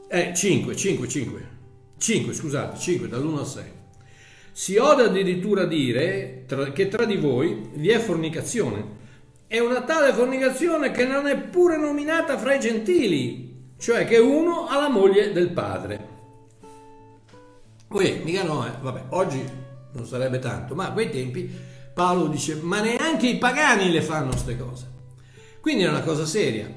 5, scusate, 5 dall'1 al 6. Si ode addirittura dire che tra di voi vi è fornicazione. È una tale fornicazione che non è pure nominata fra i gentili, cioè che uno ha la moglie del padre. Poi, mica no, vabbè, oggi non sarebbe tanto, ma a quei tempi Paolo dice, ma neanche i pagani le fanno queste cose. Quindi è una cosa seria.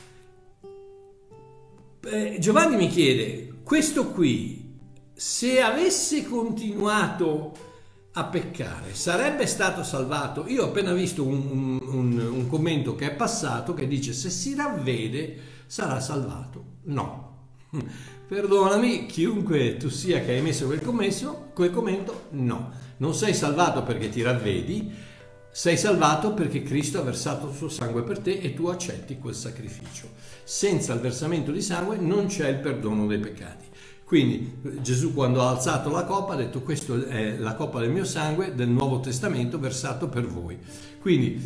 Giovanni mi chiede, questo qui, se avesse continuato a peccare, sarebbe stato salvato? Io ho appena visto un commento che è passato che dice, se si ravvede sarà salvato. No. Perdonami, chiunque tu sia che hai messo quel commento, no. Non sei salvato perché ti ravvedi, sei salvato perché Cristo ha versato il suo sangue per te e tu accetti quel sacrificio. Senza il versamento di sangue non c'è il perdono dei peccati. Quindi Gesù, quando ha alzato la coppa, ha detto, questa è la coppa del mio sangue del Nuovo Testamento versato per voi. Quindi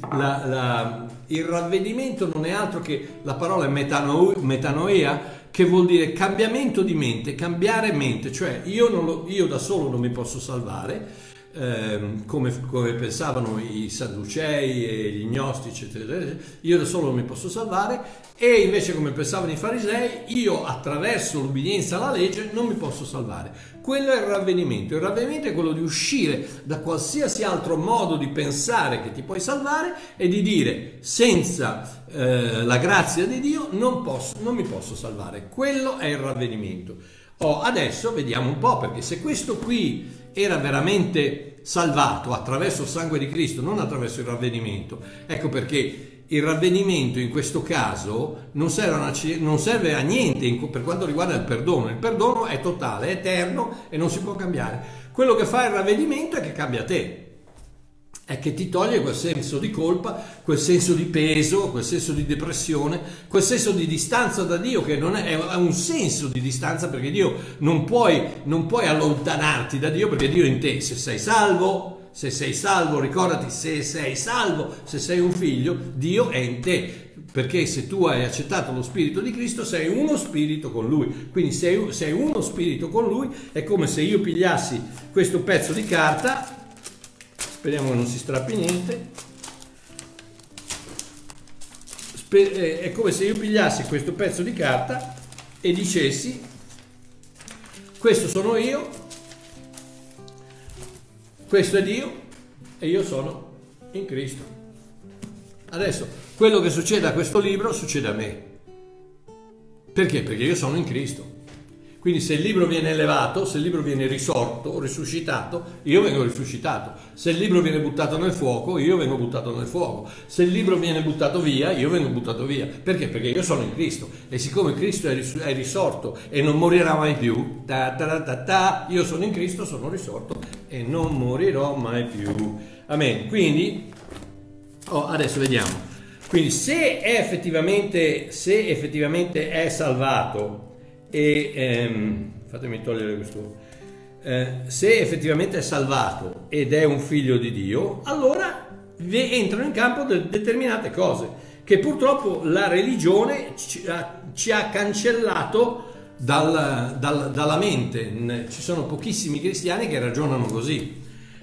il ravvedimento non è altro che, la parola è metanoia, che vuol dire cambiamento di mente, cambiare mente. Cioè io da solo non mi posso salvare, come pensavano i sadducei e gli gnostici, eccetera. Io da solo non mi posso salvare, e invece, come pensavano i farisei, io attraverso l'ubbidienza alla legge non mi posso salvare. Quello è il ravvedimento. Il ravvedimento è quello di uscire da qualsiasi altro modo di pensare che ti puoi salvare e di dire, senza la grazia di Dio non mi posso salvare. Quello è il ravvedimento. Adesso vediamo un po', perché se questo qui era veramente salvato attraverso il sangue di Cristo, non attraverso il ravvedimento, ecco perché il ravvedimento in questo caso non serve a niente per quanto riguarda il perdono. Il perdono è totale, è eterno e non si può cambiare. Quello che fa il ravvedimento è che cambia te, è che ti toglie quel senso di colpa, quel senso di peso, quel senso di depressione, quel senso di distanza da Dio, che non è un senso di distanza, perché Dio non puoi allontanarti da Dio, perché Dio è in te. Se sei salvo, ricordati, se sei salvo, se sei un figlio, Dio è in te, perché se tu hai accettato lo Spirito di Cristo sei uno spirito con Lui. Quindi sei uno spirito con Lui. È come se io pigliassi questo pezzo di carta, speriamo che non si strappi niente, è come se io pigliassi questo pezzo di carta e dicessi, questo sono io, questo è Dio e io sono in Cristo. Adesso quello che succede a questo libro succede a me. Perché? Perché io sono in Cristo. Quindi se il libro viene elevato, se il libro viene risorto, risuscitato, io vengo risuscitato. Se il libro viene buttato nel fuoco, io vengo buttato nel fuoco. Se il libro viene buttato via, io vengo buttato via. Perché? Perché io sono in Cristo. E siccome Cristo è risorto e non morirà mai più, io sono in Cristo, sono risorto e non morirò mai più. Amen. Quindi, adesso vediamo. Quindi se effettivamente è salvato, fatemi togliere questo, se effettivamente è salvato ed è un figlio di Dio, allora entrano in campo determinate cose che purtroppo la religione ci ha cancellato dalla mente. Ci sono pochissimi cristiani che ragionano così.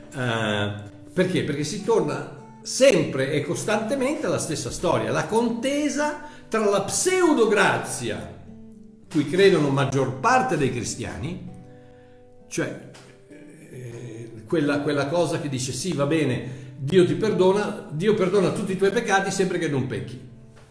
Perché? Perché si torna sempre e costantemente alla stessa storia, la contesa tra la pseudograzia, cui credono maggior parte dei cristiani, cioè quella cosa che dice sì, va bene, Dio perdona tutti i tuoi peccati sempre che non pecchi.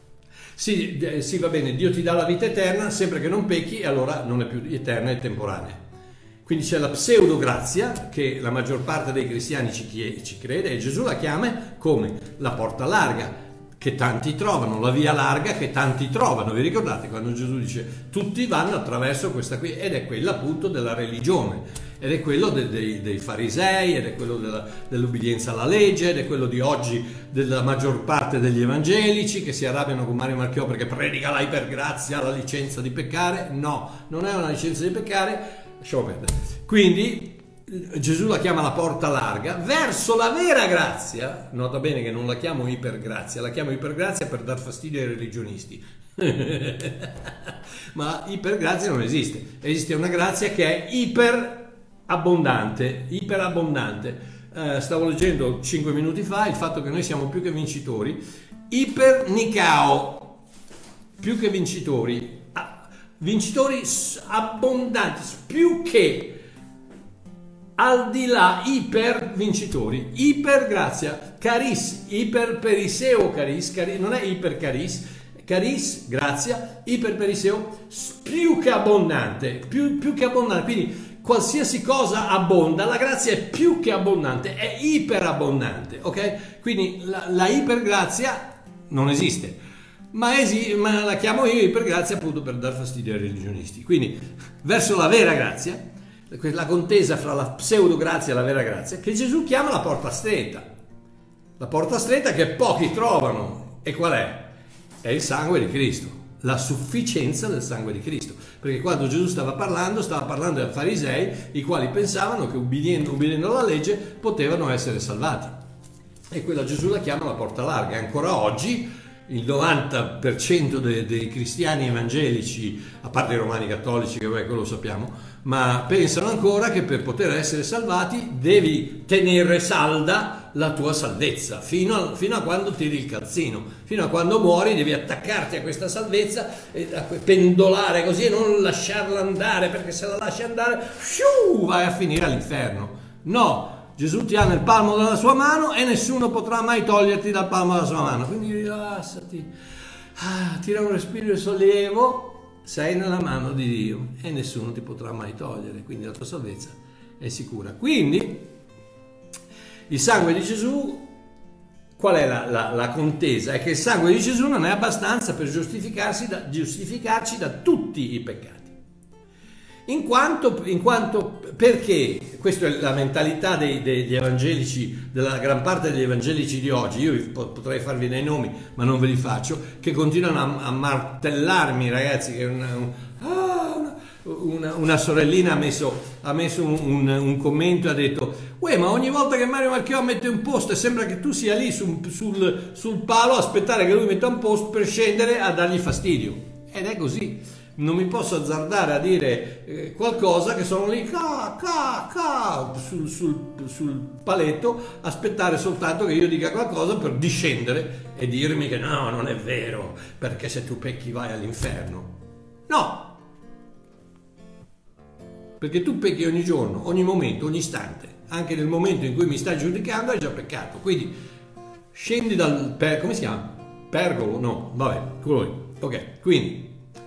Sì, va bene, Dio ti dà la vita eterna sempre che non pecchi, e allora non è più eterna, è temporanea. Quindi c'è la pseudograzia che la maggior parte dei cristiani ci crede, e Gesù la chiama come la porta larga che tanti trovano, la via larga che tanti trovano. Vi ricordate quando Gesù dice tutti vanno attraverso questa qui? Ed è quella appunto della religione, ed è quello dei farisei, ed è quello dell'ubbidienza alla legge, ed è quello di oggi della maggior parte degli evangelici che si arrabbiano con Mario Marchiò perché predica la ipergrazia, la licenza di peccare. No, non è una licenza di peccare, lasciamo perdere. Quindi Gesù la chiama la porta larga verso la vera grazia. Nota bene che non la chiamo ipergrazia, la chiamo ipergrazia per dar fastidio ai religionisti. Ma ipergrazia non esiste, esiste una grazia che è iperabbondante. Stavo leggendo 5 minuti fa il fatto che noi siamo più che vincitori, ipernicao, più che vincitori, vincitori abbondanti, più che, al di là, iper vincitori, ipergrazia, caris, iperperiseo caris, non è ipercaris, caris, grazia, iperperiseo, più che abbondante, più che abbondante, quindi qualsiasi cosa abbonda, la grazia è più che abbondante, è iperabbondante, ok? Quindi la ipergrazia non esiste, ma la chiamo io ipergrazia appunto per dar fastidio ai religionisti. Quindi verso la vera grazia, la contesa fra la pseudograzia e la vera grazia, che Gesù chiama la porta stretta che pochi trovano. E qual è? È il sangue di Cristo, la sufficienza del sangue di Cristo, perché quando Gesù stava parlando ai farisei, i quali pensavano che ubbidiendo alla legge potevano essere salvati, e quella Gesù la chiama la porta larga. E ancora oggi il 90% dei cristiani evangelici, a parte i romani cattolici, che quello lo sappiamo, ma pensano ancora che per poter essere salvati devi tenere salda la tua salvezza fino a quando tiri il calzino, fino a quando muori devi attaccarti a questa salvezza e pendolare così e non lasciarla andare, perché se la lasci andare vai a finire all'inferno. No, Gesù ti ha nel palmo della sua mano e nessuno potrà mai toglierti dal palmo della sua mano, quindi rilassati, tira un respiro di sollievo, sei nella mano di Dio e nessuno ti potrà mai togliere, quindi la tua salvezza è sicura. Quindi il sangue di Gesù, qual è la contesa? È che il sangue di Gesù non è abbastanza per giustificarci da tutti i peccati. In quanto perché questa è la mentalità degli evangelici, della gran parte degli evangelici di oggi. Io potrei farvi dei nomi ma non ve li faccio, che continuano a martellarmi, ragazzi, che una sorellina ha messo un commento e ha detto: uè, ma ogni volta che Mario Marchiò mette un post sembra che tu sia lì sul palo a aspettare che lui metta un post per scendere a dargli fastidio. Ed è così. Non mi posso azzardare a dire qualcosa che sono lì sul paletto, aspettare soltanto che io dica qualcosa per discendere e dirmi che no, non è vero, perché se tu pecchi vai all'inferno. No! Perché tu pecchi ogni giorno, ogni momento, ogni istante, anche nel momento in cui mi stai giudicando hai già peccato. Quindi scendi come si chiama? Pergolo? No, vabbè, quello lì. Ok, quindi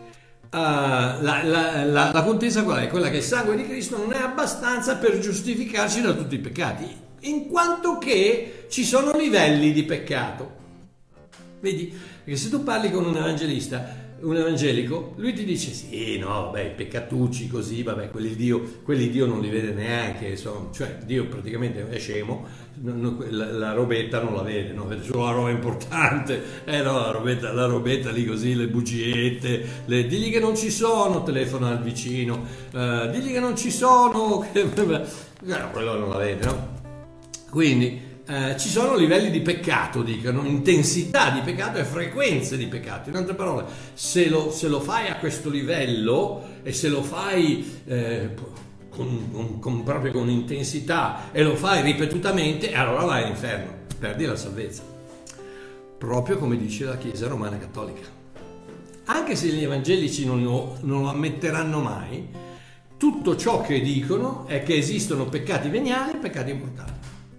la contesa qual è? Quella che il sangue di Cristo non è abbastanza per giustificarci da tutti i peccati, in quanto che ci sono livelli di peccato. Vedi? Perché se tu parli con un evangelico, lui ti dice sì, no, vabbè, i peccatucci così, vabbè, quelli Dio non li vede neanche, cioè Dio praticamente è scemo, la robetta non la vede, no? Vede solo la roba importante, no, la robetta lì così, le bugiette, digli che non ci sono, telefona al vicino, digli che non ci sono, quello non la vede, no? Quindi ci sono livelli di peccato, dicono, intensità di peccato e frequenze di peccato. In altre parole, se lo fai a questo livello e se lo fai proprio con intensità e lo fai ripetutamente, allora vai all'inferno, perdi la salvezza. Proprio come dice la Chiesa Romana Cattolica. Anche se gli evangelici non lo ammetteranno mai, tutto ciò che dicono è che esistono peccati veniali e peccati mortali.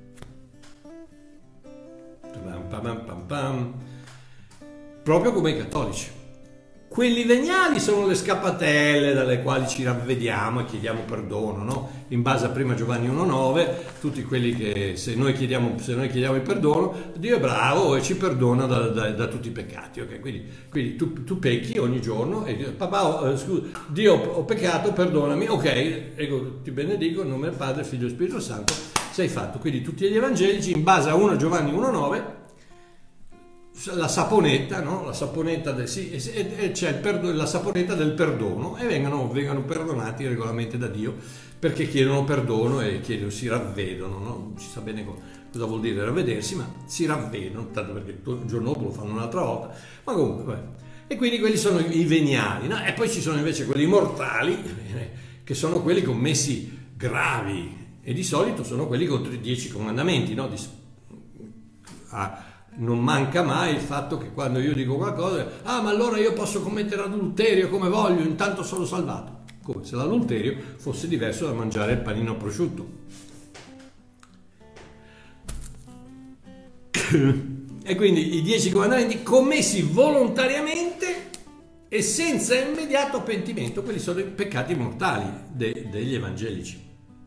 Proprio come i cattolici. Quelli veniali sono le scappatelle dalle quali ci ravvediamo e chiediamo perdono, no? In base a prima Giovanni 1,9, tutti quelli che se noi chiediamo il perdono, Dio è bravo e ci perdona da tutti i peccati, ok? Quindi tu pecchi ogni giorno e papà, scusa, Dio, ho peccato, perdonami, ok, ecco, ti benedico in nome del Padre, Figlio e Spirito Santo, sei fatto. Quindi tutti gli evangelici in base a 1 Giovanni 1,9, la saponetta, no? La saponetta e c'è la saponetta del perdono e vengono perdonati regolarmente da Dio, perché chiedono perdono e si ravvedono, no? Non si sa bene cosa vuol dire ravvedersi, ma si ravvedono, tanto perché il giorno dopo lo fanno un'altra volta, ma comunque vabbè. E quindi quelli sono i veniali, no? E poi ci sono invece quelli mortali, che sono quelli commessi gravi, e di solito sono quelli contro i 10 comandamenti, no? Non manca mai il fatto che quando io dico qualcosa, ma allora io posso commettere adulterio come voglio, intanto sono salvato. Come se l'adulterio fosse diverso da mangiare il panino prosciutto. E quindi i 10 comandamenti commessi volontariamente e senza immediato pentimento, quelli sono i peccati mortali degli evangelici.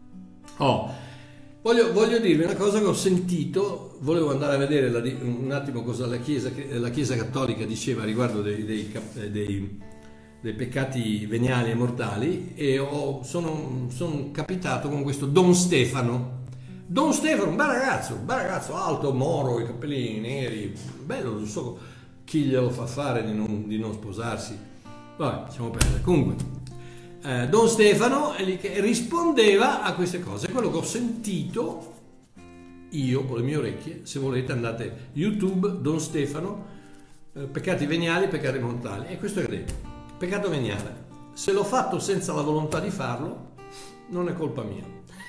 Voglio dirvi una cosa che ho sentito, volevo andare a vedere un attimo cosa la Chiesa Cattolica diceva riguardo dei peccati veniali e mortali, e sono capitato con questo Don Stefano. Don Stefano, un bel ragazzo alto, moro, i capelli neri, bello, non so chi glielo fa fare di non sposarsi. Vabbè, lasciamo perdere. Comunque, Don Stefano che rispondeva a queste cose, quello che ho sentito io con le mie orecchie. Se volete andate YouTube, Don Stefano, peccati veniali, peccati mortali, e questo è detto: peccato veniale, se l'ho fatto senza la volontà di farlo, non è colpa mia.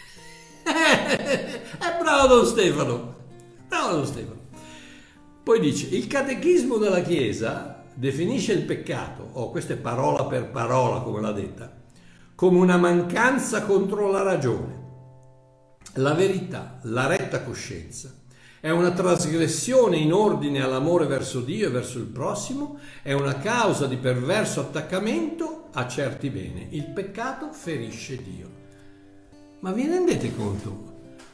Bravo Don Stefano, bravo Don Stefano. Poi dice: il catechismo della Chiesa definisce il peccato, questa è parola per parola come l'ha detta, come una mancanza contro la ragione, la verità, la retta coscienza. È una trasgressione in ordine all'amore verso Dio e verso il prossimo, è una causa di perverso attaccamento a certi beni. Il peccato ferisce Dio. Ma vi rendete conto?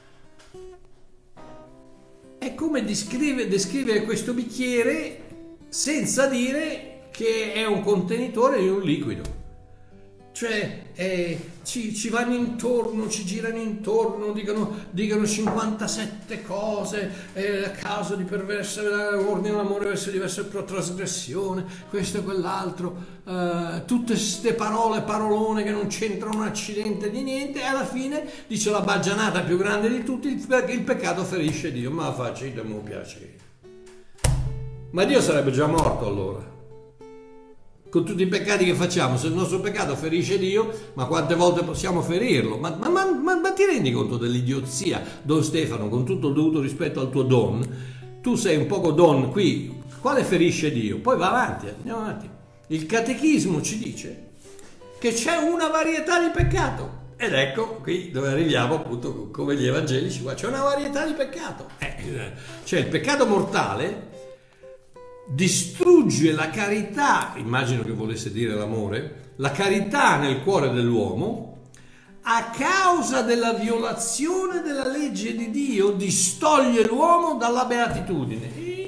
È come descrivere questo bicchiere senza dire che è un contenitore di un liquido. Cioè ci vanno intorno, ci girano intorno, dicono 57 cose, a causa di perverso ordine all'amore verso diverse trasgressione, questo e quell'altro, tutte ste parolone che non c'entrano un accidente di niente, e alla fine dice la baggianata più grande di tutti: il peccato ferisce Dio. Ma facete, mi piace. Ma Dio sarebbe già morto allora, con tutti i peccati che facciamo. Se il nostro peccato ferisce Dio, ma quante volte possiamo ferirlo? Ma ti rendi conto dell'idiozia, Don Stefano, con tutto il dovuto rispetto al tuo don? Tu sei un poco don qui, quale ferisce Dio? Poi va avanti, andiamo avanti. Il catechismo ci dice che c'è una varietà di peccato, ed ecco qui dove arriviamo, appunto, come gli evangelici, qua c'è una varietà di peccato. C'è il peccato mortale, distrugge la carità, immagino che volesse dire l'amore, la carità nel cuore dell'uomo, a causa della violazione della legge di Dio, distoglie l'uomo dalla beatitudine.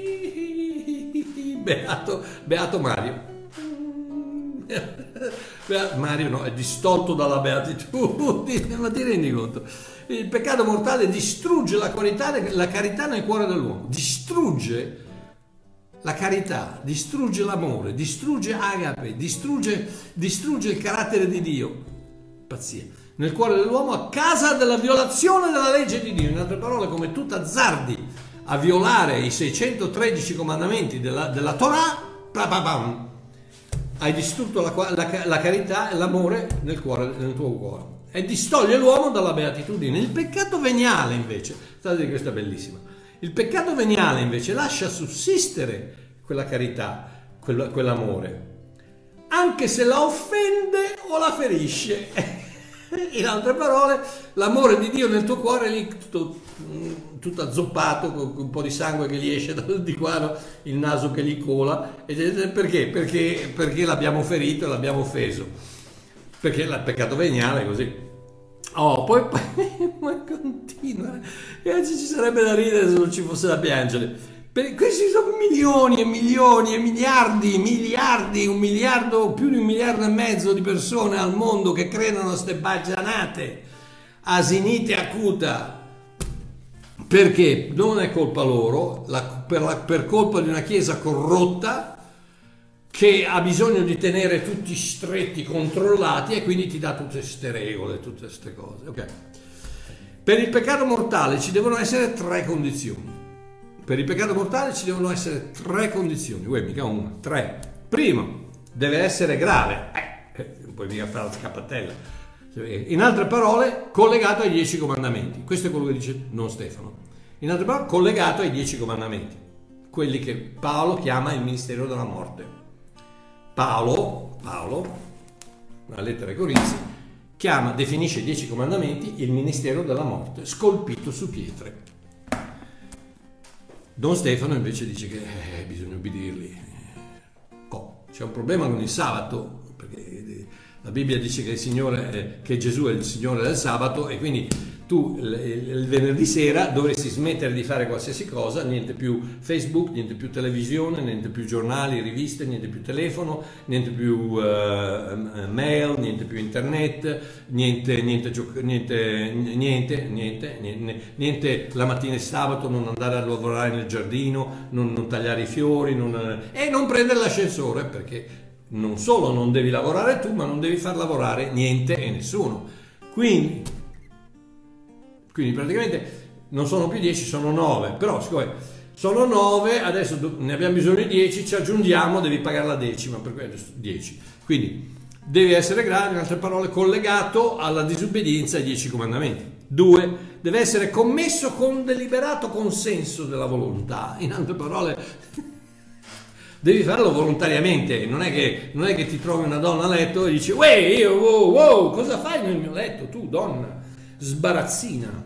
Beato Mario. Mario no, è distolto dalla beatitudine, ma ti rendi conto? Il peccato mortale distrugge la carità nel cuore dell'uomo, distrugge la carità, distrugge l'amore, distrugge agape, distrugge il carattere di Dio. Pazzia. Nel cuore dell'uomo a causa della violazione della legge di Dio. In altre parole, come tu t'azzardi a violare i 613 comandamenti della Torah, hai distrutto la carità e l'amore nel tuo cuore, e distoglie l'uomo dalla beatitudine. Il peccato veniale invece, state, questa è bellissima. Il peccato veniale invece lascia sussistere quella carità, quell'amore, anche se la offende o la ferisce. In altre parole, l'amore di Dio nel tuo cuore è lì tutto azzoppato, con un po' di sangue che gli esce di qua, il naso che gli cola. Perché? Perché l'abbiamo ferito e l'abbiamo offeso. Perché il peccato veniale è così. Poi continua, e ci sarebbe da ridere se non ci fosse da piangere. Questi sono milioni e milioni e miliardi, un miliardo, più di 1,5 miliardi di persone al mondo che credono a ste baggianate, asinite acuta. Perché non è colpa loro, per colpa di una Chiesa corrotta che ha bisogno di tenere tutti stretti, controllati, e quindi ti dà tutte queste regole, tutte queste cose. Okay. Per il peccato mortale ci devono essere 3 condizioni. Per il peccato mortale ci devono essere 3 condizioni. Mica una, 3. Primo, deve essere grave, non puoi mica fare la scappatella. In altre parole, collegato ai 10 comandamenti. Questo è quello che dice Don Stefano. In altre parole, collegato ai 10 comandamenti, quelli che Paolo chiama il ministero della morte. Paolo, nella lettera ai Corinzi, definisce i 10 comandamenti il ministero della morte, scolpito su pietre. Don Stefano invece dice che bisogna ubbidirli. C'è un problema con il sabato, perché la Bibbia dice che il Signore, che Gesù è il Signore del sabato, e quindi tu il venerdì sera dovresti smettere di fare qualsiasi cosa, niente più Facebook, niente più televisione, niente più giornali, riviste, niente più telefono, niente più mail, niente più internet, niente la mattina e sabato, non andare a lavorare nel giardino, non tagliare i fiori, e non prendere l'ascensore, perché non solo non devi lavorare tu, ma non devi far lavorare niente e nessuno. Quindi praticamente non sono più 10, sono 9, però siccome sono 9, adesso ne abbiamo bisogno di 10, ci aggiungiamo, devi pagare la decima, per cui adesso 10. Quindi deve essere grave, in altre parole, collegato alla disobbedienza ai 10 comandamenti. 2, deve essere commesso con deliberato consenso della volontà, in altre parole devi farlo volontariamente, non è che ti trovi una donna a letto e dici wow, cosa fai nel mio letto tu donna sbarazzina.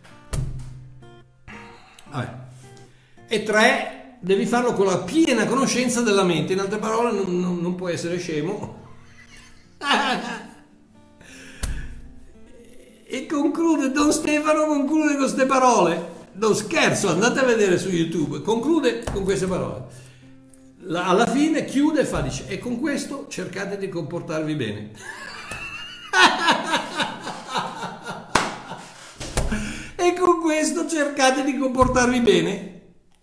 Vabbè. E 3, devi farlo con la piena conoscenza della mente, in altre parole non puoi essere scemo. E Don Stefano conclude con queste parole, non scherzo, andate a vedere su YouTube, conclude con queste parole. Alla fine chiude e dice, e con questo cercate di comportarvi bene. E con questo cercate di comportarvi bene.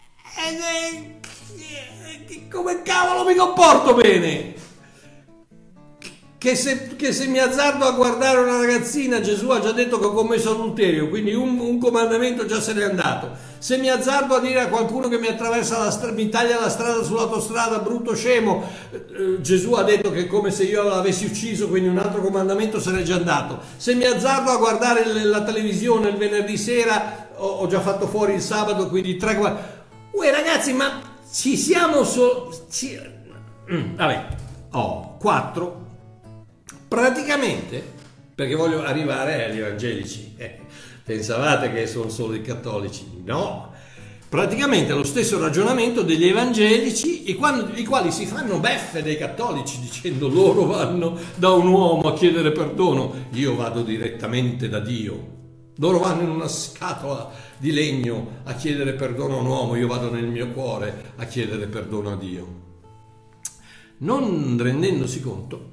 Come cavolo mi comporto bene? Che se mi azzardo a guardare una ragazzina, Gesù ha già detto che ho commesso adulterio, quindi un comandamento già se n'è andato. Se mi azzardo a dire a qualcuno che mi attraversa mi taglia la strada sull'autostrada, brutto scemo, Gesù ha detto che è come se io l'avessi ucciso, quindi un altro comandamento se n'è già andato. Se mi azzardo a guardare la televisione il venerdì sera, ho già fatto fuori il sabato, quindi 3. Uè ragazzi, ma ci siamo vabbè, 4. Praticamente, perché voglio arrivare agli evangelici, pensavate che sono solo i cattolici? No, praticamente lo stesso ragionamento degli evangelici, i quali si fanno beffe dei cattolici dicendo loro vanno da un uomo a chiedere perdono, io vado direttamente da Dio. Loro vanno in una scatola di legno a chiedere perdono a un uomo, io vado nel mio cuore a chiedere perdono a Dio. Non rendendosi conto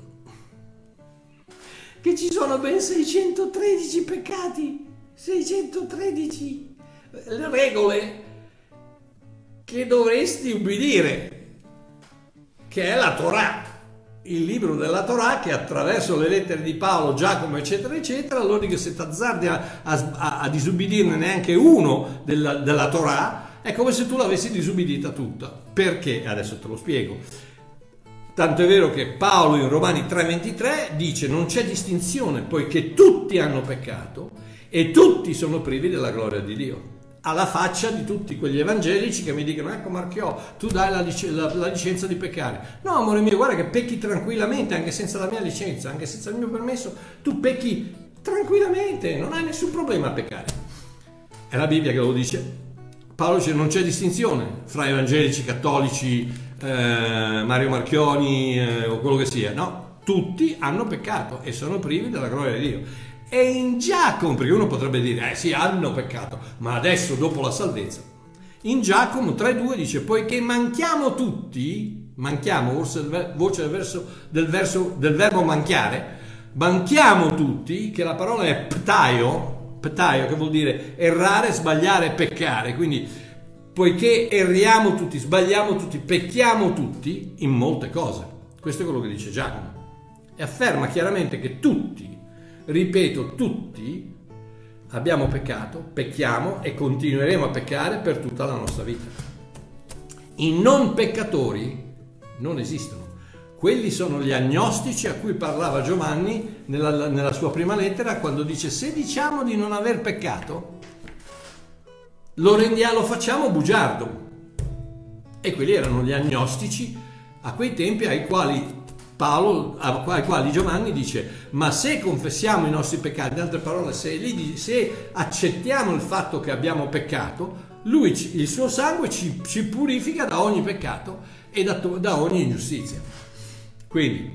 che ci sono ben 613 peccati, 613 regole che dovresti ubbidire, che è la Torah, il libro della Torah, che attraverso le lettere di Paolo, Giacomo eccetera eccetera, allora che se t'azzardi a disubbidirne neanche uno della Torah, è come se tu l'avessi disubbidita tutta. Perché? Adesso te lo spiego. Tanto è vero che Paolo in Romani 3,23 dice non c'è distinzione poiché tutti hanno peccato e tutti sono privi della gloria di Dio. Alla faccia di tutti quegli evangelici che mi dicono ecco Marchiò, tu dai la licenza di peccare. No amore mio, guarda che pecchi tranquillamente anche senza la mia licenza, anche senza il mio permesso, tu pecchi tranquillamente, non hai nessun problema a peccare. È la Bibbia che lo dice. Paolo dice non c'è distinzione fra evangelici, cattolici, Mario Marchioni o quello che sia, no, tutti hanno peccato e sono privi della gloria di Dio. E in Giacomo, perché uno potrebbe dire sì, hanno peccato, ma adesso dopo la salvezza, in Giacomo 3,2 dice poiché manchiamo tutti, voce del verbo manchiamo tutti, che la parola è ptaio, che vuol dire errare, sbagliare, peccare, quindi poiché erriamo tutti, sbagliamo tutti, pecchiamo tutti in molte cose. Questo è quello che dice Giacomo. E afferma chiaramente che tutti, ripeto, tutti abbiamo peccato, pecchiamo e continueremo a peccare per tutta la nostra vita. I non peccatori non esistono. Quelli sono gli agnostici a cui parlava Giovanni nella sua prima lettera, quando dice: se diciamo di non aver peccato, lo facciamo bugiardo. E quelli erano gli agnostici a quei tempi ai quali Giovanni dice: ma se confessiamo i nostri peccati, in altre parole, se accettiamo il fatto che abbiamo peccato, il suo sangue ci purifica da ogni peccato e da ogni ingiustizia. Quindi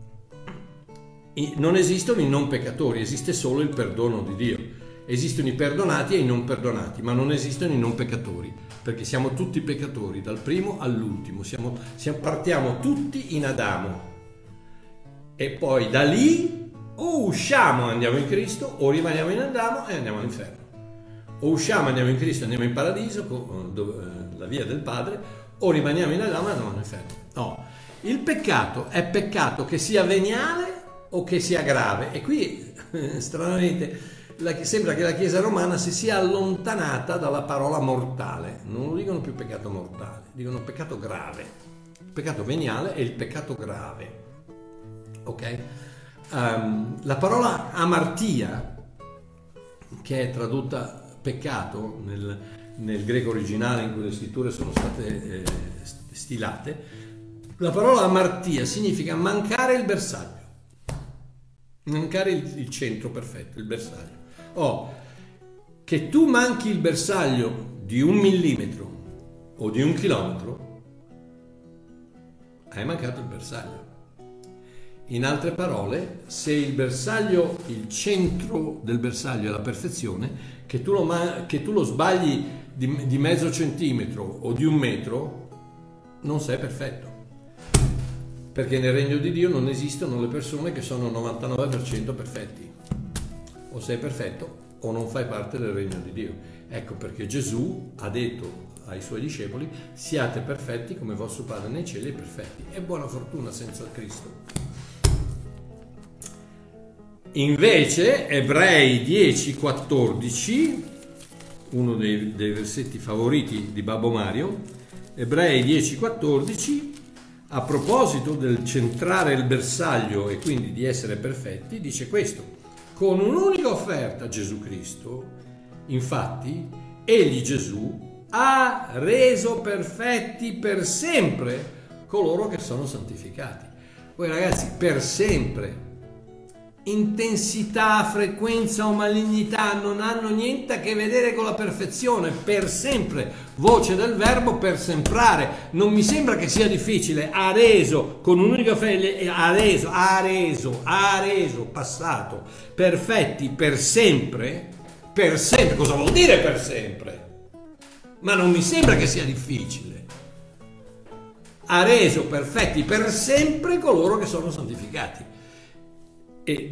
non esistono i non peccatori, esiste solo il perdono di Dio. Esistono i perdonati e i non perdonati, ma non esistono i non peccatori, perché siamo tutti peccatori, dal primo all'ultimo. Partiamo tutti in Adamo e poi da lì o usciamo e andiamo in Cristo, o rimaniamo in Adamo e andiamo all'inferno. O usciamo, andiamo in Cristo, andiamo in paradiso, la via del Padre, o rimaniamo in Adamo e andiamo all'inferno. No, il peccato è peccato che sia veniale o che sia grave. E qui, stranamente, sembra che la Chiesa romana si sia allontanata dalla parola mortale. Non lo dicono più peccato mortale, dicono peccato grave. Il peccato veniale e il peccato grave. Ok? La parola amartia, che è tradotta peccato nel greco originale in cui le scritture sono state stilate, la parola amartia significa mancare il bersaglio, mancare il centro perfetto, il bersaglio. Che tu manchi il bersaglio di 1 millimetro o di 1 chilometro, hai mancato il bersaglio. In altre parole, se il centro del bersaglio è la perfezione, che tu lo sbagli di mezzo centimetro o di 1 metro, non sei perfetto. Perché nel regno di Dio non esistono le persone che sono 99% perfetti. O sei perfetto o non fai parte del regno di Dio. Ecco perché Gesù ha detto ai suoi discepoli: siate perfetti come vostro Padre nei cieli è perfetti. E buona fortuna senza Cristo. Invece Ebrei 10,14, uno dei versetti favoriti di Babbo Mario, Ebrei 10,14, a proposito del centrare il bersaglio e quindi di essere perfetti, dice questo: con un'unica offerta Gesù Cristo, infatti, egli Gesù ha reso perfetti per sempre coloro che sono santificati. Poi ragazzi, per sempre, intensità, frequenza o malignità non hanno niente a che vedere con la perfezione. Per sempre, voce del verbo per semprare. Non mi sembra che sia difficile. Ha reso con un'unica fede, ha reso passato perfetti per sempre. Per sempre, cosa vuol dire per sempre? Ma non mi sembra che sia difficile. Ha reso perfetti per sempre coloro che sono santificati. E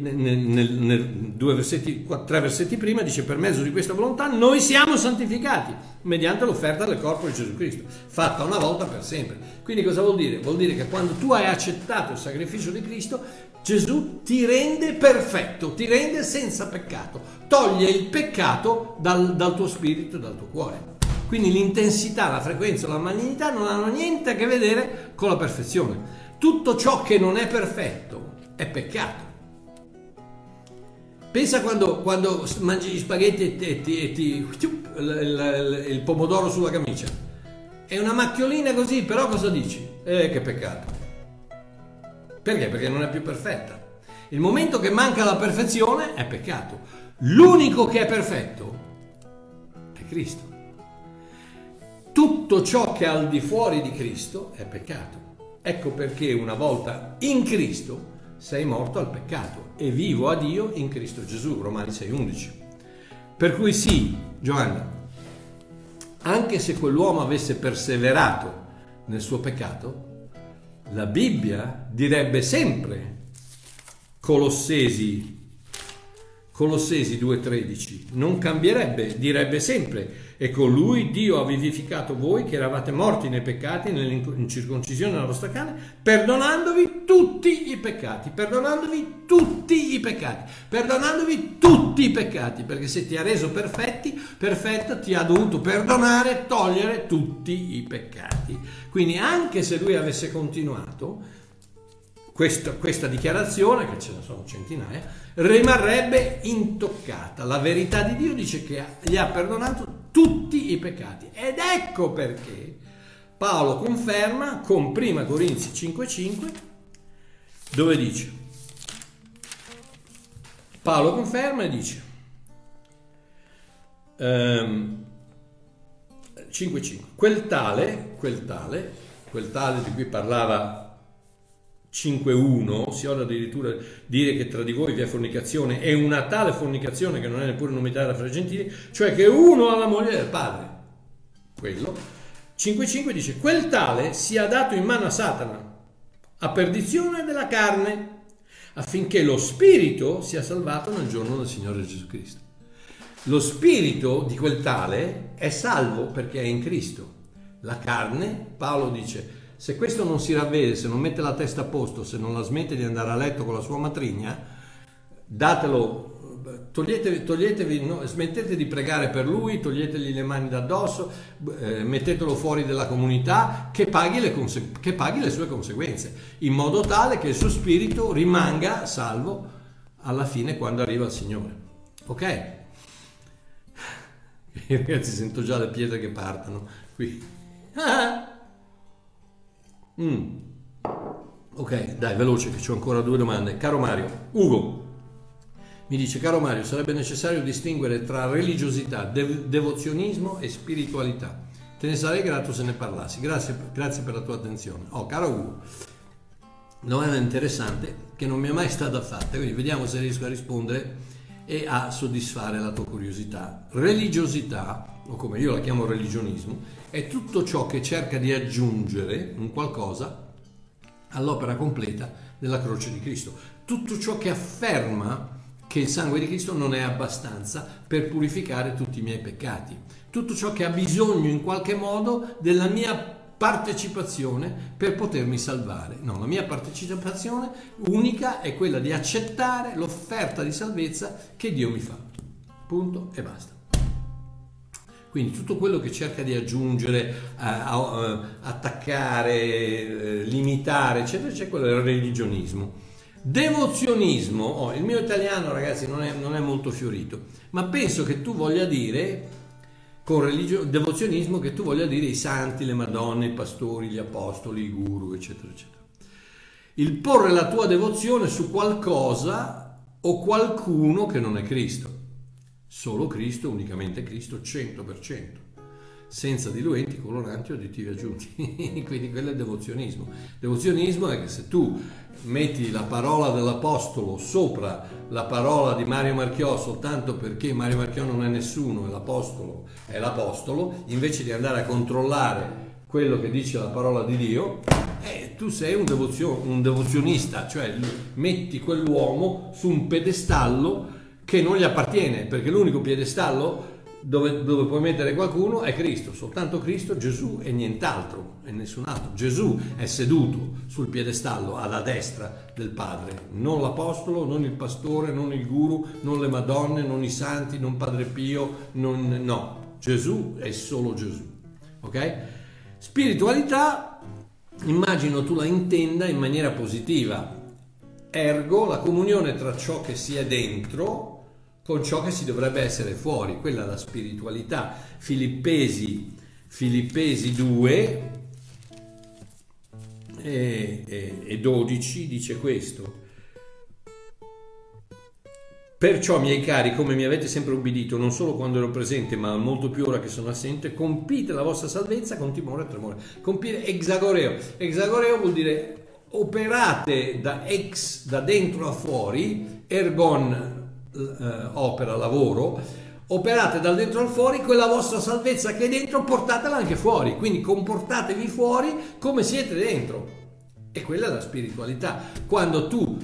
tre versetti prima dice: per mezzo di questa volontà noi siamo santificati mediante l'offerta del corpo di Gesù Cristo, fatta una volta per sempre. Quindi cosa vuol dire? Vuol dire che quando tu hai accettato il sacrificio di Cristo, Gesù ti rende perfetto, ti rende senza peccato, toglie il peccato dal tuo spirito e dal tuo cuore. Quindi l'intensità, la frequenza, la malignità non hanno niente a che vedere con la perfezione. Tutto ciò che non è perfetto è peccato. Pensa quando mangi gli spaghetti e il pomodoro sulla camicia. È una macchiolina così, però cosa dici? Che peccato. Perché? Perché non è più perfetta. Il momento che manca la perfezione è peccato. L'unico che è perfetto è Cristo. Tutto ciò che è al di fuori di Cristo è peccato. Ecco perché una volta in Cristo sei morto al peccato e vivo a Dio in Cristo Gesù, Romani 6,11. Per cui sì, Giovanni, anche se quell'uomo avesse perseverato nel suo peccato, la Bibbia direbbe sempre, Colossesi 2,13, non cambierebbe, direbbe sempre: e con lui Dio ha vivificato voi che eravate morti nei peccati, nell'incirconcisione della vostra carne, perdonandovi tutti i peccati, perché se ti ha reso perfetto, ti ha dovuto perdonare, togliere tutti i peccati. Quindi anche se lui avesse continuato, questa dichiarazione, che ce ne sono centinaia, rimarrebbe intoccata. La verità di Dio dice che gli ha perdonato tutti i peccati, ed ecco perché Paolo conferma con 1 Corinzi 5,5, dove dice, Paolo conferma e dice 5,5, quel tale di cui parlava 5.1, si osa addirittura dire che tra di voi vi è fornicazione, e una tale fornicazione che non è neppure nominata fra i gentili, cioè che uno ha la moglie del padre. Quello 5.5 dice, quel tale sia dato in mano a Satana, a perdizione della carne, affinché lo spirito sia salvato nel giorno del Signore Gesù Cristo. Lo spirito di quel tale è salvo perché è in Cristo. La carne, Paolo dice, se questo non si ravvede, se non mette la testa a posto, se non la smette di andare a letto con la sua matrigna, datelo, toglietevi, no, smettete di pregare per lui, toglietegli le mani da addosso, mettetelo fuori dalla comunità, che paghi le sue conseguenze, in modo tale che il suo spirito rimanga salvo alla fine quando arriva il Signore. Ok? Ragazzi, sento già le pietre che partono qui. Ok, dai, veloce che ho ancora 2 domande. Caro Mario, Ugo mi dice, caro Mario, sarebbe necessario distinguere tra religiosità, devozionismo e spiritualità. Te ne sarei grato se ne parlassi. Grazie per la tua attenzione. Caro Ugo, domanda interessante che non mi è mai stata fatta, quindi vediamo se riesco a rispondere e a soddisfare la tua curiosità. Religiosità, o come io la chiamo religionismo, è tutto ciò che cerca di aggiungere un qualcosa all'opera completa della croce di Cristo. Tutto ciò che afferma che il sangue di Cristo non è abbastanza per purificare tutti i miei peccati. Tutto ciò che ha bisogno in qualche modo della mia partecipazione per potermi salvare. No, la mia partecipazione unica è quella di accettare l'offerta di salvezza che Dio mi fa. Punto e basta. Quindi tutto quello che cerca di aggiungere, attaccare, limitare, eccetera, c'è quello del religionismo. Devozionismo, il mio italiano, ragazzi, non è molto fiorito, ma penso che tu voglia dire, con devozionismo, che tu voglia dire i santi, le madonne, i pastori, gli apostoli, i guru, eccetera, eccetera. Il porre la tua devozione su qualcosa o qualcuno che non è Cristo. Solo Cristo, unicamente Cristo, 100%, senza diluenti, coloranti o additivi aggiunti. Quindi quello è devozionismo. Devozionismo è che se tu metti la parola dell'apostolo sopra la parola di Mario Marchiò soltanto perché Mario Marchiò non è nessuno e l'apostolo è l'apostolo, invece di andare a controllare quello che dice la parola di Dio, tu sei un devozionista, cioè metti quell'uomo su un piedestallo che non gli appartiene, perché l'unico piedestallo dove puoi mettere qualcuno è Cristo, soltanto Cristo, Gesù e nient'altro e nessun altro. Gesù è seduto sul piedestallo alla destra del Padre, non l'apostolo, non il pastore, non il guru, non le madonne, non i santi, non Padre Pio, no, Gesù è solo Gesù. Ok? Spiritualità, immagino tu la intenda in maniera positiva, ergo la comunione tra ciò che si è dentro con ciò che si dovrebbe essere fuori, quella è la spiritualità. Filippesi 2 e 12 dice questo: perciò, miei cari, come mi avete sempre ubbidito, non solo quando ero presente, ma molto più ora che sono assente, compite la vostra salvezza con timore e tremore. Compire exagoreo. Exagoreo vuol dire operate da dentro a fuori, ergon opera, lavoro, operate dal dentro al fuori, quella vostra salvezza che è dentro portatela anche fuori, quindi comportatevi fuori come siete dentro, e quella è la spiritualità, quando tu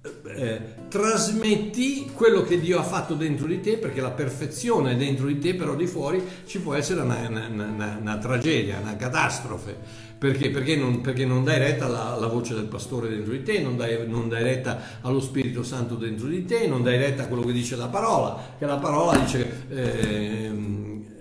trasmetti quello che Dio ha fatto dentro di te, perché la perfezione è dentro di te, però di fuori ci può essere una tragedia, una catastrofe. Perché non dai retta alla voce del pastore dentro di te, non dai retta allo Spirito Santo dentro di te, non dai retta a quello che dice la parola, che la parola dice,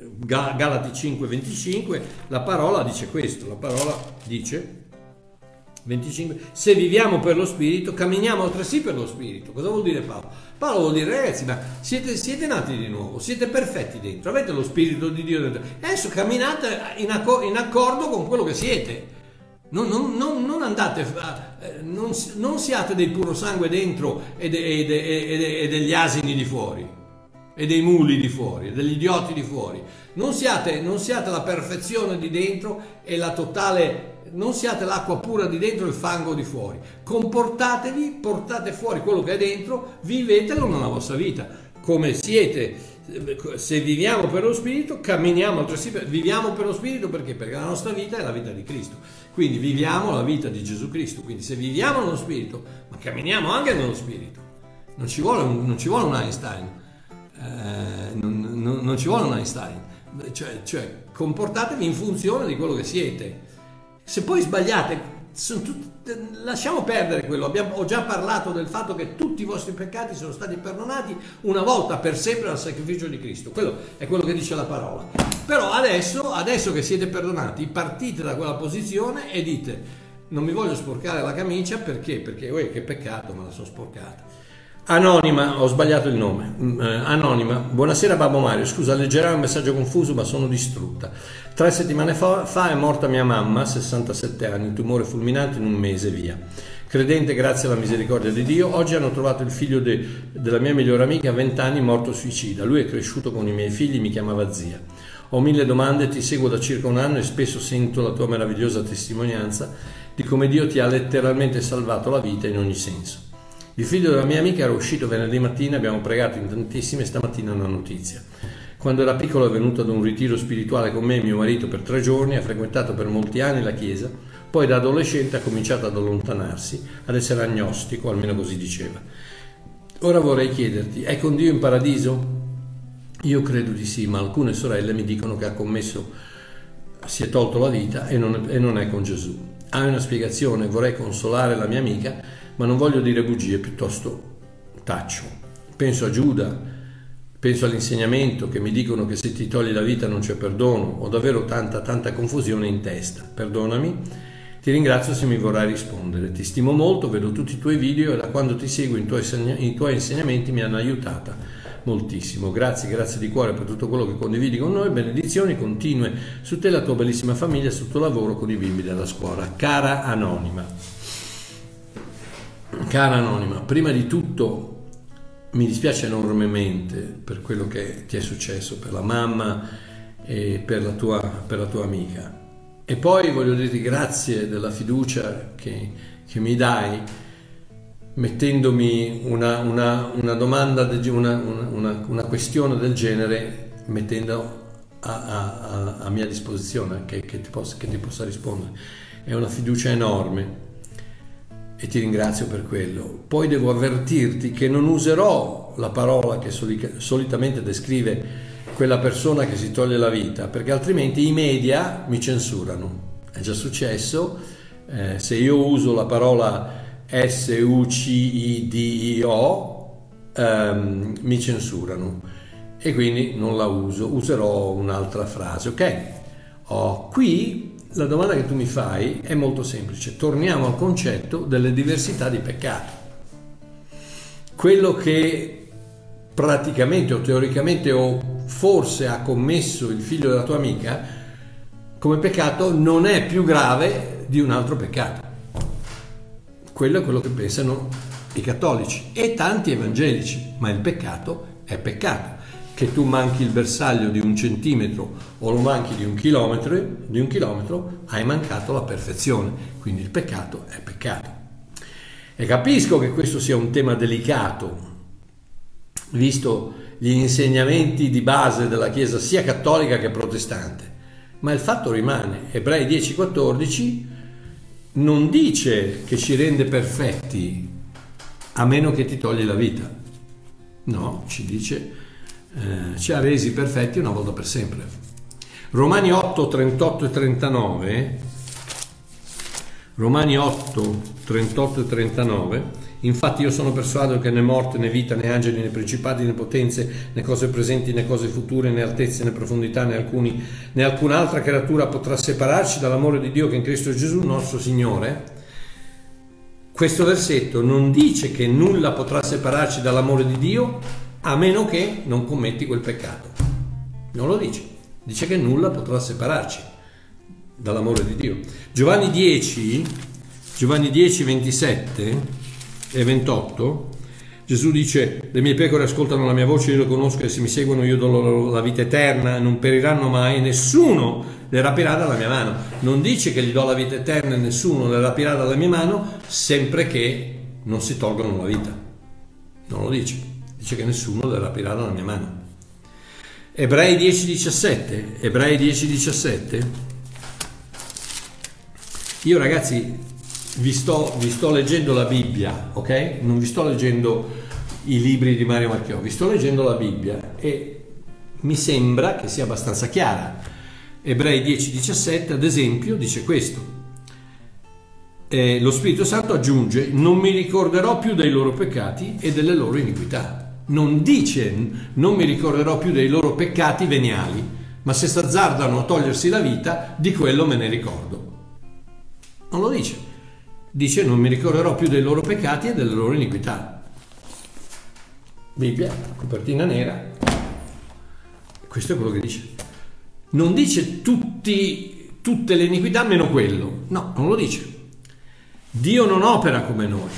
Galati 5:25, la parola dice questo, la parola dice 25. Se viviamo per lo Spirito, camminiamo altresì per lo Spirito. Cosa vuol dire Paolo? Paolo vuol dire, ragazzi, ma siete nati di nuovo, siete perfetti dentro, avete lo Spirito di Dio dentro, e adesso camminate in accordo con quello che siete. Non andate, non siate dei puro sangue dentro e degli asini di fuori, e dei muli di fuori, degli idioti di fuori. Non siate la perfezione di dentro e la totale. Non siate l'acqua pura di dentro e il fango di fuori. Comportatevi, portate fuori quello che è dentro, vivetelo nella vostra vita come siete. Se viviamo per lo Spirito, camminiamo altresì. Viviamo per lo Spirito perché la nostra vita è la vita di Cristo, quindi viviamo la vita di Gesù Cristo. Quindi se viviamo nello Spirito, ma camminiamo anche nello Spirito, non ci vuole un Einstein, non ci vuole un Einstein, cioè comportatevi in funzione di quello che siete. Se poi sbagliate, lasciamo perdere quello. Ho già parlato del fatto che tutti i vostri peccati sono stati perdonati una volta per sempre dal sacrificio di Cristo. Quello è quello che dice la parola. Però adesso che siete perdonati, partite da quella posizione e dite: non mi voglio sporcare la camicia perché che peccato, me la sono sporcata. Anonima, ho sbagliato il nome. Anonima, buonasera Babbo Mario, scusa, leggerai un messaggio confuso ma sono distrutta. 3 settimane fa è morta mia mamma, 67 anni, tumore fulminante in un mese, via. Credente grazie alla misericordia di Dio, oggi hanno trovato il figlio della mia migliore amica a 20 anni morto suicida. Lui è cresciuto con i miei figli, mi chiamava zia. Ho 1000 domande, ti seguo da circa un anno e spesso sento la tua meravigliosa testimonianza di come Dio ti ha letteralmente salvato la vita in ogni senso. Il figlio della mia amica era uscito venerdì mattina, abbiamo pregato in tantissime, stamattina una notizia. Quando era piccolo è venuto ad un ritiro spirituale con me e mio marito per 3 giorni, ha frequentato per molti anni la chiesa, poi da adolescente ha cominciato ad allontanarsi, ad essere agnostico, almeno così diceva. Ora vorrei chiederti, è con Dio in paradiso? Io credo di sì, ma alcune sorelle mi dicono che si è tolto la vita e non è con Gesù. Hai una spiegazione? Vorrei consolare la mia amica, ma non voglio dire bugie, piuttosto taccio. Penso a Giuda, penso all'insegnamento che mi dicono che se ti togli la vita non c'è perdono. Ho davvero tanta confusione in testa. Perdonami, ti ringrazio se mi vorrai rispondere. Ti stimo molto, vedo tutti i tuoi video e da quando ti seguo i tuoi insegnamenti mi hanno aiutata moltissimo. Grazie di cuore per tutto quello che condividi con noi. Benedizioni continue su te e la tua bellissima famiglia, sul tuo lavoro con i bimbi della scuola. Cara Anonima, prima di tutto mi dispiace enormemente per quello che ti è successo, per la mamma e per la tua amica. E poi voglio dirti grazie della fiducia che mi dai, mettendomi una domanda, una questione del genere, mettendo a mia disposizione che ti possa rispondere. È una fiducia enorme. E ti ringrazio per quello. Poi devo avvertirti che non userò la parola che solitamente descrive quella persona che si toglie la vita, perché altrimenti i media mi censurano. È già successo, se io uso la parola SUCIDIO mi censurano e quindi non la uso, userò un'altra frase, ok? Qui la domanda che tu mi fai è molto semplice. Torniamo al concetto delle diversità di peccato. Quello che praticamente o teoricamente o forse ha commesso il figlio della tua amica come peccato non è più grave di un altro peccato. Quello è quello che pensano i cattolici e tanti evangelici, ma il peccato è peccato. Che tu manchi il bersaglio di 1 centimetro o lo manchi di un chilometro, hai mancato la perfezione, quindi il peccato è peccato. E capisco che questo sia un tema delicato, visto gli insegnamenti di base della Chiesa sia cattolica che protestante, ma il fatto rimane. Ebrei 10,14 non dice che ci rende perfetti a meno che ti togli la vita, no, ci dice ci ha resi perfetti una volta per sempre. Romani 8, 38 e 39. Romani 8, 38 e 39. Infatti io sono persuaso che né morte né vita né angeli né principati né potenze né cose presenti né cose future né altezze né profondità né alcun'altra creatura potrà separarci dall'amore di Dio che è in Cristo Gesù nostro Signore. questo versetto non dice che nulla potrà separarci dall'amore di Dio a meno che non commetti quel peccato. Non lo dice. Dice che nulla potrà separarci dall'amore di Dio. Giovanni 10, 27 e 28, Gesù dice: le mie pecore ascoltano la mia voce, io le conosco, e se mi seguono io do loro la vita eterna, non periranno mai, e nessuno le rapirà dalla mia mano. Non dice che gli do la vita eterna e nessuno le rapirà dalla mia mano, sempre che non si tolgono la vita. Non lo dice. Dice che nessuno le rapirà dalla mia mano. Ebrei 10:17. Io, ragazzi, vi sto leggendo la Bibbia, ok? Non vi sto leggendo i libri di Mario Marchiò, vi sto leggendo la Bibbia e mi sembra che sia abbastanza chiara. Ebrei 10:17, ad esempio, dice questo: lo Spirito Santo aggiunge: non mi ricorderò più dei loro peccati e delle loro iniquità. Non dice non mi ricorderò più dei loro peccati veniali, ma se s'azzardano a togliersi la vita, di quello me ne ricordo. Non lo dice. Dice: non mi ricorderò più dei loro peccati e delle loro iniquità. Bibbia, copertina nera. Questo è quello che dice. Non dice tutte le iniquità meno quello. No, non lo dice. Dio non opera come noi.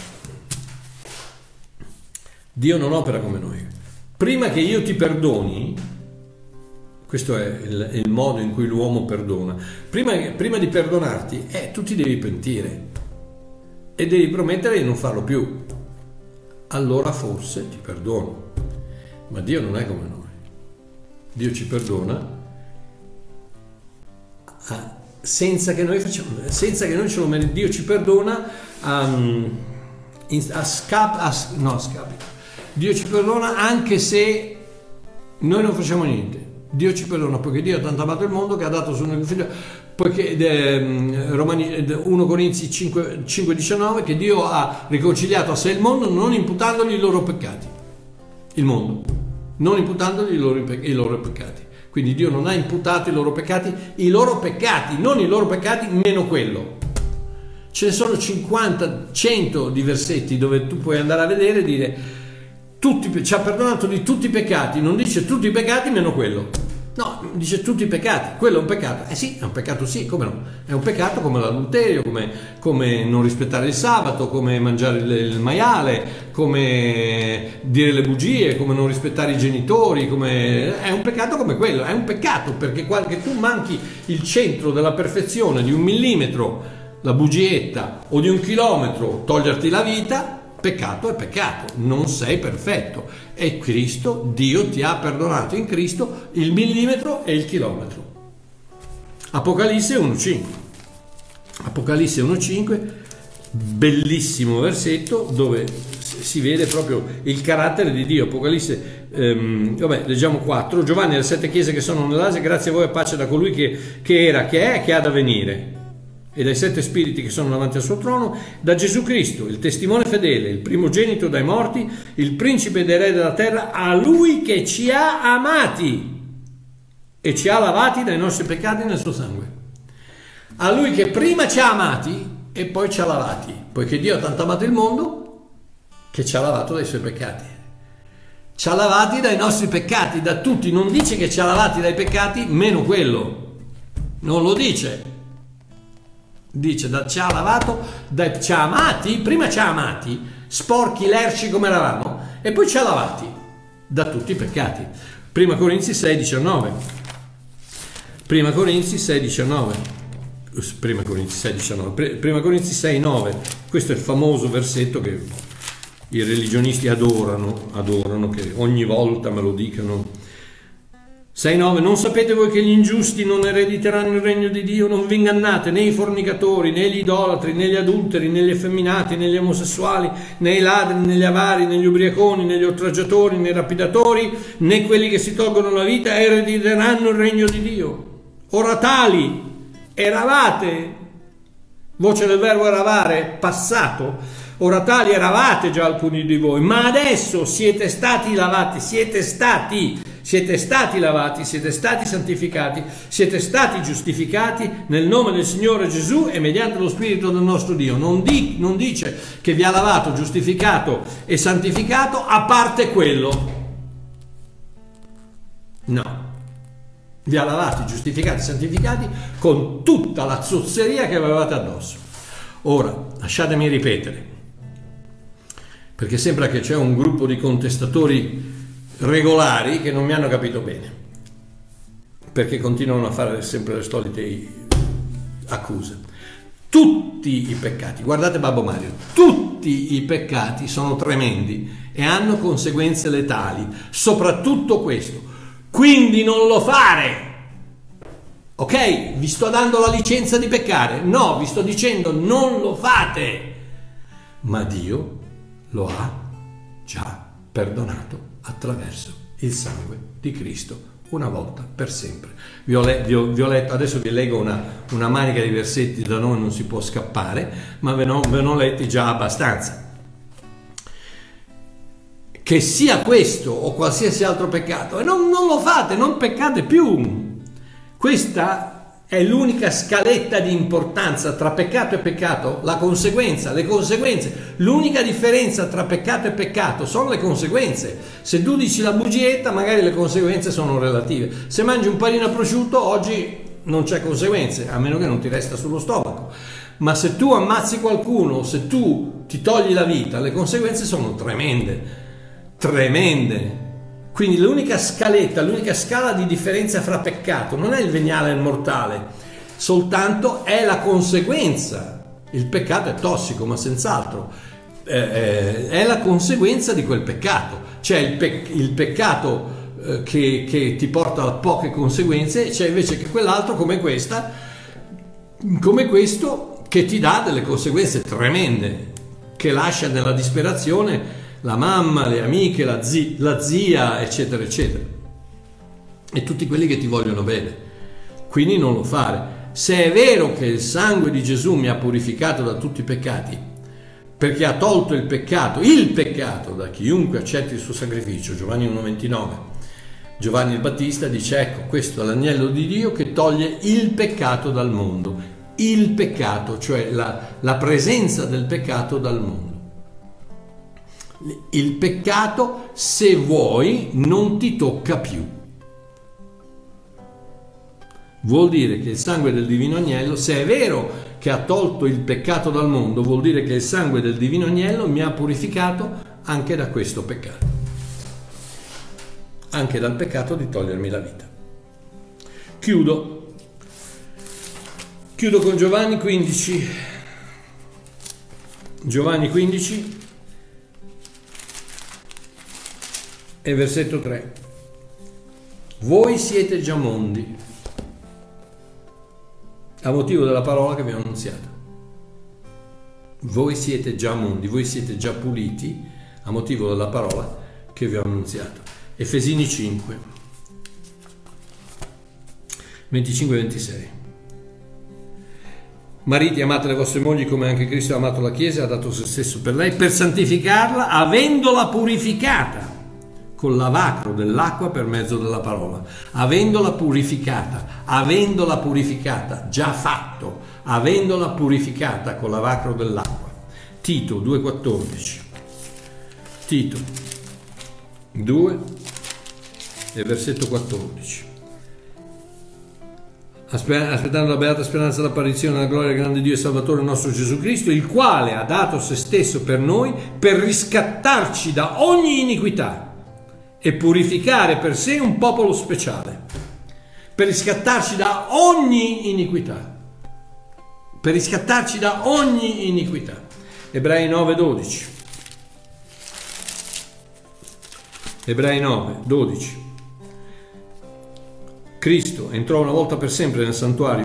Dio non opera come noi. Prima che io ti perdoni, questo è il modo in cui l'uomo perdona. Prima di perdonarti, tu ti devi pentire e devi promettere di non farlo più. Allora forse ti perdono. Ma Dio non è come noi. Dio ci perdona senza che noi ce lo meritiamo. Dio ci perdona Dio ci perdona anche se noi non facciamo niente. Dio ci perdona poiché Dio ha tanto amato il mondo che ha dato suo unico figlio, poiché 1 Corinzi 5:19, che Dio ha riconciliato a sé il mondo non imputandogli i loro peccati. Il mondo, non imputandogli i loro peccati. Quindi Dio non ha imputato i loro peccati, non i loro peccati meno quello. Ce ne sono 50, 100 di versetti dove tu puoi andare a vedere e dire ci ha perdonato di tutti i peccati. Non dice tutti i peccati meno quello. No, dice tutti i peccati. Quello è un peccato. Sì, è un peccato, sì, come no? È un peccato come l'adulterio, come non rispettare il sabato, come mangiare il maiale, come dire le bugie, come non rispettare i genitori, è un peccato come quello. È un peccato perché che tu manchi il centro della perfezione di 1 millimetro, la bugietta, o di 1 chilometro, toglierti la vita. Peccato è peccato, non sei perfetto, e Dio ti ha perdonato in Cristo il millimetro e il chilometro. Apocalisse 1:5, bellissimo versetto dove si vede proprio il carattere di Dio. Apocalisse, leggiamo 4. Giovanni alle 7 chiese che sono nell'Asia, grazie a voi e pace da colui che era, che è e che ha da venire, e dai 7 spiriti che sono davanti al suo trono, da Gesù Cristo, il testimone fedele, il primogenito dai morti, il principe dei re della terra, a lui che ci ha amati e ci ha lavati dai nostri peccati nel suo sangue. A lui che prima ci ha amati e poi ci ha lavati, poiché Dio ha tanto amato il mondo che ci ha lavato dai suoi peccati. Ci ha lavati dai nostri peccati, da tutti. Non dice che ci ha lavati dai peccati meno quello. Non lo dice. Dice ci ha lavato, ci ha amati, prima ci ha amati, sporchi, lerci come eravamo, e poi ci ha lavati da tutti i peccati. Prima Corinzi 6:19. Prima Corinzi 6:9. Questo è il famoso versetto che i religionisti adorano, che ogni volta me lo dicano. 6:9. Non sapete voi che gli ingiusti non erediteranno il regno di Dio? Non vi ingannate, né i fornicatori, né gli idolatri, né gli adulteri, né gli effeminati, né gli omosessuali, né i ladri, né gli avari, né gli ubriaconi, né gli oltraggiatori, né i rapidatori, né quelli che si tolgono la vita erediteranno il regno di Dio. Ora tali eravate, voce del verbo eravare, passato, ora tali eravate già alcuni di voi, ma adesso siete stati lavati siete stati lavati, siete stati santificati, siete stati giustificati nel nome del Signore Gesù e mediante lo Spirito del nostro Dio. Non dice che vi ha lavato, giustificato e santificato a parte quello. No. Vi ha lavati, giustificati, santificati con tutta la zozzeria che avevate addosso. Ora, lasciatemi ripetere, perché sembra che c'è un gruppo di contestatori regolari che non mi hanno capito bene, perché continuano a fare sempre le solite accuse. Tutti i peccati, guardate Babbo Mario, tutti i peccati sono tremendi e hanno conseguenze letali, soprattutto questo. Quindi non lo fare. Ok? Vi sto dando la licenza di peccare? No, vi sto dicendo non lo fate. Ma Dio lo ha già perdonato attraverso il sangue di Cristo una volta per sempre. Vi ho letto, adesso vi leggo una manica di versetti, da noi non si può scappare, ma ve ne ho letti già abbastanza. Che sia questo o qualsiasi altro peccato, e non lo fate, non peccate più. Questa è l'unica scaletta di importanza tra peccato e peccato, la conseguenza, le conseguenze. L'unica differenza tra peccato e peccato sono le conseguenze. Se tu dici la bugietta, magari le conseguenze sono relative. Se mangi un panino a prosciutto, oggi non c'è conseguenze, a meno che non ti resta sullo stomaco. Ma se tu ammazzi qualcuno, se tu ti togli la vita, le conseguenze sono tremende. Quindi l'unica scaletta, l'unica scala di differenza fra peccato non è il veniale e il mortale, soltanto è la conseguenza. Il peccato è tossico, ma senz'altro è la conseguenza di quel peccato. C'è il peccato che ti porta a poche conseguenze, c'è invece che quell'altro come questo che ti dà delle conseguenze tremende, che lascia nella disperazione la mamma, le amiche, la zia, eccetera, eccetera, e tutti quelli che ti vogliono bene. Quindi non lo fare. Se è vero che il sangue di Gesù mi ha purificato da tutti i peccati, perché ha tolto il peccato da chiunque accetti il suo sacrificio, Giovanni 1,29, Giovanni il Battista dice: ecco, questo è l'agnello di Dio che toglie il peccato dal mondo. Il peccato, cioè la presenza del peccato dal mondo. Il peccato, se vuoi, non ti tocca più. Vuol dire che il sangue del Divino Agnello, se è vero che ha tolto il peccato dal mondo, vuol dire che il sangue del Divino Agnello mi ha purificato anche da questo peccato, anche dal peccato di togliermi la vita. Chiudo con Giovanni 15. Giovanni 15 e versetto 3. Voi siete già mondi a motivo della parola che vi ho annunziato. Voi siete già mondi, voi siete già puliti a motivo della parola che vi ho annunziato. Efesini 5, 25-26. Mariti, amate le vostre mogli come anche Cristo ha amato la Chiesa e ha dato se stesso per lei, per santificarla, avendola purificata col lavacro dell'acqua per mezzo della parola. Avendola purificata, già fatto, avendola purificata col lavacro dell'acqua. Tito 2,14. Tito 2 e versetto 14. Aspettando la beata speranza dell'apparizione della gloria del grande Dio e Salvatore nostro Gesù Cristo, il quale ha dato se stesso per noi per riscattarci da ogni iniquità e purificare per sé un popolo speciale, per riscattarci da ogni iniquità, Ebrei 9:12. Ebrei 9:12. Cristo entrò una volta per sempre nel santuario,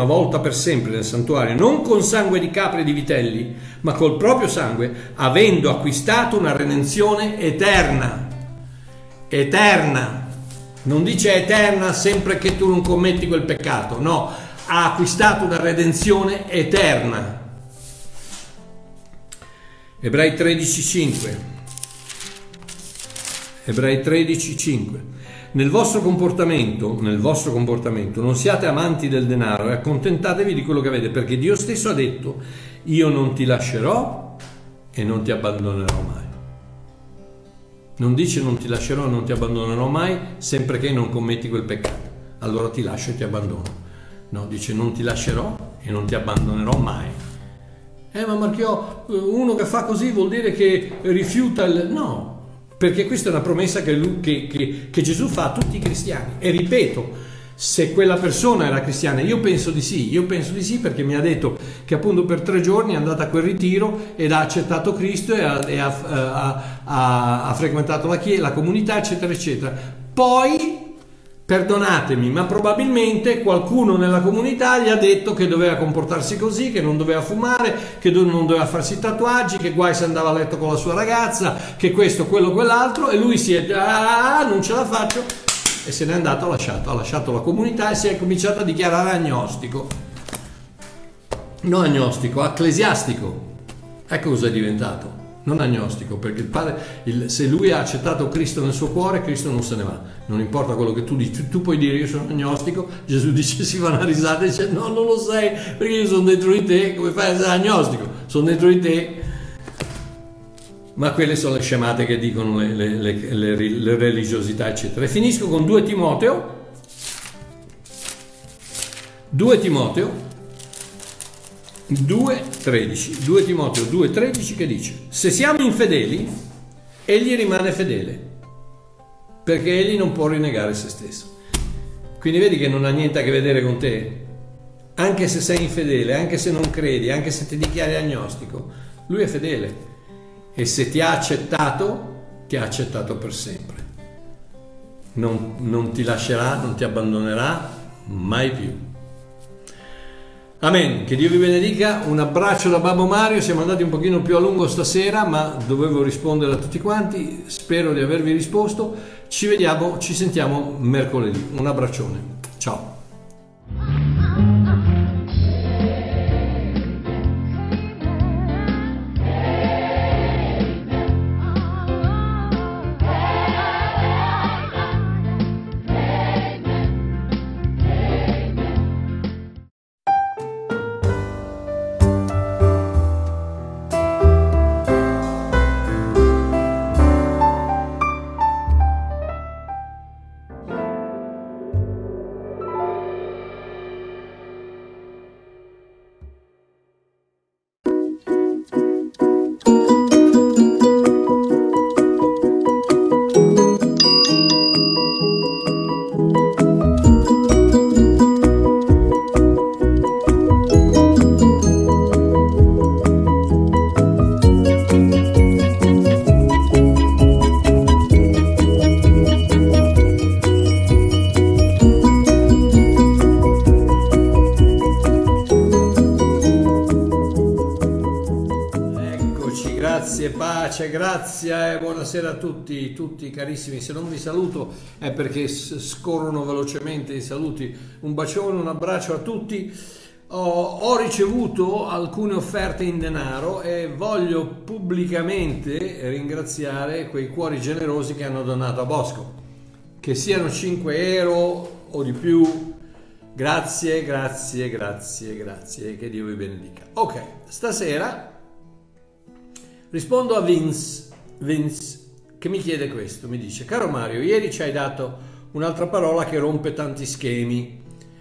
non con sangue di capre e di vitelli, ma col proprio sangue, avendo acquistato una redenzione eterna. Non dice eterna sempre che tu non commetti quel peccato, no, ha acquistato una redenzione eterna. Ebrei 13:5. nel vostro comportamento non siate amanti del denaro e accontentatevi di quello che avete, perché Dio stesso ha detto: io non ti lascerò e non ti abbandonerò mai. Non dice non ti lascerò e non ti abbandonerò mai sempre che non commetti quel peccato, allora ti lascio e ti abbandono. No, dice non ti lascerò e non ti abbandonerò mai. Ma Marchiò, uno che fa così vuol dire che rifiuta il... No, perché questa è una promessa che Gesù fa a tutti i cristiani. E ripeto, se quella persona era cristiana, io penso di sì, perché mi ha detto che appunto per 3 giorni è andata a quel ritiro ed ha accettato Cristo e ha frequentato la comunità, eccetera, eccetera. Poi, perdonatemi, ma probabilmente qualcuno nella comunità gli ha detto che doveva comportarsi così, che non doveva fumare, che non doveva farsi tatuaggi, che guai se andava a letto con la sua ragazza, che questo, quello, quell'altro, e lui si è non ce la faccio, e se n'è andato, ha lasciato la comunità e si è cominciato a dichiarare agnostico. Non agnostico, ecclesiastico. Ecco cosa è diventato. Non agnostico, perché il padre, se lui ha accettato Cristo nel suo cuore, Cristo non se ne va. Non importa quello che tu dici, tu puoi dire io sono agnostico, Gesù dice, si fa una risata e dice no, non lo sei, perché io sono dentro di te, come fai a essere agnostico? Sono dentro di te. Ma quelle sono le scemate che dicono le religiosità, eccetera. E finisco con 2 Timoteo 2,13 che dice: se siamo infedeli, egli rimane fedele, perché egli non può rinnegare se stesso. Quindi vedi che non ha niente a che vedere con te. Anche se sei infedele, anche se non credi, anche se ti dichiari agnostico, lui è fedele. E se ti ha accettato per sempre. Non ti lascerà, non ti abbandonerà mai più. Amen, che Dio vi benedica, un abbraccio da Babbo Mario. Siamo andati un pochino più a lungo stasera, ma dovevo rispondere a tutti quanti, spero di avervi risposto. Ci sentiamo mercoledì, un abbraccione, ciao. Grazie, buonasera a tutti carissimi. Se non vi saluto è perché scorrono velocemente i saluti. Un bacione, un abbraccio a tutti. Ho ricevuto alcune offerte in denaro e voglio pubblicamente ringraziare quei cuori generosi che hanno donato a Bosco, che siano 5 euro o di più. Grazie, che Dio vi benedica. Ok, stasera rispondo a Vince che mi chiede questo, mi dice: caro Mario, ieri ci hai dato un'altra parola che rompe tanti schemi.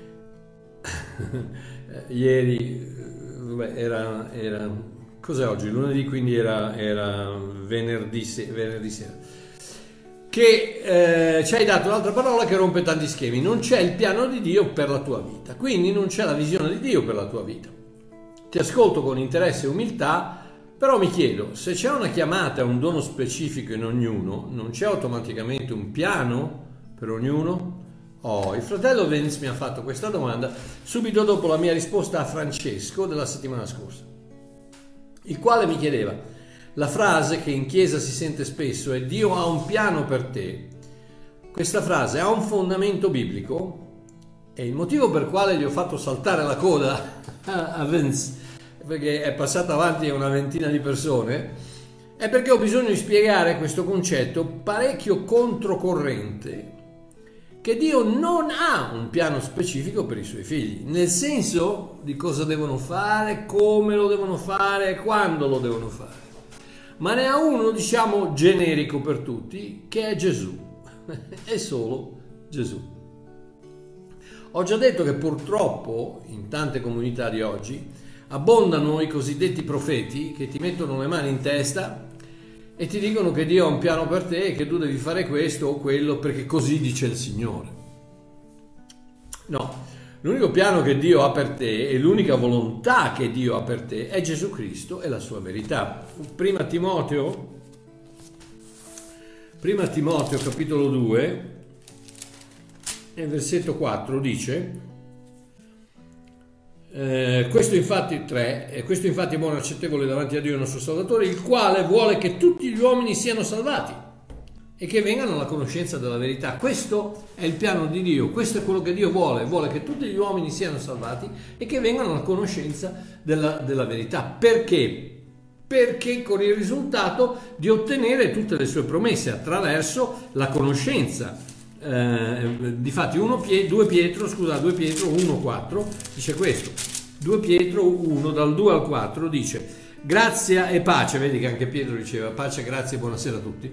Ieri era cos'è oggi? Lunedì, quindi era venerdì sera. Che ci hai dato un'altra parola che rompe tanti schemi. Non c'è il piano di Dio per la tua vita, quindi non c'è la visione di Dio per la tua vita. Ti ascolto con interesse e umiltà. Però mi chiedo, se c'è una chiamata, un dono specifico in ognuno, non c'è automaticamente un piano per ognuno? Il fratello Vince mi ha fatto questa domanda subito dopo la mia risposta a Francesco della settimana scorsa, il quale mi chiedeva: la frase che in chiesa si sente spesso è Dio ha un piano per te. Questa frase ha un fondamento biblico? E il motivo per quale gli ho fatto saltare la coda a Vince, perché è passata avanti a una ventina di persone, è perché ho bisogno di spiegare questo concetto parecchio controcorrente che Dio non ha un piano specifico per i suoi figli, nel senso di cosa devono fare, come lo devono fare, quando lo devono fare, ma ne ha uno, diciamo, generico per tutti, che è Gesù, è solo Gesù. Ho già detto che purtroppo in tante comunità di oggi abbondano i cosiddetti profeti che ti mettono le mani in testa e ti dicono che Dio ha un piano per te e che tu devi fare questo o quello perché così dice il Signore. No, l'unico piano che Dio ha per te e l'unica volontà che Dio ha per te è Gesù Cristo e la sua verità. Prima Timoteo capitolo 2 e versetto 4 dice: questo infatti è buono e accettevole davanti a Dio il nostro Salvatore, il quale vuole che tutti gli uomini siano salvati e che vengano alla conoscenza della verità. Questo è il piano di Dio, questo è quello che Dio vuole che tutti gli uomini siano salvati e che vengano alla conoscenza della verità. Perché? Perché con il risultato di ottenere tutte le sue promesse attraverso la conoscenza. Difatti 2 Pietro 1,4 dice questo. 2 Pietro 1 dal 2 al 4 dice: grazia e pace, vedi che anche Pietro diceva pace, grazie e buonasera a tutti,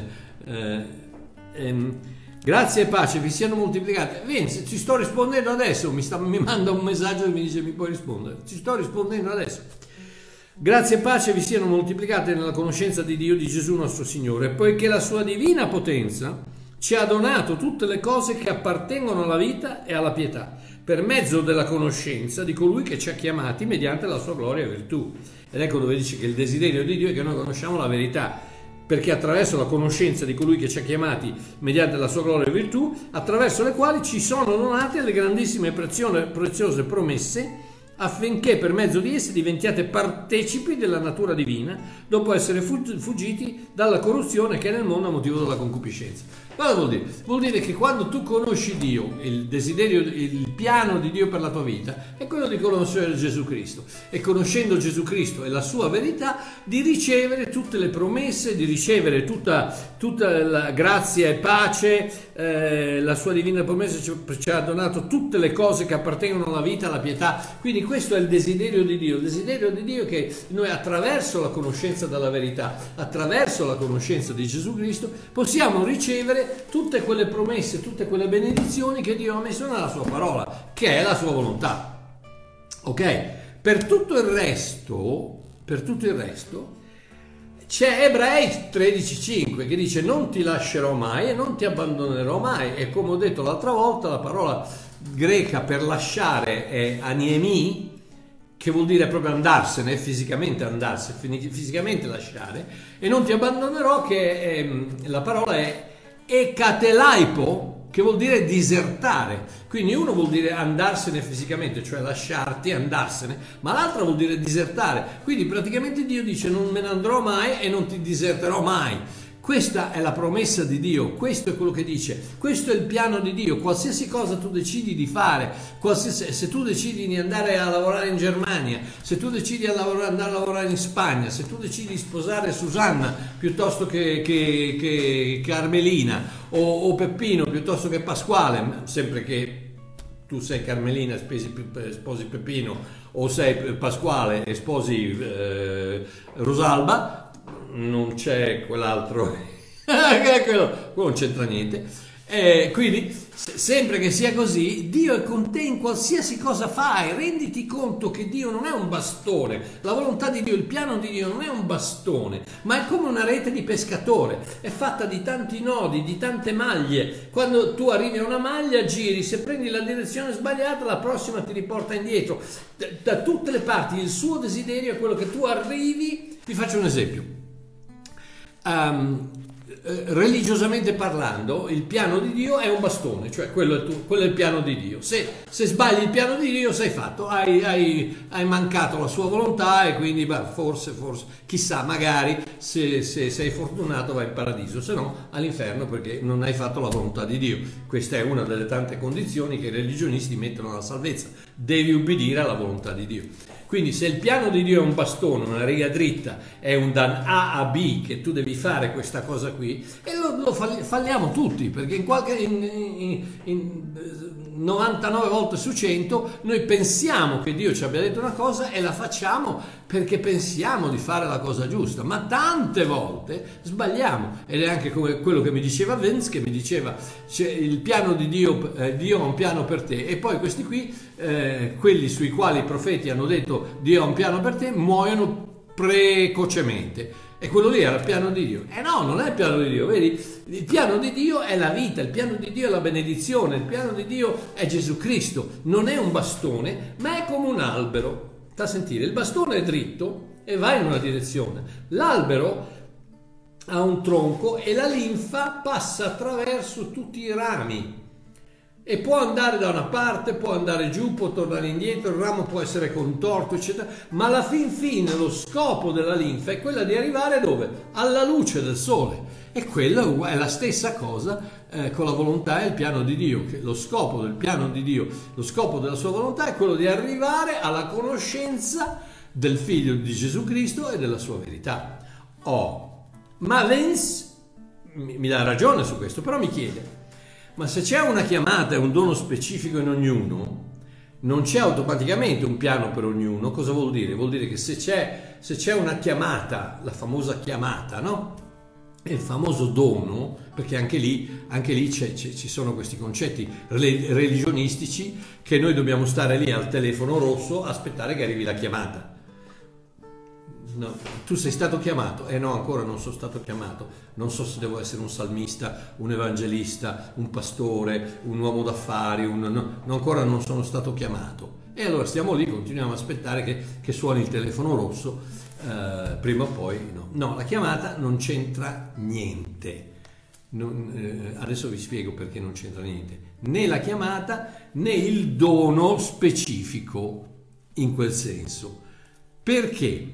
grazia e pace vi siano moltiplicate. Vince, ci sto rispondendo adesso, mi manda un messaggio e mi dice mi puoi rispondere, ci sto rispondendo adesso. Grazia e pace vi siano moltiplicate nella conoscenza di Dio, di Gesù nostro Signore, poiché la sua divina potenza ci ha donato tutte le cose che appartengono alla vita e alla pietà, per mezzo della conoscenza di colui che ci ha chiamati mediante la sua gloria e virtù. Ed ecco dove dice che il desiderio di Dio è che noi conosciamo la verità, perché attraverso la conoscenza di colui che ci ha chiamati mediante la sua gloria e virtù, attraverso le quali ci sono donate le grandissime e preziose promesse, affinché per mezzo di esse diventiate partecipi della natura divina, dopo essere fuggiti dalla corruzione che è nel mondo a motivo della concupiscenza. Cosa vuol dire? Vuol dire che quando tu conosci Dio, il desiderio, il piano di Dio per la tua vita è quello di conoscere Gesù Cristo, e conoscendo Gesù Cristo e la sua verità di ricevere tutte le promesse, di ricevere tutta la grazia e pace, la sua divina promessa ci ha donato tutte le cose che appartengono alla vita, alla pietà. Quindi questo è il desiderio di Dio. Il desiderio di Dio è che noi attraverso la conoscenza della verità, attraverso la conoscenza di Gesù Cristo, possiamo ricevere tutte quelle promesse, tutte quelle benedizioni che Dio ha messo nella sua parola, che è la sua volontà. Ok? Per tutto il resto c'è Ebrei 13,5 che dice: non ti lascerò mai e non ti abbandonerò mai. E come ho detto l'altra volta, la parola greca per lasciare è aniemi, che vuol dire proprio andarsene, fisicamente lasciare, e non ti abbandonerò, che la parola è ekatelaipo, che vuol dire disertare. Quindi uno vuol dire andarsene fisicamente, cioè lasciarti, andarsene, ma l'altro vuol dire disertare. Quindi praticamente Dio dice: non me ne andrò mai e non ti diserterò mai. Questa è la promessa di Dio, questo è quello che dice, questo è il piano di Dio. Qualsiasi cosa tu decidi di fare, se tu decidi di andare a lavorare in Germania, se tu decidi di andare a lavorare in Spagna, se tu decidi di sposare Susanna piuttosto che Carmelina, o Peppino piuttosto che Pasquale, sempre che tu sei Carmelina e sposi Peppino, o sei Pasquale e sposi Rosalba, non c'è quell'altro, quello non c'entra niente. Quindi sempre che sia così, Dio è con te in qualsiasi cosa fai. Renditi conto che Dio non è un bastone, la volontà di Dio, il piano di Dio non è un bastone, ma è come una rete di pescatore, è fatta di tanti nodi, di tante maglie. Quando tu arrivi a una maglia, giri, se prendi la direzione sbagliata la prossima ti riporta indietro, da tutte le parti. Il suo desiderio è quello che tu arrivi. Vi faccio un esempio. Religiosamente parlando, il piano di Dio è un bastone, cioè quello è il piano di Dio. Se sbagli il piano di Dio, sei fatto, hai mancato la sua volontà, e quindi forse chissà, magari se sei fortunato vai in paradiso, se no all'inferno, perché non hai fatto la volontà di Dio. Questa è una delle tante condizioni che i religionisti mettono alla salvezza: devi ubbidire alla volontà di Dio. Quindi se il piano di Dio è un bastone, una riga dritta, è un da A a B, che tu devi fare questa cosa qui, e lo falliamo tutti, perché in 99 volte su 100 noi pensiamo che Dio ci abbia detto una cosa e la facciamo perché pensiamo di fare la cosa giusta, ma tante volte sbagliamo. Ed è anche come quello che mi diceva Vince, che mi diceva il piano di Dio, Dio ha un piano per te, e poi questi qui, quelli sui quali i profeti hanno detto Dio ha un piano per te, muoiono precocemente. E quello lì era il piano di Dio. No, non è il piano di Dio, vedi? Il piano di Dio è la vita, il piano di Dio è la benedizione, il piano di Dio è Gesù Cristo. Non è un bastone, ma è come un albero. Sta a sentire, il bastone è dritto e va in una direzione. L'albero ha un tronco e la linfa passa attraverso tutti i rami. E può andare da una parte, può andare giù, può tornare indietro, il ramo può essere contorto, eccetera, ma alla fin fine lo scopo della linfa è quella di arrivare dove? Alla luce del sole. E quella è la stessa cosa con la volontà e il piano di Dio, che lo scopo del piano di Dio, lo scopo della sua volontà è quello di arrivare alla conoscenza del Figlio di Gesù Cristo e della sua verità. Ma Vince mi dà ragione su questo, però mi chiede: ma se c'è una chiamata e un dono specifico in ognuno, non c'è automaticamente un piano per ognuno? Cosa vuol dire? Vuol dire che se c'è una chiamata, la famosa chiamata, no? E il famoso dono, perché anche lì ci sono questi concetti religionistici, che noi dobbiamo stare lì al telefono rosso, aspettare che arrivi la chiamata. No, tu sei stato chiamato? No, ancora non sono stato chiamato. Non so se devo essere un salmista, un evangelista, un pastore, un uomo d'affari, ancora non sono stato chiamato. E allora stiamo lì, continuiamo a aspettare che suoni il telefono rosso, prima o poi no, la chiamata non c'entra niente. Adesso vi spiego perché non c'entra niente, né la chiamata né il dono specifico in quel senso. Perché?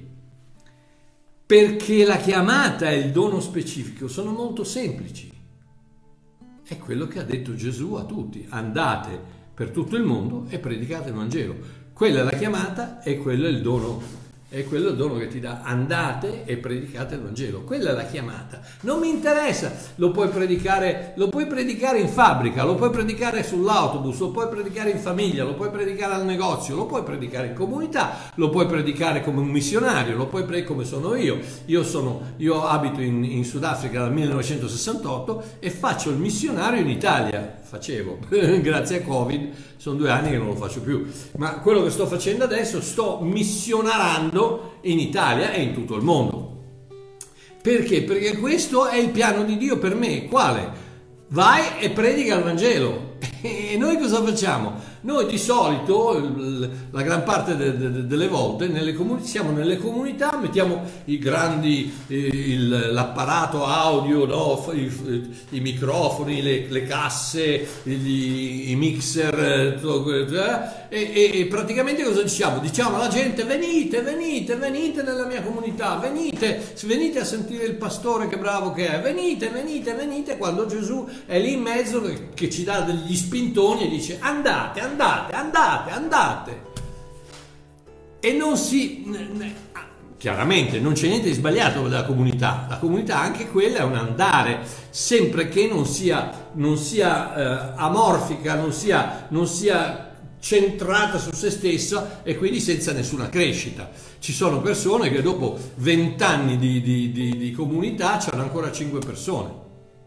Perché la chiamata e il dono specifico sono molto semplici. È quello che ha detto Gesù a tutti: andate per tutto il mondo e predicate il Vangelo. Quella è la chiamata e quello è il dono. E quello è il dono che ti dà: andate e predicate il Vangelo. Quella è la chiamata. Non mi interessa, lo puoi predicare in fabbrica, lo puoi predicare sull'autobus, lo puoi predicare in famiglia, lo puoi predicare al negozio, lo puoi predicare in comunità, lo puoi predicare come un missionario, lo puoi predicare come sono io. Io abito in Sudafrica dal 1968 e faccio il missionario in Italia. Facevo, grazie a Covid, sono 2 anni che non lo faccio più, ma quello che sto facendo adesso, sto missionarando in Italia e in tutto il mondo. Perché? Perché questo è il piano di Dio per me. Quale? Vai e predica il Vangelo. E noi cosa facciamo? Noi di solito, la gran parte delle volte, siamo nelle comunità, mettiamo i grandi, l'apparato audio, no? I microfoni, le casse, i mixer, e praticamente cosa diciamo? Diciamo alla gente: venite nella mia comunità, venite a sentire il pastore che bravo che è, venite, quando Gesù è lì in mezzo che ci dà degli spintoni e dice: andate. E non chiaramente non c'è niente di sbagliato con la comunità anche quella è un andare, sempre che non sia amorfica, non sia centrata su se stessa e quindi senza nessuna crescita. Ci sono persone che dopo 20 anni di comunità c'hanno ancora 5 persone.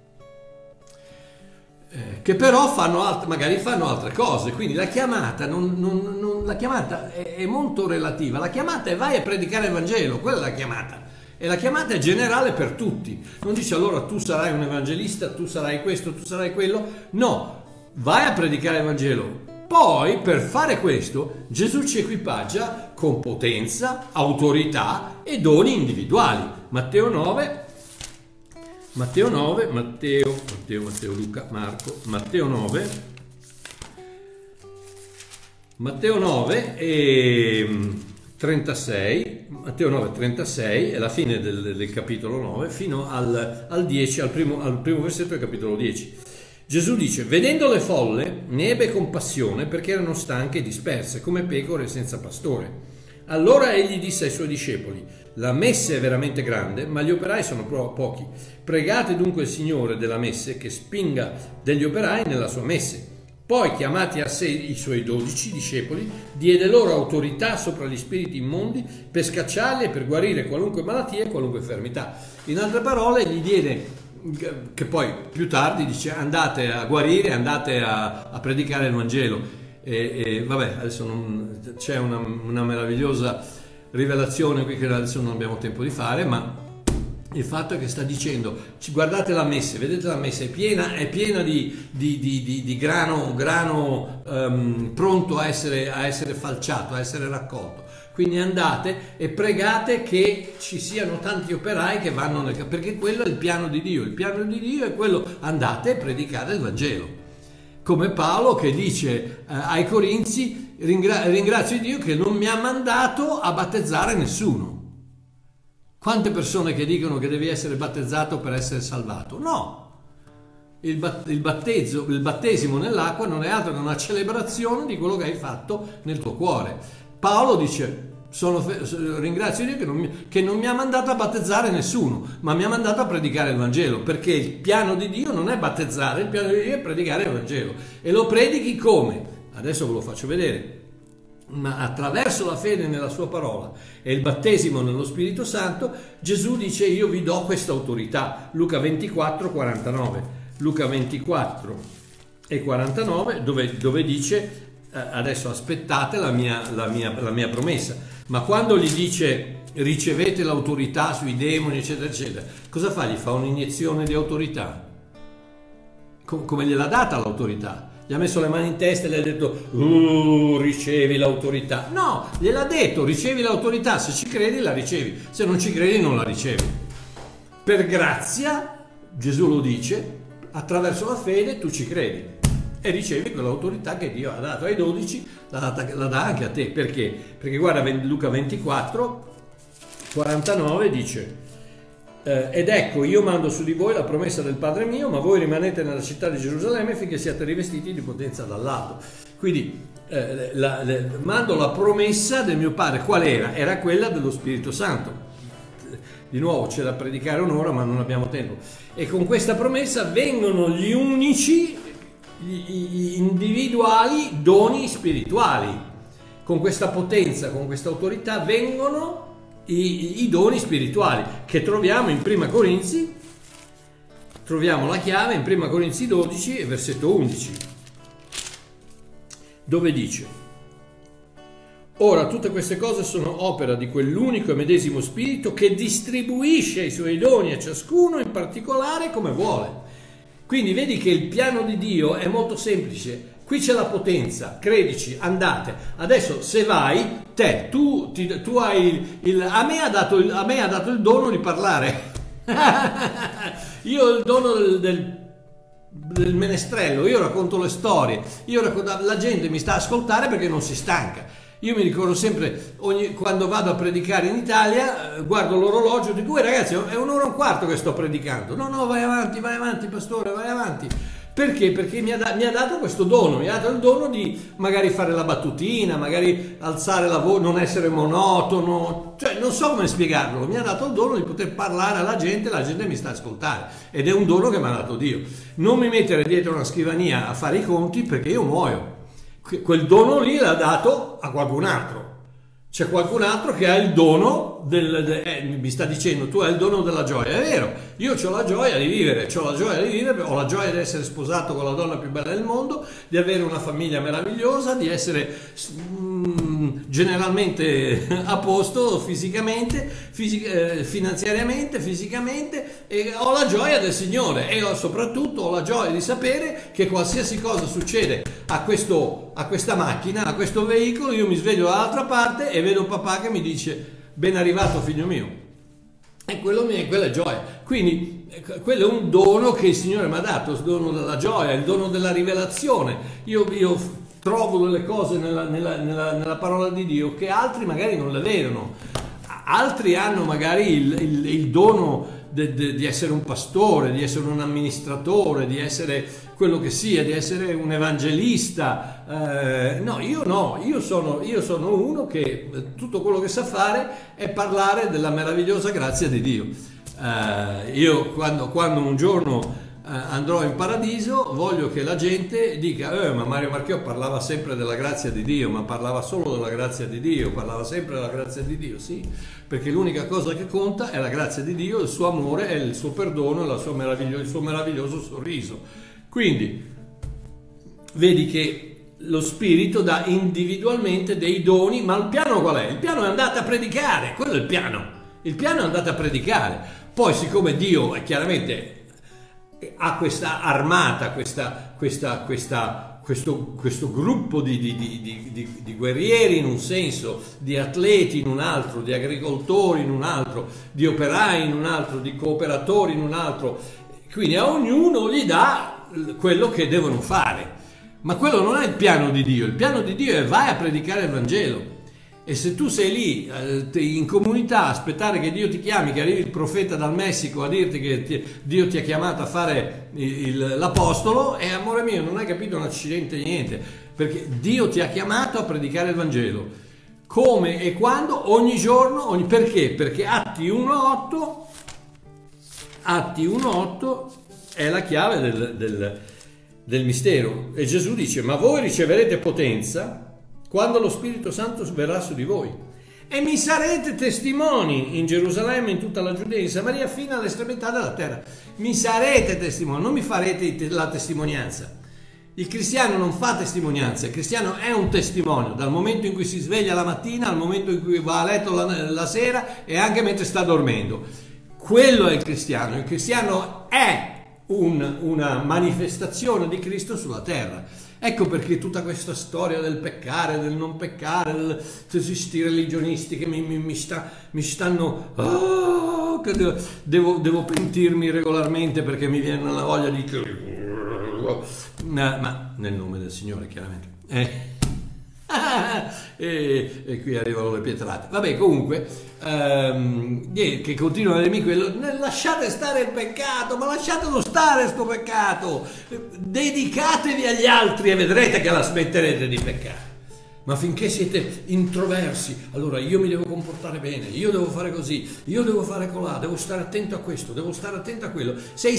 Che però magari fanno altre cose. Quindi la chiamata la chiamata è molto relativa. La chiamata è: vai a predicare il Vangelo, quella è la chiamata, e la chiamata è generale per tutti. Non dice allora tu sarai un evangelista, tu sarai questo, tu sarai quello. No, vai a predicare il Vangelo. Poi per fare questo Gesù ci equipaggia con potenza, autorità e doni individuali. Matteo 9, Luca, Marco, Matteo 9 e 36, Matteo 9, 36 è la fine del capitolo 9 fino al 10, al primo versetto del capitolo 10. Gesù dice: vedendo le folle ne ebbe compassione perché erano stanche e disperse come pecore senza pastore. Allora egli disse ai suoi discepoli: la messe è veramente grande, ma gli operai sono pochi. Pregate dunque il Signore della messe che spinga degli operai nella sua messe. Poi, chiamati a sé i suoi 12 discepoli, diede loro autorità sopra gli spiriti immondi per scacciarli e per guarire qualunque malattia e qualunque infermità. In altre parole, gli diede, che poi più tardi dice, andate a guarire, andate a predicare il Vangelo. Vabbè, adesso c'è una meravigliosa rivelazione qui che adesso non abbiamo tempo di fare, ma il fatto è che sta dicendo, guardate la messe, vedete la messa è piena di grano pronto a essere falciato, a essere raccolto. Quindi andate e pregate che ci siano tanti operai che vanno perché quello è il piano di Dio. Il piano di Dio è quello, andate e predicate il Vangelo. Come Paolo che dice ai Corinzi, ringrazio Dio che non mi ha mandato a battezzare nessuno. Quante persone che dicono che devi essere battezzato per essere salvato? No, il battesimo nell'acqua non è altro che una celebrazione di quello che hai fatto nel tuo cuore. Paolo dice, ringrazio Dio che non mi ha mandato a battezzare nessuno, ma mi ha mandato a predicare il Vangelo, perché il piano di Dio non è battezzare, il piano di Dio è predicare il Vangelo. E lo predichi come? Adesso ve lo faccio vedere. Ma attraverso la fede nella sua parola e il battesimo nello Spirito Santo, Gesù dice io vi do questa autorità. Luca 24, 49. Luca 24 e 49 dove dice adesso aspettate la mia promessa. Ma quando gli dice ricevete l'autorità sui demoni eccetera eccetera, cosa fa? Gli fa un'iniezione di autorità. Come gliel'ha data l'autorità? Gli ha messo le mani in testa e gli ha detto ricevi l'autorità. No, gliel'ha detto ricevi l'autorità, se ci credi la ricevi, se non ci credi non la ricevi. Per grazia, Gesù lo dice, attraverso la fede tu ci credi e ricevi quell'autorità che Dio ha dato ai 12, la dà anche a te. Perché? Perché guarda Luca 24, 49 dice ed ecco io mando su di voi la promessa del Padre mio, ma voi rimanete nella città di Gerusalemme finché siate rivestiti di potenza dall'alto. Quindi mando la promessa del mio Padre. Qual era? Era quella dello Spirito Santo. Di nuovo c'è da predicare un'ora ma non abbiamo tempo. E con questa promessa vengono gli unici, gli individuali doni spirituali. Con questa potenza, con questa autorità vengono i doni spirituali che troviamo in Prima Corinzi. Troviamo la chiave in Prima Corinzi 12 versetto 11, dove dice: ora tutte queste cose sono opera di quell'unico e medesimo Spirito che distribuisce i suoi doni a ciascuno in particolare come vuole. Quindi vedi che il piano di Dio è molto semplice. Qui c'è la potenza, credici, andate. Adesso se vai, tu hai a me ha dato il dono di parlare. Io ho il dono del menestrello, io racconto le storie, la gente mi sta a ascoltare perché non si stanca. Io mi ricordo sempre, quando vado a predicare in Italia, guardo l'orologio e dico, ragazzi, è un'ora e un quarto che sto predicando. No, vai avanti, pastore, vai avanti. Perché? Perché mi ha dato questo dono, mi ha dato il dono di magari fare la battutina, magari alzare la voce, non essere monotono, cioè non so come spiegarlo, mi ha dato il dono di poter parlare alla gente e la gente mi sta a ascoltare, ed è un dono che mi ha dato Dio. Non mi mettere dietro una scrivania a fare i conti perché io muoio. Quel dono lì l'ha dato a qualcun altro. C'è qualcun altro che ha il dono mi sta dicendo tu hai il dono della gioia. È vero, io ho la gioia di vivere, ho la gioia di essere sposato con la donna più bella del mondo, di avere una famiglia meravigliosa, di essere generalmente a posto fisicamente, finanziariamente, fisicamente, e ho la gioia del Signore e soprattutto ho la gioia di sapere che qualsiasi cosa succede a questa macchina, a questo veicolo, io mi sveglio dall'altra parte e vedo papà che mi dice ben arrivato figlio mio, e quella è gioia. Quindi quello è un dono che il Signore mi ha dato, il dono della gioia, il dono della rivelazione. Io trovo delle cose nella parola di Dio che altri magari non le vedono. Altri hanno magari il dono di essere un pastore, di essere un amministratore, di essere quello che sia, di essere un evangelista. No, io sono uno che tutto quello che sa fare è parlare della meravigliosa grazia di Dio. Io quando un giorno andrò in paradiso, voglio che la gente dica ma Mario Marchiò parlava sempre della grazia di Dio, ma parlava solo della grazia di Dio, parlava sempre della grazia di Dio. Sì, perché l'unica cosa che conta è la grazia di Dio, il suo amore, è il suo perdono, il suo meraviglioso sorriso. Quindi vedi che lo Spirito dà individualmente dei doni, ma il piano qual è? Il piano è andate a predicare, quello è il piano è andate a predicare. Poi, siccome Dio è chiaramente ha questa armata, questo gruppo di guerrieri in un senso, di atleti in un altro, di agricoltori in un altro, di operai in un altro, di cooperatori in un altro, quindi a ognuno gli dà quello che devono fare. Ma quello non è il piano di Dio è vai a predicare il Vangelo. E se tu sei lì in comunità a aspettare che Dio ti chiami, che arrivi il profeta dal Messico a dirti che Dio ti ha chiamato a fare l'apostolo, amore mio, non hai capito un accidente niente, perché Dio ti ha chiamato a predicare il Vangelo. Come e quando? Ogni giorno, perché? Perché Atti 1.8 è la chiave del mistero. E Gesù dice: ma voi riceverete potenza quando lo Spirito Santo verrà su di voi, e mi sarete testimoni in Gerusalemme, in tutta la Giudea, in Samaria, fino all'estremità della terra. Mi sarete testimoni, non mi farete la testimonianza. Il cristiano non fa testimonianza, il cristiano è un testimonio, dal momento in cui si sveglia la mattina al momento in cui va a letto la sera e anche mentre sta dormendo. Quello è il cristiano è una manifestazione di Cristo sulla terra. Ecco perché tutta questa storia del peccare, del non peccare, questi religionisti che mi stanno che devo pentirmi regolarmente perché mi viene la voglia di ma nel nome del Signore, chiaramente. E qui arrivano le pietrate. Vabbè, comunque che continuano a dirmi quello: lasciate stare il peccato, ma lasciatelo stare sto peccato, dedicatevi agli altri e vedrete che la smetterete di peccare. Ma finché siete introversi, allora io mi devo comportare bene, io devo fare così, io devo fare colà, devo stare attento a questo, devo stare attento a quello.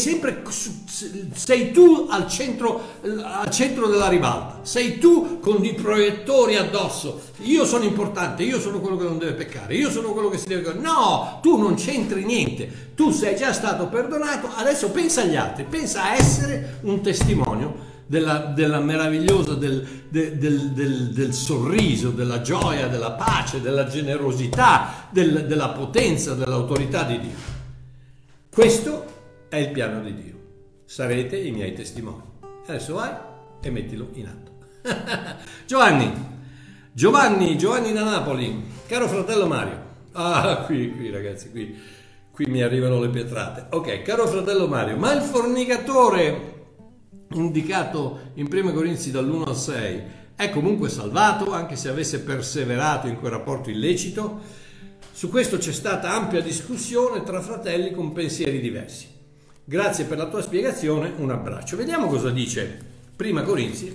Sei tu al centro della ribalta, sei tu con i proiettori addosso. Io sono importante, io sono quello che non deve peccare, io sono quello che si deve... No, tu non c'entri niente, tu sei già stato perdonato, adesso pensa agli altri, pensa a essere un testimonio della meravigliosa, del sorriso, della gioia, della pace, della generosità, della potenza, dell'autorità di Dio. Questo è il piano di Dio. Sarete i miei testimoni. Adesso vai e mettilo in atto. Giovanni da Napoli. Caro fratello Mario. Qui ragazzi, qui mi arrivano le pietrate. Ok, caro fratello Mario, ma il fornicatore indicato in 1 Corinzi dall'1 al 6 è comunque salvato anche se avesse perseverato in quel rapporto illecito? Su questo c'è stata ampia discussione tra fratelli con pensieri diversi. Grazie per la tua spiegazione, un abbraccio. Vediamo cosa dice 1 Corinzi.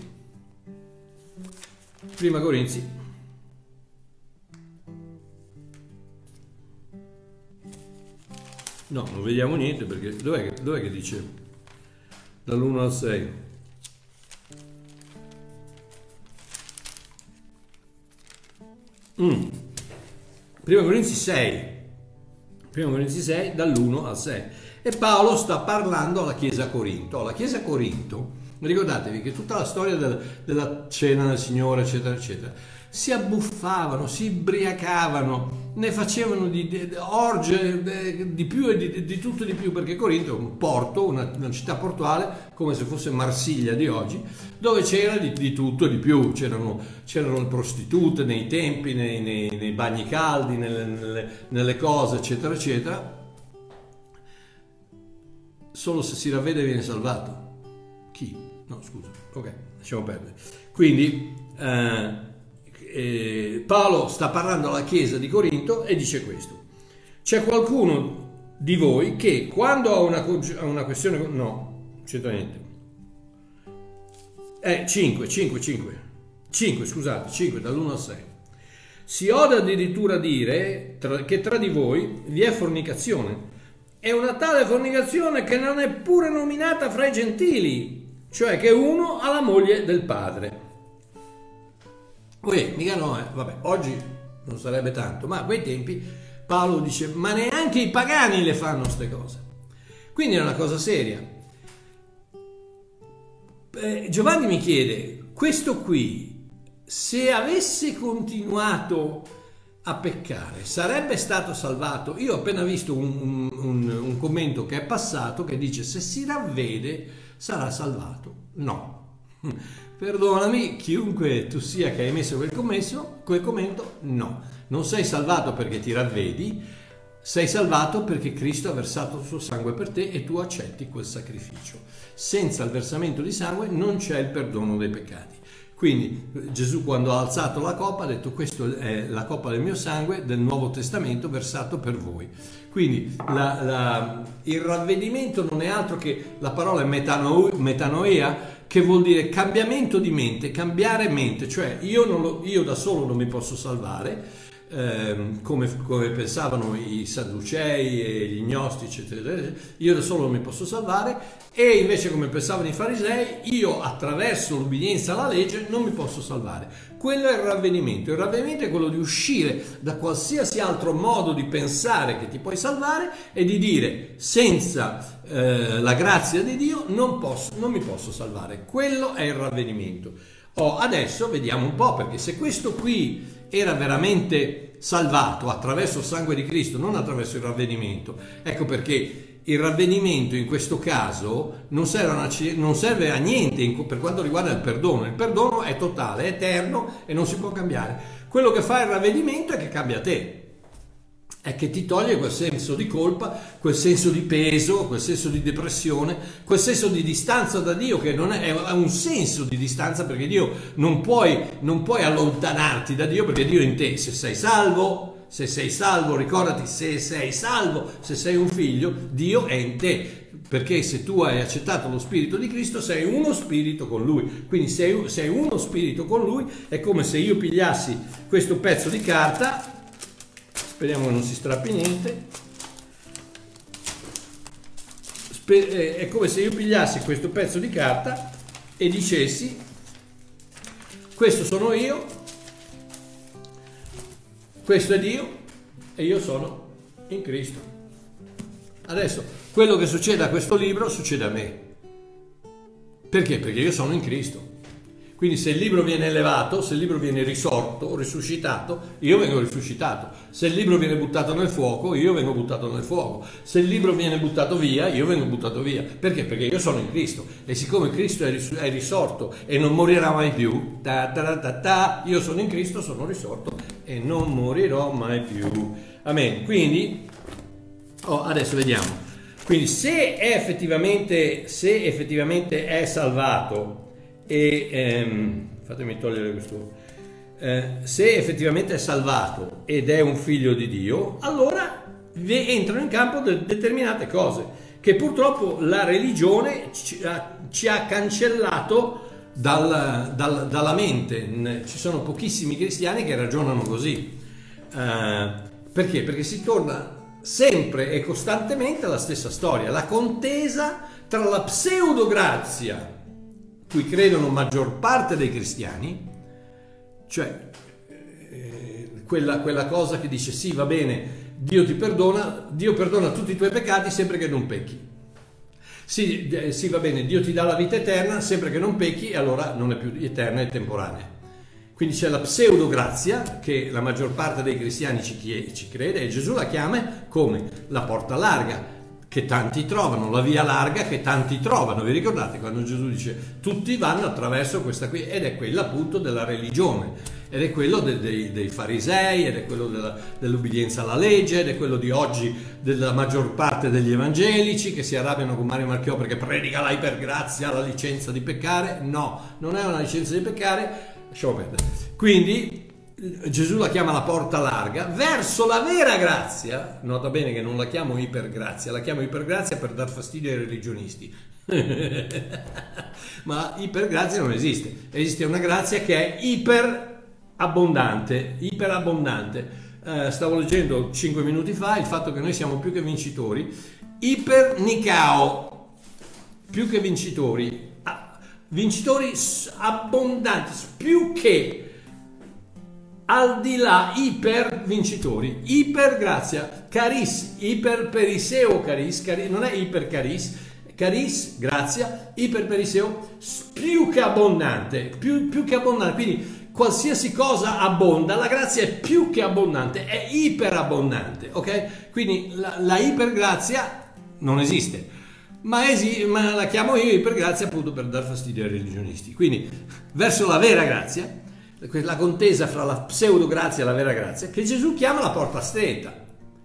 No, non vediamo niente perché dov'è che dice dall'1 al 6? Prima Corinzi 6 dall'1 al 6, e Paolo sta parlando alla chiesa a Corinto. La chiesa a Corinto, ricordatevi che tutta la storia della cena del Signore eccetera eccetera, si abbuffavano, si ubriacavano, ne facevano di orge di più e di tutto di più, perché Corinto è un porto, una città portuale, come se fosse Marsiglia di oggi, dove c'era di tutto e di più. C'erano le prostitute nei templi, nei bagni caldi, nelle cose eccetera eccetera. Solo se si ravvede viene salvato. Chi? No, scusa, ok, lasciamo perdere. Quindi Paolo sta parlando alla chiesa di Corinto e dice questo: c'è qualcuno di voi che quando ha una questione... No, non c'entra niente. 5, scusate, 5 dall'1 al 6. Si ode addirittura dire che tra di voi vi è fornicazione. È una tale fornicazione che non è pure nominata fra i gentili, cioè che uno ha la moglie del padre. Mica no, vabbè, oggi non sarebbe tanto, ma a quei tempi Paolo dice, ma neanche i pagani le fanno queste cose. Quindi è una cosa seria. Giovanni mi chiede, questo qui, se avesse continuato a peccare, sarebbe stato salvato? Io ho appena visto un commento che è passato che dice, se si ravvede sarà salvato. No. Perdonami, chiunque tu sia che hai messo quel commento, no. Non sei salvato perché ti ravvedi, sei salvato perché Cristo ha versato il suo sangue per te e tu accetti quel sacrificio. Senza il versamento di sangue non c'è il perdono dei peccati. Quindi Gesù, quando ha alzato la coppa, ha detto, questa è la coppa del mio sangue del Nuovo Testamento versato per voi. Quindi il ravvedimento non è altro che la parola metanoia, che vuol dire cambiamento di mente, cambiare mente. Cioè io da solo non mi posso salvare, come pensavano i sadducei e gli gnostici, eccetera. Io da solo non mi posso salvare, e invece come pensavano i farisei, io attraverso l'ubbidienza alla legge non mi posso salvare. Quello è il ravvedimento. Il ravvedimento è quello di uscire da qualsiasi altro modo di pensare che ti puoi salvare e di dire, senza la grazia di Dio non mi posso salvare. Quello è il ravvedimento. Adesso vediamo un po', perché se questo qui era veramente salvato attraverso il sangue di Cristo, non attraverso il ravvedimento, ecco perché il ravvedimento in questo caso non serve a niente per quanto riguarda il perdono. Il perdono è totale, è eterno e non si può cambiare. Quello che fa il ravvedimento è che cambia te, è che ti toglie quel senso di colpa, quel senso di peso, quel senso di depressione, quel senso di distanza da Dio, che non è un senso di distanza, perché Dio non puoi allontanarti da Dio, perché Dio è in te. Se sei salvo, ricordati, se sei salvo, se sei un figlio, Dio è in te, perché se tu hai accettato lo Spirito di Cristo sei uno spirito con Lui. Quindi sei uno spirito con Lui. È come se io pigliassi questo pezzo di carta, speriamo che non si strappi niente, è come se io pigliassi questo pezzo di carta e dicessi, questo sono io, questo è Dio e io sono in Cristo. Adesso quello che succede a questo libro succede a me. Perché? Perché io sono in Cristo. Quindi se il libro viene elevato, se il libro viene risorto, risuscitato, io vengo risuscitato. Se il libro viene buttato nel fuoco, io vengo buttato nel fuoco. Se il libro viene buttato via, io vengo buttato via. Perché? Perché io sono in Cristo. E siccome Cristo è risorto e non morirà mai più, io sono in Cristo, sono risorto e non morirò mai più. Amen. Quindi, adesso vediamo. Quindi se effettivamente è salvato, fatemi togliere questo, se effettivamente è salvato ed è un figlio di Dio, allora entrano in campo determinate cose che purtroppo la religione ci ha cancellato dalla mente. Ci sono pochissimi cristiani che ragionano così. Perché? Perché si torna sempre e costantemente alla stessa storia, la contesa tra la pseudograzia, cui credono maggior parte dei cristiani, cioè quella cosa che dice sì, va bene, Dio perdona tutti i tuoi peccati sempre che non pecchi. Sì, va bene, Dio ti dà la vita eterna sempre che non pecchi, e allora non è più eterna, è temporanea. Quindi c'è la pseudograzia che la maggior parte dei cristiani ci crede, e Gesù la chiama come la porta larga che tanti trovano, la via larga che tanti trovano. Vi ricordate quando Gesù dice tutti vanno attraverso questa qui? Ed è quella appunto della religione, ed è quello dei farisei, ed è quello dell'ubbidienza alla legge, ed è quello di oggi della maggior parte degli evangelici che si arrabbiano con Mario Marchiò perché predica la ipergrazia, la licenza di peccare. No, non è una licenza di peccare, lasciamo perdere. Quindi Gesù la chiama la porta larga, verso la vera grazia. Nota bene che non la chiamo ipergrazia, la chiamo ipergrazia per dar fastidio ai religionisti. Ma ipergrazia non esiste, esiste una grazia che è iperabbondante. Stavo leggendo 5 minuti fa il fatto che noi siamo più che vincitori, ipernicao, più che vincitori, vincitori abbondanti, più che, al di là, iper vincitori, iper grazia, caris, iper periseo caris, non è iper caris, caris, grazia, iper periseo, più che abbondante, più che abbondante, quindi qualsiasi cosa abbonda, la grazia è più che abbondante, è iperabbondante, ok? Quindi la ipergrazia non esiste, ma la chiamo io ipergrazia appunto per dar fastidio ai religionisti. Quindi verso la vera grazia, la contesa fra la pseudograzia e la vera grazia, che Gesù chiama la porta stretta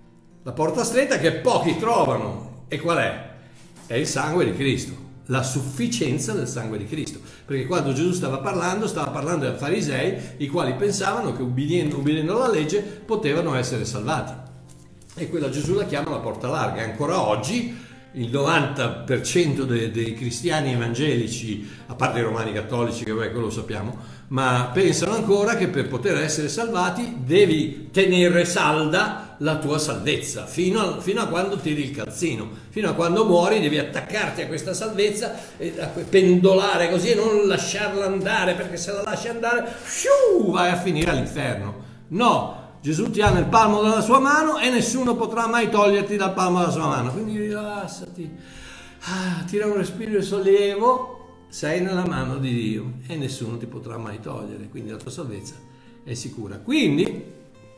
che pochi trovano. E qual è? È il sangue di Cristo, la sufficienza del sangue di Cristo, perché quando Gesù stava parlando ai farisei, i quali pensavano che ubbidiendo alla legge potevano essere salvati, e quella Gesù la chiama la porta larga. E ancora oggi il 90% dei cristiani evangelici, a parte i romani cattolici, che quello lo sappiamo, ma pensano ancora che per poter essere salvati devi tenere salda la tua salvezza fino a quando tiri il calzino, fino a quando muori devi attaccarti a questa salvezza e pendolare così e non lasciarla andare, perché se la lasci andare vai a finire all'inferno. No, Gesù ti ha nel palmo della sua mano e nessuno potrà mai toglierti dal palmo della sua mano, quindi rilassati, tira un respiro di sollievo, sei nella mano di Dio e nessuno ti potrà mai togliere, quindi la tua salvezza è sicura. Quindi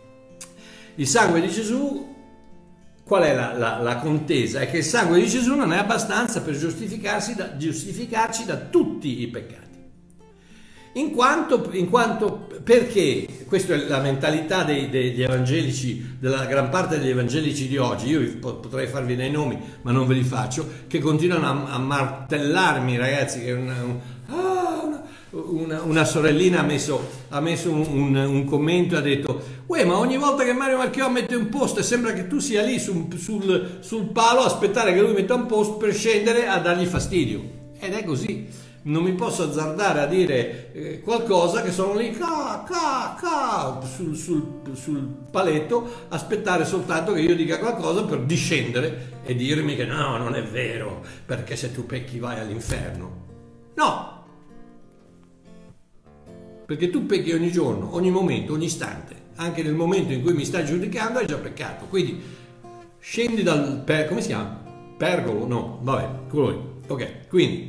il sangue di Gesù, qual è la contesa? È che il sangue di Gesù non è abbastanza per giustificarci da tutti i peccati. In quanto perché questa è la mentalità degli evangelici, della gran parte degli evangelici di oggi. Io potrei farvi dei nomi ma non ve li faccio, che continuano a martellarmi, ragazzi, che una sorellina ha messo un commento e ha detto: uè, ma ogni volta che Mario Marchiò mette un post sembra che tu sia lì sul palo a aspettare che lui metta un post per scendere a dargli fastidio. Ed è così. Non mi posso azzardare a dire qualcosa che sono lì sul paletto, aspettare soltanto che io dica qualcosa per discendere e dirmi che no, non è vero, perché se tu pecchi vai all'inferno. No! Perché tu pecchi ogni giorno, ogni momento, ogni istante. Anche nel momento in cui mi stai giudicando hai già peccato. Quindi scendi come si chiama? Pergolo? No, vabbè, quello lì. Ok, quindi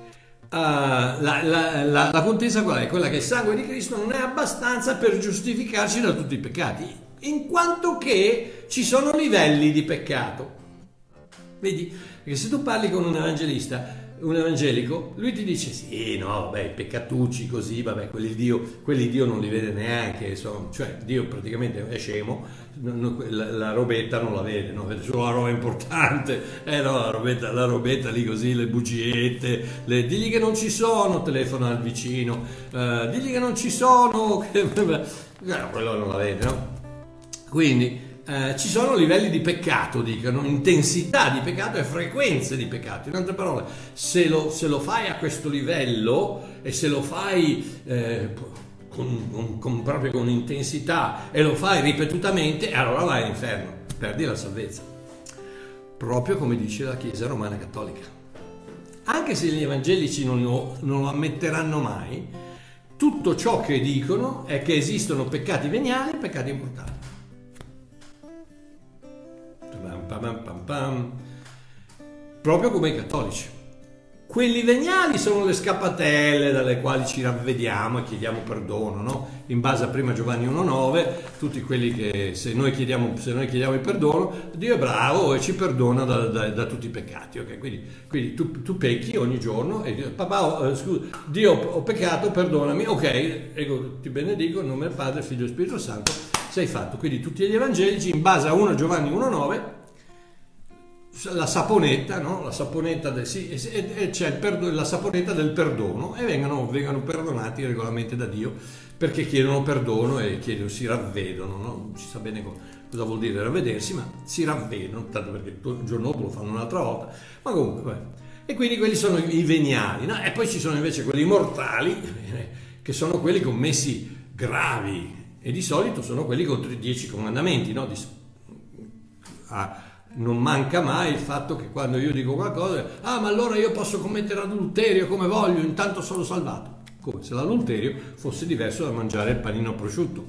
la contesa qual è? Quella che il sangue di Cristo non è abbastanza per giustificarci da tutti i peccati, in quanto che ci sono livelli di peccato. Vedi? Perché se tu parli con un evangelico, lui ti dice: sì, no, vabbè, i peccatucci così, vabbè, quelli Dio non li vede neanche, cioè Dio praticamente è scemo, la robetta non la vede, no? Vede solo la roba importante, no, la robetta lì così, le bugiette, digli che non ci sono, telefona al vicino, digli che non ci sono, quello non la vede, no? Quindi ci sono livelli di peccato, dicono, intensità di peccato e frequenze di peccato. In altre parole, se lo fai a questo livello e se lo fai proprio con intensità e lo fai ripetutamente, allora vai all'inferno, perdi la salvezza. Proprio come dice la Chiesa Romana Cattolica. Anche se gli evangelici non lo ammetteranno mai, tutto ciò che dicono è che esistono peccati veniali e peccati mortali. Proprio come i cattolici. Quelli veniali sono le scappatelle dalle quali ci ravvediamo e chiediamo perdono, no? In base a prima Giovanni 1,9, tutti quelli che se noi chiediamo il perdono, Dio è bravo e ci perdona da tutti i peccati, ok? Quindi tu pecchi ogni giorno e dici: papà, scusa, Dio, ho peccato, perdonami, ok, ecco, ti benedico in nome del Padre, Figlio e Spirito Santo, sei fatto. Quindi tutti gli evangelici in base a 1 Giovanni 1,9 la saponetta, no? La saponetta e c'è la saponetta del perdono e vengono perdonati regolarmente da Dio perché chiedono perdono e si ravvedono, no? Non si sa bene cosa vuol dire ravvedersi, ma si ravvedono, tanto perché il giorno dopo lo fanno un'altra volta, ma comunque, vabbè. E quindi quelli sono i veniali, no? E poi ci sono invece quelli mortali, che sono quelli commessi gravi, e di solito sono quelli contro i 10 comandamenti, no? Non manca mai il fatto che quando io dico qualcosa, ma allora io posso commettere adulterio come voglio, intanto sono salvato. Come se l'adulterio fosse diverso da mangiare il panino prosciutto.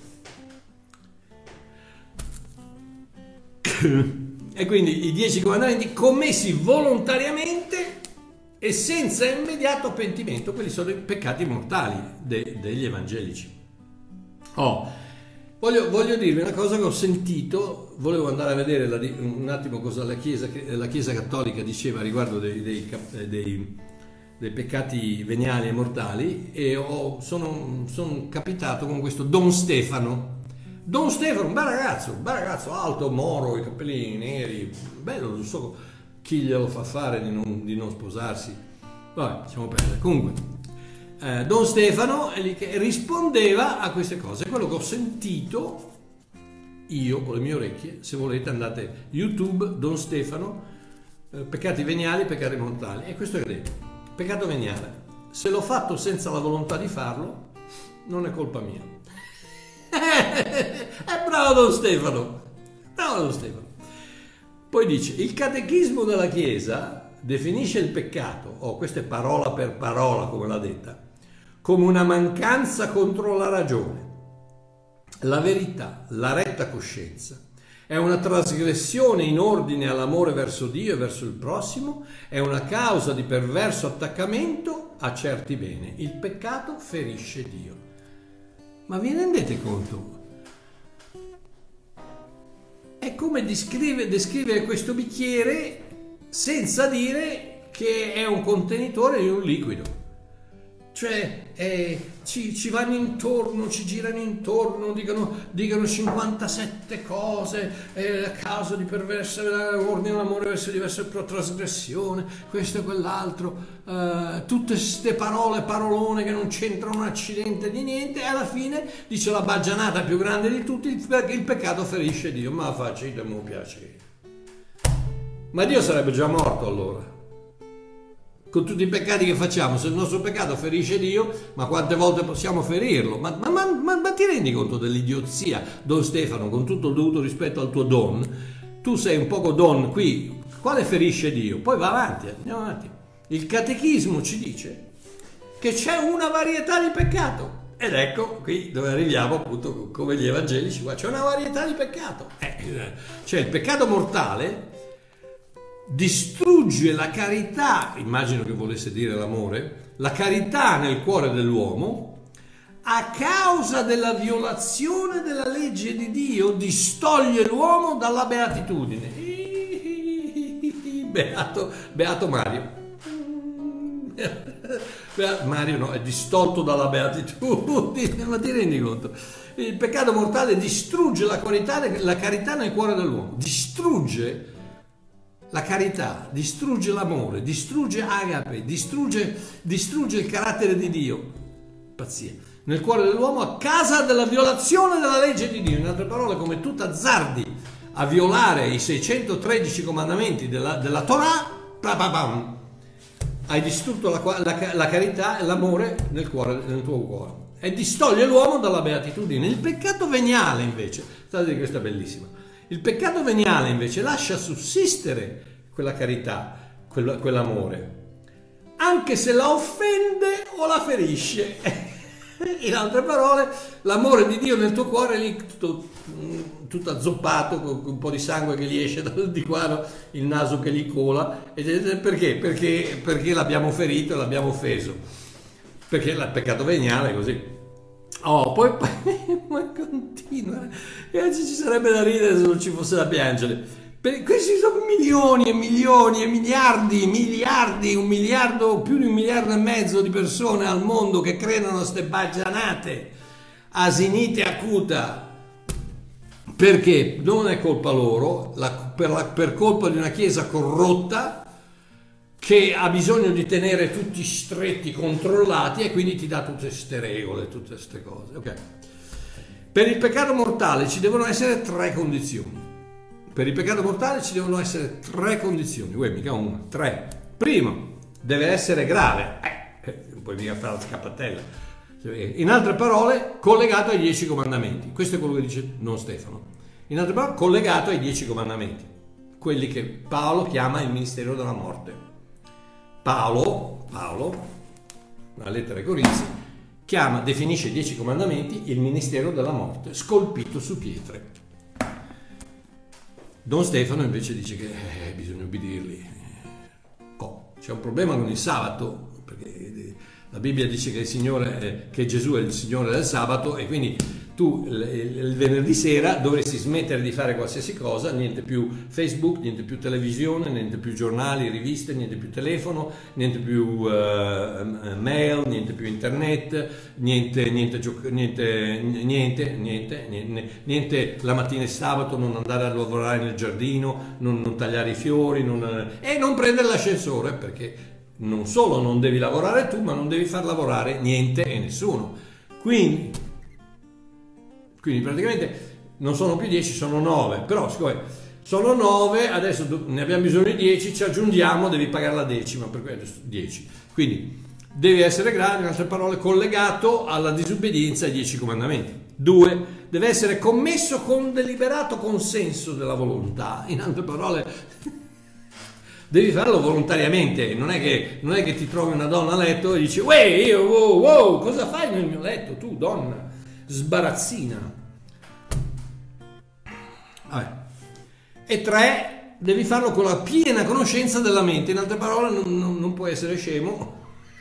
E quindi i 10 comandamenti commessi volontariamente e senza immediato pentimento, quelli sono i peccati mortali degli evangelici. Voglio dirvi una cosa che ho sentito, volevo andare a vedere un attimo cosa la Chiesa Cattolica diceva riguardo dei peccati veniali e mortali, e sono capitato con questo Don Stefano. Don Stefano, un bel ragazzo alto, moro, i capelli neri, bello, non so chi glielo fa fare di non sposarsi. Vabbè, lasciamo perdere. Comunque, Don Stefano è lì che rispondeva a queste cose. Quello che ho sentito io con le mie orecchie, se volete andate YouTube, Don Stefano, peccati veniali, peccati mortali. E questo è detto: peccato veniale, se l'ho fatto senza la volontà di farlo, non è colpa mia. Bravo Don Stefano, bravo Don Stefano. Poi dice: il catechismo della Chiesa definisce il peccato, questa è parola per parola come l'ha detta, come una mancanza contro la ragione, la verità, la retta coscienza. È una trasgressione in ordine all'amore verso Dio e verso il prossimo, è una causa di perverso attaccamento a certi beni. Il peccato ferisce Dio. Ma vi rendete conto? È come descrivere questo bicchiere senza dire che è un contenitore di un liquido. Cioè ci vanno intorno, ci girano intorno, dicono 57 cose, a causa di perverso ordine l'amore verso diverso trasgressione, questo e quell'altro, tutte queste parolone che non c'entrano un accidente di niente, e alla fine dice la baggianata più grande di tutti: il peccato ferisce Dio. Ma facile, mi piace. Ma Dio sarebbe già morto allora. Con tutti i peccati che facciamo, se il nostro peccato ferisce Dio, ma quante volte possiamo ferirlo? Ma ti rendi conto dell'idiozia, Don Stefano, con tutto il dovuto rispetto al tuo don? Tu sei un poco don qui, quale ferisce Dio? Poi va avanti, andiamo avanti. Il catechismo ci dice che c'è una varietà di peccato. Ed ecco qui dove arriviamo, appunto, come gli evangelici, qua c'è una varietà di peccato. C'è il peccato mortale, distrugge la carità, immagino che volesse dire l'amore, la carità nel cuore dell'uomo, a causa della violazione della legge di Dio, distoglie l'uomo dalla beatitudine. Beato Mario. Mario no, è distolto dalla beatitudine, ma ti rendi conto? Il peccato mortale distrugge la carità nel cuore dell'uomo, distrugge la carità, distrugge l'amore, distrugge agape, distrugge il carattere di Dio, pazzia, nel cuore dell'uomo a causa della violazione della legge di Dio. In altre parole, come tu t'azzardi a violare i 613 comandamenti della Torah, hai distrutto la carità e l'amore nel tuo cuore, e distoglie l'uomo dalla beatitudine. Il peccato veniale invece, state, questa è bellissima. Il peccato veniale invece lascia sussistere quella carità, quell'amore, anche se la offende o la ferisce. In altre parole, l'amore di Dio nel tuo cuore è lì tutto azzoppato, con un po' di sangue che gli esce di qua, il naso che gli cola. Perché? Perché l'abbiamo ferito e l'abbiamo offeso. Perché il peccato veniale è così. Poi continua, e ci sarebbe da ridere se non ci fosse da piangere. Questi sono milioni e milioni e miliardi, un miliardo, più di 1,5 miliardi di persone al mondo che credono a ste baggianate, asinite acuta, perché non è colpa loro, per colpa di una chiesa corrotta che ha bisogno di tenere tutti stretti, controllati, e quindi ti dà tutte queste regole, tutte queste cose. Okay. Per il peccato mortale ci devono essere 3 condizioni. Per il peccato mortale ci devono essere 3 condizioni, mica una, 3. Primo, deve essere grave, non puoi mica fare la scappatella. In altre parole, collegato ai 10 comandamenti. Questo è quello che dice Don Stefano. In altre parole, collegato ai 10 comandamenti, quelli che Paolo chiama il ministero della morte. Paolo, nella lettera ai Corinzi, definisce i 10 comandamenti il ministero della morte, scolpito su pietre. Don Stefano invece dice che bisogna ubbidirli. C'è un problema con il sabato, perché la Bibbia dice che che Gesù è il Signore del sabato, e quindi tu il venerdì sera dovresti smettere di fare qualsiasi cosa, niente più Facebook, niente più televisione, niente più giornali, riviste, niente più telefono, niente più mail, niente più internet, niente la mattina e sabato, non andare a lavorare nel giardino, non tagliare i fiori, e non prendere l'ascensore, perché non solo non devi lavorare tu, ma non devi far lavorare niente e nessuno. Quindi praticamente non sono più 10, sono 9, però siccome sono 9, adesso ne abbiamo bisogno di 10, ci aggiungiamo, devi pagare la decima, per cui adesso 10. Quindi deve essere grave, in altre parole, collegato alla disobbedienza ai 10 comandamenti. 2, deve essere commesso con deliberato consenso della volontà, in altre parole devi farlo volontariamente, non è che ti trovi una donna a letto e dici wow, cosa fai nel mio letto tu, donna sbarazzina. Vabbè. E 3, devi farlo con la piena conoscenza della mente, in altre parole non puoi essere scemo.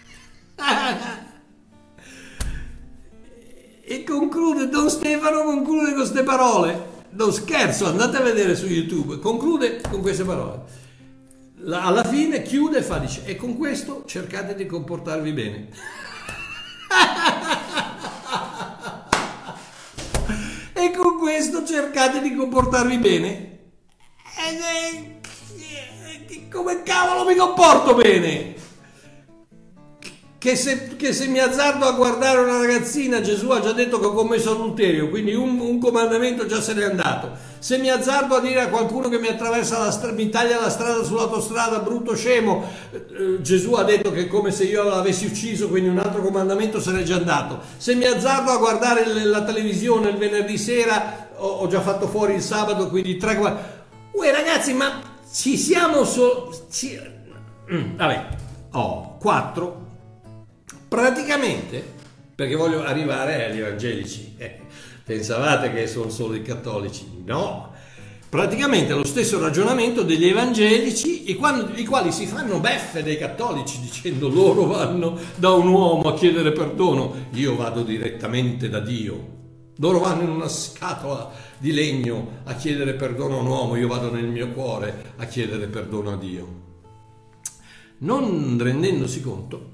E Don Stefano conclude con queste parole, non scherzo, andate a vedere su YouTube, conclude con queste parole. Alla fine chiude e dice, e con questo cercate di comportarvi bene. E con questo cercate di comportarvi bene. Come cavolo mi comporto bene? Che se mi azzardo a guardare una ragazzina, Gesù ha già detto che ho commesso adulterio, quindi un comandamento già se n'è andato. Se mi azzardo a dire a qualcuno che mi attraversa mi taglia la strada sull'autostrada, brutto scemo, Gesù ha detto che è come se io l'avessi ucciso, quindi un altro comandamento se n'è già andato. Se mi azzardo a guardare la televisione il venerdì sera, ho già fatto fuori il sabato, quindi 3. Ragazzi, ma ci siamo vabbè, 4. Praticamente, perché voglio arrivare agli evangelici, pensavate che sono solo i cattolici? No, praticamente lo stesso ragionamento degli evangelici, i quali si fanno beffe dei cattolici dicendo loro vanno da un uomo a chiedere perdono, io vado direttamente da Dio. Loro vanno in una scatola di legno a chiedere perdono a un uomo, io vado nel mio cuore a chiedere perdono a Dio. Non rendendosi conto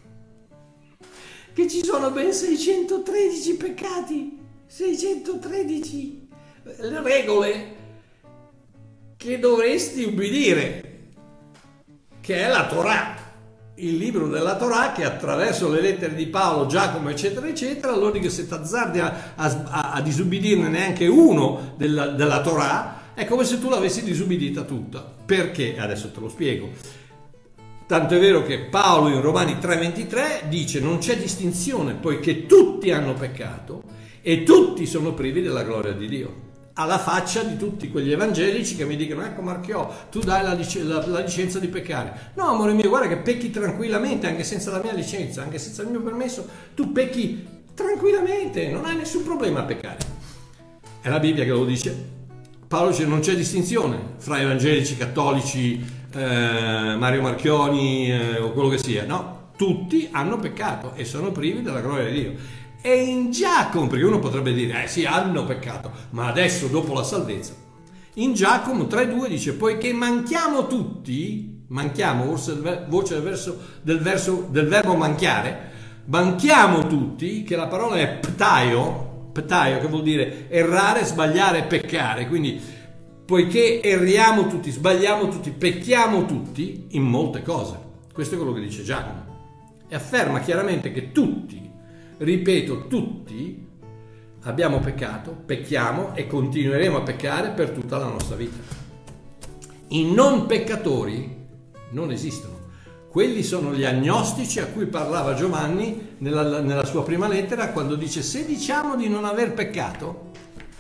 che ci sono ben 613 peccati, 613 regole che dovresti ubbidire, che è la Torah, il libro della Torah, che attraverso le lettere di Paolo, Giacomo, eccetera, eccetera, allora che se t'azzardi a disubbidirne neanche uno della Torah, è come se tu l'avessi disubbidita tutta. Perché? Adesso te lo spiego. Tanto è vero che Paolo in Romani 3,23 dice non c'è distinzione, poiché tutti hanno peccato e tutti sono privi della gloria di Dio. Alla faccia di tutti quegli evangelici che mi dicono, ecco Marchiò, tu dai la licenza di peccare. No, amore mio, guarda che pecchi tranquillamente, anche senza la mia licenza, anche senza il mio permesso, tu pecchi tranquillamente, non hai nessun problema a peccare. È la Bibbia che lo dice. Paolo dice non c'è distinzione fra evangelici, cattolici, Mario Marchioni o quello che sia, no, tutti hanno peccato e sono privi della gloria di Dio. E in Giacomo, perché uno potrebbe dire sì, hanno peccato, ma adesso dopo la salvezza, in Giacomo 3,2 dice poiché manchiamo tutti, voce del verbo manchiare, manchiamo tutti, che la parola è ptaio, petaio, che vuol dire errare, sbagliare, peccare. Quindi, poiché erriamo tutti, sbagliamo tutti, pecchiamo tutti in molte cose. Questo è quello che dice Giacomo. E afferma chiaramente che tutti, ripeto, tutti abbiamo peccato, pecchiamo e continueremo a peccare per tutta la nostra vita. I non peccatori non esistono. Quelli sono gli agnostici a cui parlava Giovanni nella sua prima lettera, quando dice: se diciamo di non aver peccato,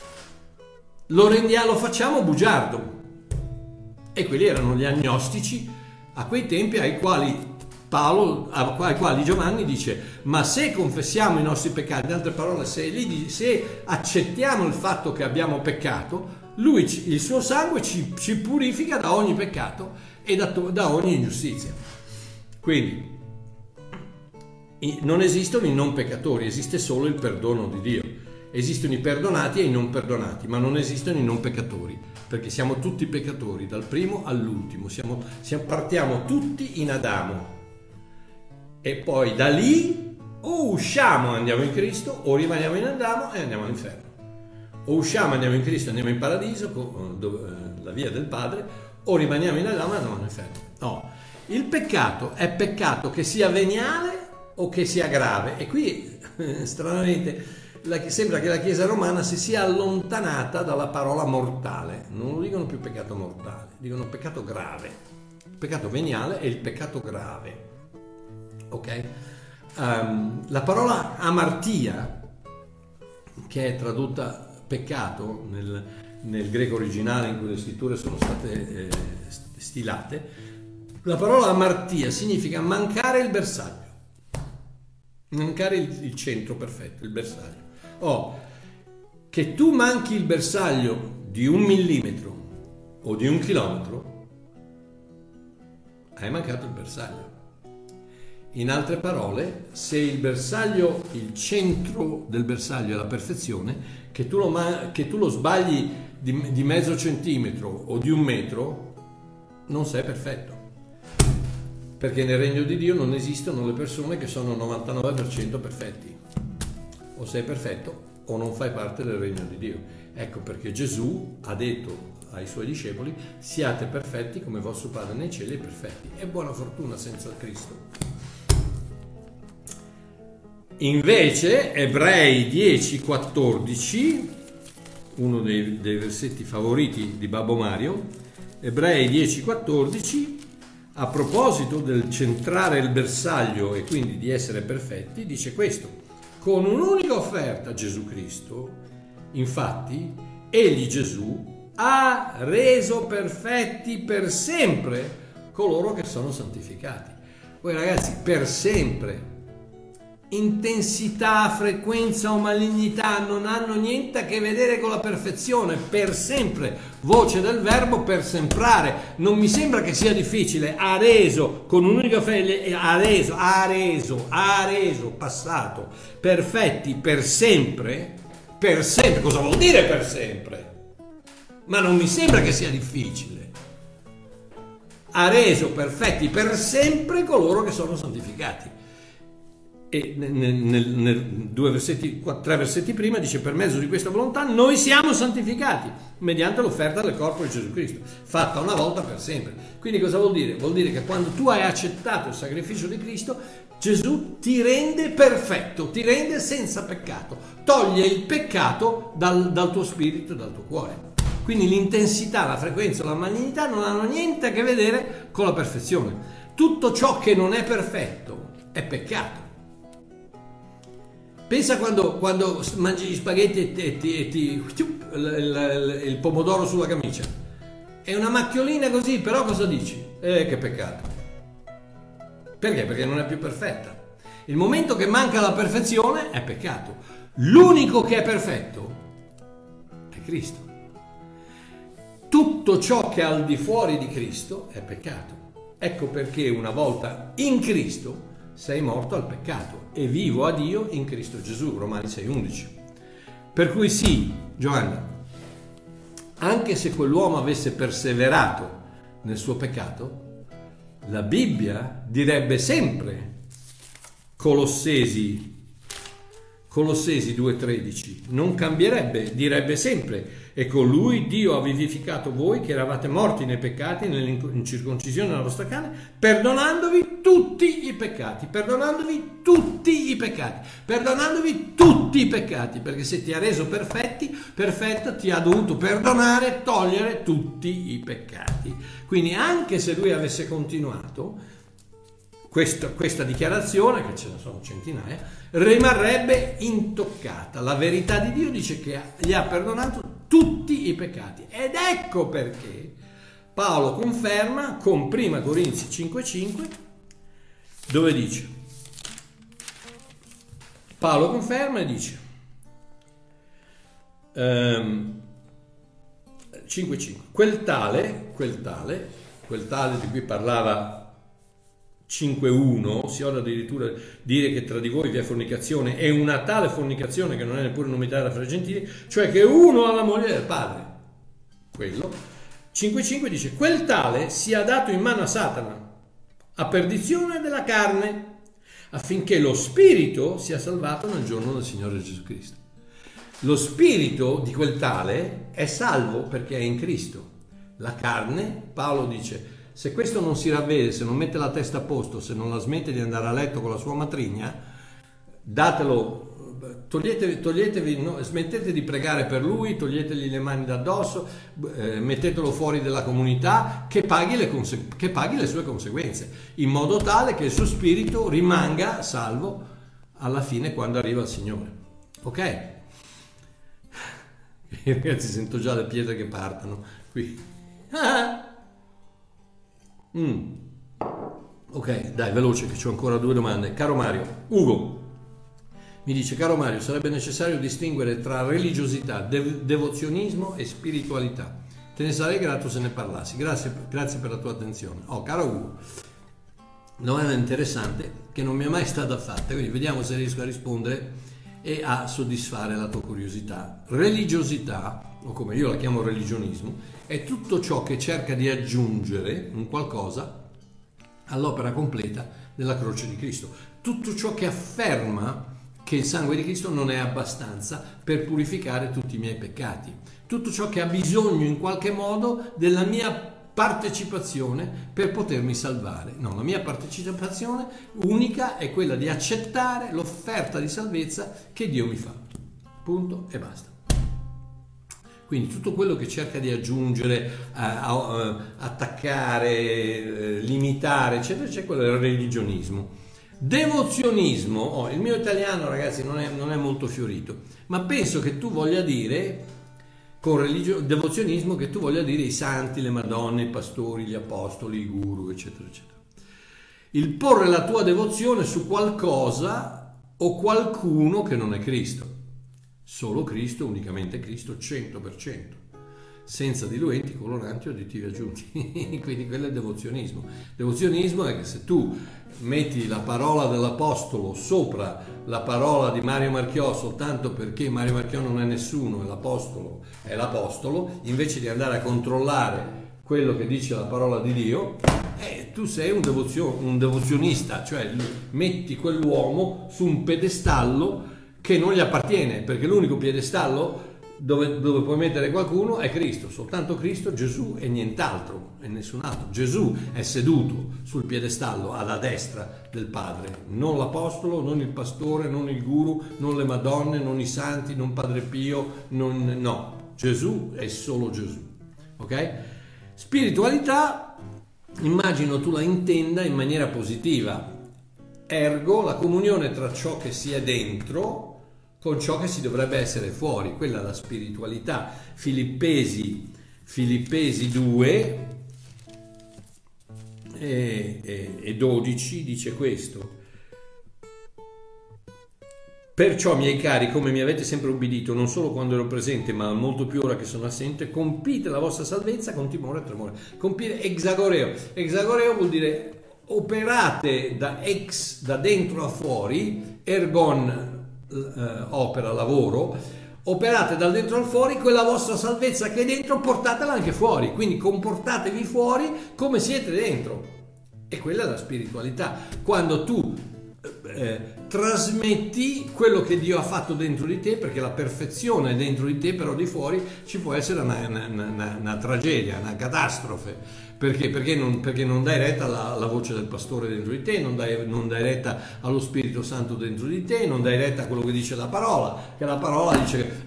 lo facciamo bugiardo. E quelli erano gli agnostici a quei tempi ai quali Giovanni dice: ma se confessiamo i nostri peccati, in altre parole, se accettiamo il fatto che abbiamo peccato, il suo sangue ci purifica da ogni peccato e da ogni ingiustizia. Quindi non esistono i non peccatori, esiste solo il perdono di Dio. Esistono i perdonati e i non perdonati, ma non esistono i non peccatori, perché siamo tutti peccatori, dal primo all'ultimo. Partiamo tutti in Adamo e poi da lì o usciamo e andiamo in Cristo, o rimaniamo in Adamo e andiamo all'inferno. O usciamo e andiamo in Cristo e andiamo in paradiso, la via del Padre, o rimaniamo in Adamo e andiamo all'inferno. No. Il peccato è peccato che sia veniale o che sia grave. E qui, stranamente, sembra che la Chiesa romana si sia allontanata dalla parola mortale. Non lo dicono più peccato mortale, dicono peccato grave. Il peccato veniale e il peccato grave. Ok? La parola amartia, che è tradotta peccato nel greco originale in cui le scritture sono state stilate, la parola amartia significa mancare il bersaglio, mancare il centro perfetto, il bersaglio. Che tu manchi il bersaglio di 1 millimetro o di 1 chilometro, hai mancato il bersaglio. In altre parole, se il centro del bersaglio è la perfezione, che tu lo sbagli di mezzo centimetro o di 1 metro, non sei perfetto. Perché nel regno di Dio non esistono le persone che sono 99% perfetti. O sei perfetto o non fai parte del regno di Dio. Ecco perché Gesù ha detto ai suoi discepoli: siate perfetti come vostro Padre nei cieli è perfetti. E buona fortuna senza Cristo. Invece Ebrei 10,14, uno dei versetti favoriti di Babbo Mario, Ebrei 10,14, a proposito del centrare il bersaglio e quindi di essere perfetti, dice questo: con un'unica offerta Gesù Cristo, infatti, egli Gesù ha reso perfetti per sempre coloro che sono santificati. Poi ragazzi, per sempre, intensità, frequenza o malignità non hanno niente a che vedere con la perfezione. Per sempre, voce del verbo per semprare. Non mi sembra che sia difficile. Ha reso, con un'unica fede, ha reso, passato, perfetti per sempre. Per sempre, cosa vuol dire per sempre? Ma non mi sembra che sia difficile. Ha reso perfetti per sempre coloro che sono santificati. E tre versetti prima dice: per mezzo di questa volontà noi siamo santificati mediante l'offerta del corpo di Gesù Cristo, fatta una volta per sempre. Quindi cosa vuol dire? Vuol dire che quando tu hai accettato il sacrificio di Cristo, Gesù ti rende perfetto, ti rende senza peccato, toglie il peccato dal tuo spirito e dal tuo cuore. Quindi l'intensità, la frequenza, la malignità non hanno niente a che vedere con la perfezione. Tutto ciò che non è perfetto è peccato. Pensa quando mangi gli spaghetti e il pomodoro sulla camicia. È una macchiolina così, però cosa dici? Che peccato. Perché? Perché non è più perfetta. Il momento che manca la perfezione è peccato. L'unico che è perfetto è Cristo. Tutto ciò che è al di fuori di Cristo è peccato. Ecco perché una volta in Cristo sei morto al peccato e vivo a Dio in Cristo Gesù, Romani 6,11. Per cui sì, Giovanni, anche se quell'uomo avesse perseverato nel suo peccato, la Bibbia direbbe sempre, Colossesi Colossesi 2,13, non cambierebbe, direbbe sempre: e con lui Dio ha vivificato voi che eravate morti nei peccati, nell'incirconcisione della vostra carne, perdonandovi tutti i peccati, perdonandovi tutti i peccati, perdonandovi tutti i peccati, perché se ti ha reso perfetto, ti ha dovuto perdonare, togliere tutti i peccati. Quindi anche se lui avesse continuato, questa dichiarazione, che ce ne sono centinaia, rimarrebbe intoccata. La verità di Dio dice che gli ha perdonato tutti i peccati, ed ecco perché Paolo conferma con 1 Corinzi 5,5, dove dice, Paolo conferma e dice 5,5, quel tale di cui parlava 5.1, si osa addirittura dire che tra di voi vi è fornicazione, e una tale fornicazione che non è neppure nominata fra i gentili, cioè che uno ha la moglie del padre. Quello 5.5 dice: quel tale sia dato in mano a Satana, a perdizione della carne, affinché lo spirito sia salvato nel giorno del Signore Gesù Cristo. Lo spirito di quel tale è salvo perché è in Cristo. La carne, Paolo dice, se questo non si ravvede, se non mette la testa a posto, se non la smette di andare a letto con la sua matrigna, datelo, toglietevi, no, smettete di pregare per lui, toglietegli le mani da addosso, mettetelo fuori dalla comunità, che paghi le sue conseguenze, in modo tale che il suo spirito rimanga salvo alla fine, quando arriva il Signore. Ok? Ragazzi, sento già le pietre che partono qui. Ok, dai, veloce, che c'ho ancora 2 domande. Caro Mario, Ugo mi dice: caro Mario, sarebbe necessario distinguere tra religiosità, devozionismo e spiritualità. Te ne sarei grato se ne parlassi. Grazie per la tua attenzione. Caro Ugo, domanda interessante che non mi è mai stata fatta, quindi vediamo se riesco a rispondere e a soddisfare la tua curiosità. Religiosità, o come io la chiamo religionismo, è tutto ciò che cerca di aggiungere un qualcosa all'opera completa della croce di Cristo, tutto ciò che afferma che il sangue di Cristo non è abbastanza per purificare tutti i miei peccati, tutto ciò che ha bisogno in qualche modo della mia partecipazione per potermi salvare. No, la mia partecipazione unica è quella di accettare l'offerta di salvezza che Dio mi fa. Punto e basta. Quindi tutto quello che cerca di aggiungere, attaccare, limitare, eccetera, quello è il religionismo. Devozionismo, il mio italiano, ragazzi, non è molto fiorito, ma penso che tu voglia dire, con devozionismo, che tu voglia dire i santi, le madonne, i pastori, gli apostoli, i guru, eccetera, eccetera. Il porre la tua devozione su qualcosa o qualcuno che non è Cristo. Solo Cristo, unicamente Cristo, 100%, senza diluenti, coloranti o additivi aggiunti. Quindi quello è devozionismo. Devozionismo è che se tu metti la parola dell'apostolo sopra la parola di Mario Marchiò soltanto perché Mario Marchiò non è nessuno e l'apostolo è l'apostolo, invece di andare a controllare quello che dice la parola di Dio, tu sei un devozionista, cioè metti quell'uomo su un piedestallo che non gli appartiene, perché l'unico piedestallo dove puoi mettere qualcuno è Cristo, soltanto Cristo, Gesù e nient'altro e nessun altro. Gesù è seduto sul piedestallo alla destra del Padre, non l'apostolo, non il pastore, non il guru, non le madonne, non i santi, non Padre Pio, no, Gesù è solo Gesù. Ok? Spiritualità, immagino tu la intenda in maniera positiva, ergo la comunione tra ciò che si è dentro con ciò che si dovrebbe essere fuori, quella è la spiritualità. Filippesi 2 e 12 dice questo: perciò, miei cari, come mi avete sempre ubbidito, non solo quando ero presente, ma molto più ora che sono assente, compite la vostra salvezza con timore e tremore. Compire exagoreo. Exagoreo vuol dire operate da dentro a fuori, ergon opera, lavoro, operate dal dentro al fuori, quella vostra salvezza che è dentro portatela anche fuori, quindi comportatevi fuori come siete dentro, e quella è la spiritualità. Quando tu trasmetti quello che Dio ha fatto dentro di te, perché la perfezione è dentro di te, però di fuori ci può essere una tragedia, una catastrofe. Perché non dai retta alla voce del pastore dentro di te, non dai retta allo Spirito Santo dentro di te, non dai retta a quello che dice la parola, che la parola dice,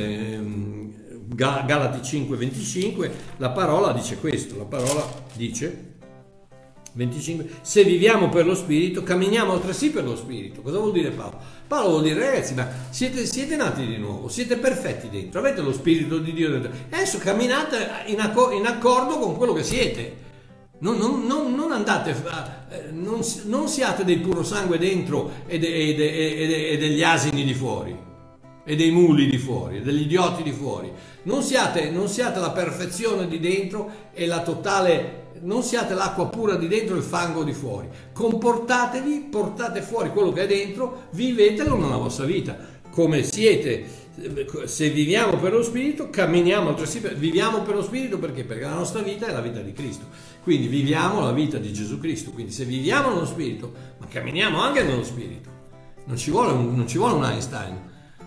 Galati 5:25, la parola dice questo, la parola dice 25, se viviamo per lo Spirito, camminiamo altresì per lo Spirito. Cosa vuol dire Paolo? Paolo vuol dire, ragazzi, ma siete nati di nuovo, siete perfetti dentro, avete lo Spirito di Dio dentro, e adesso camminate in accordo con quello che siete. Non andate, non siate dei puro sangue dentro e degli asini di fuori, e dei muli di fuori, e degli idioti di fuori. Non siate la perfezione di dentro e la totale. Non siate l'acqua pura di dentro e il fango di fuori. Comportatevi, portate fuori quello che è dentro, vivetelo nella vostra vita come siete. Se viviamo per lo Spirito, camminiamo altresì viviamo per lo Spirito, perché la nostra vita è la vita di Cristo, quindi viviamo la vita di Gesù Cristo. Quindi se viviamo nello Spirito, ma camminiamo anche nello Spirito, non ci vuole un Einstein,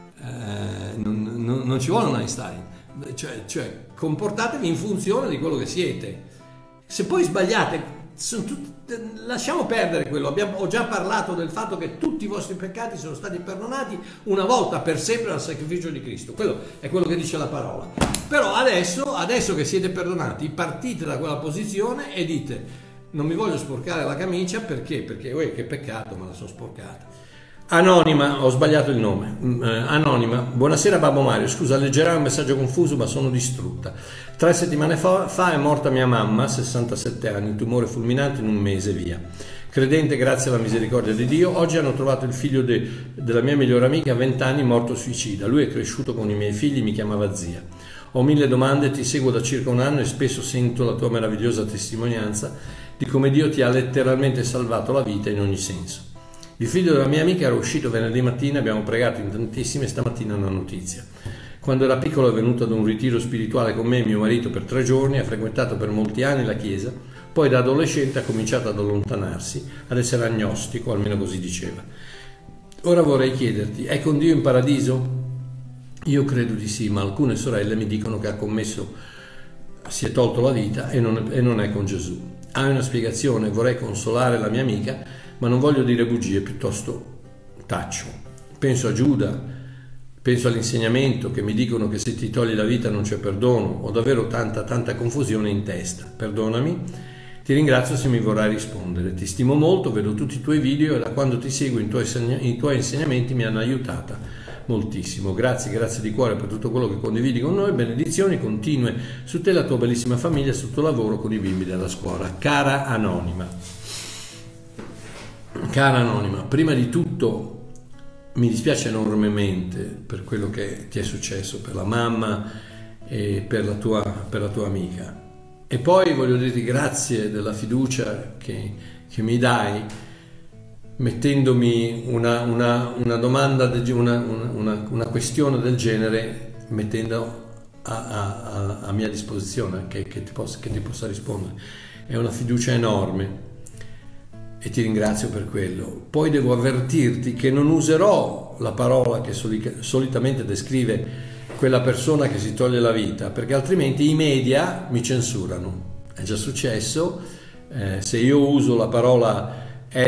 non ci vuole un Einstein, cioè comportatevi in funzione di quello che siete. Se poi sbagliate, lasciamo perdere quello. Ho già parlato del fatto che tutti i vostri peccati sono stati perdonati una volta per sempre dal sacrificio di Cristo. Quello è quello che dice la parola. Però adesso che siete perdonati, partite da quella posizione e dite: non mi voglio sporcare la camicia, perché che peccato, me la sono sporcata. Anonima, ho sbagliato il nome. Anonima, buonasera Babbo Mario, scusa, leggerai un messaggio confuso ma sono distrutta. 3 settimane fa è morta mia mamma, 67 anni, tumore fulminante in un mese, via. Credente grazie alla misericordia di Dio, oggi hanno trovato il figlio della mia migliore amica, 20 anni, morto suicida. Lui è cresciuto con i miei figli, mi chiamava zia. Ho 1000 domande, ti seguo da circa un anno e spesso sento la tua meravigliosa testimonianza di come Dio ti ha letteralmente salvato la vita in ogni senso. Il figlio della mia amica era uscito venerdì mattina, abbiamo pregato in tantissimi e stamattina una notizia. Quando era piccolo è venuto ad un ritiro spirituale con me e mio marito per 3 giorni, ha frequentato per molti anni la chiesa, poi da adolescente ha cominciato ad allontanarsi, ad essere agnostico, almeno così diceva. Ora vorrei chiederti, è con Dio in paradiso? Io credo di sì, ma alcune sorelle mi dicono che si è tolto la vita e non è con Gesù. Hai una spiegazione? Vorrei consolare la mia amica, ma non voglio dire bugie, piuttosto taccio. Penso a Giuda, penso all'insegnamento che mi dicono che se ti togli la vita non c'è perdono. Ho davvero tanta confusione in testa. Perdonami, ti ringrazio se mi vorrai rispondere. Ti stimo molto, vedo tutti i tuoi video e da quando ti seguo i tuoi insegnamenti mi hanno aiutata moltissimo. Grazie di cuore per tutto quello che condividi con noi. Benedizioni continue su te e la tua bellissima famiglia, sul tuo lavoro con i bimbi della scuola. Cara Anonima, prima di tutto mi dispiace enormemente per quello che ti è successo, per la mamma e per la tua amica. E poi voglio dirti grazie della fiducia che mi dai, mettendomi una domanda, una questione del genere, mettendo a mia disposizione che ti possa rispondere. È una fiducia enorme e ti ringrazio per quello. Poi devo avvertirti che non userò la parola che solitamente descrive quella persona che si toglie la vita, perché altrimenti i media mi censurano. È già successo, se io uso la parola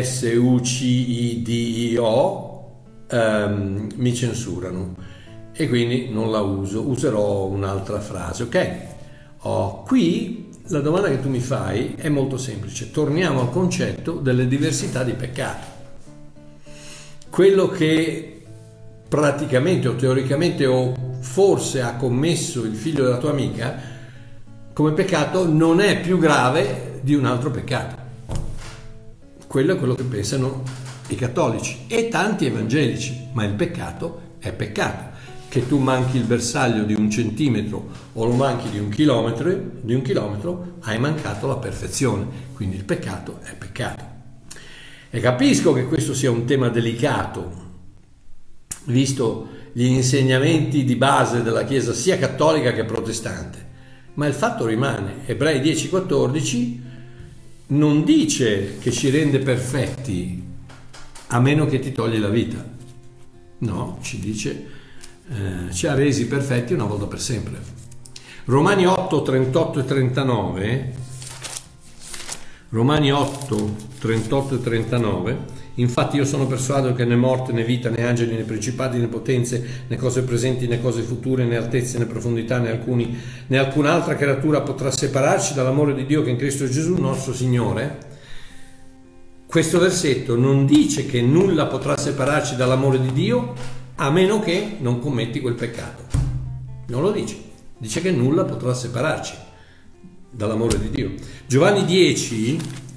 SUCIDIO mi censurano e quindi non la userò un'altra frase, ok? Qui la domanda che tu mi fai è molto semplice. Torniamo al concetto delle diversità di peccato. Quello che praticamente o teoricamente o forse ha commesso il figlio della tua amica come peccato non è più grave di un altro peccato. Quello è quello che pensano i cattolici e tanti evangelici, ma il peccato è peccato. Che tu manchi il bersaglio di 1 centimetro o lo manchi di un chilometro, hai mancato la perfezione, quindi il peccato è peccato. E capisco che questo sia un tema delicato, visto gli insegnamenti di base della Chiesa sia cattolica che protestante, ma il fatto rimane. Ebrei 10,14 non dice che ci rende perfetti a meno che ti togli la vita. No, ci dice, ci ha resi perfetti una volta per sempre. Romani 8, 38 e 39. Romani 8, 38 e 39. Infatti io sono persuaso che né morte, né vita, né angeli, né principati, né potenze, né cose presenti, né cose future, né altezze, né profondità, né alcun'altra creatura potrà separarci dall'amore di Dio che è in Cristo Gesù nostro Signore. Questo versetto non dice che nulla potrà separarci dall'amore di Dio a meno che non commetti quel peccato. Non lo dice. Dice che nulla potrà separarci dall'amore di Dio. Giovanni 10,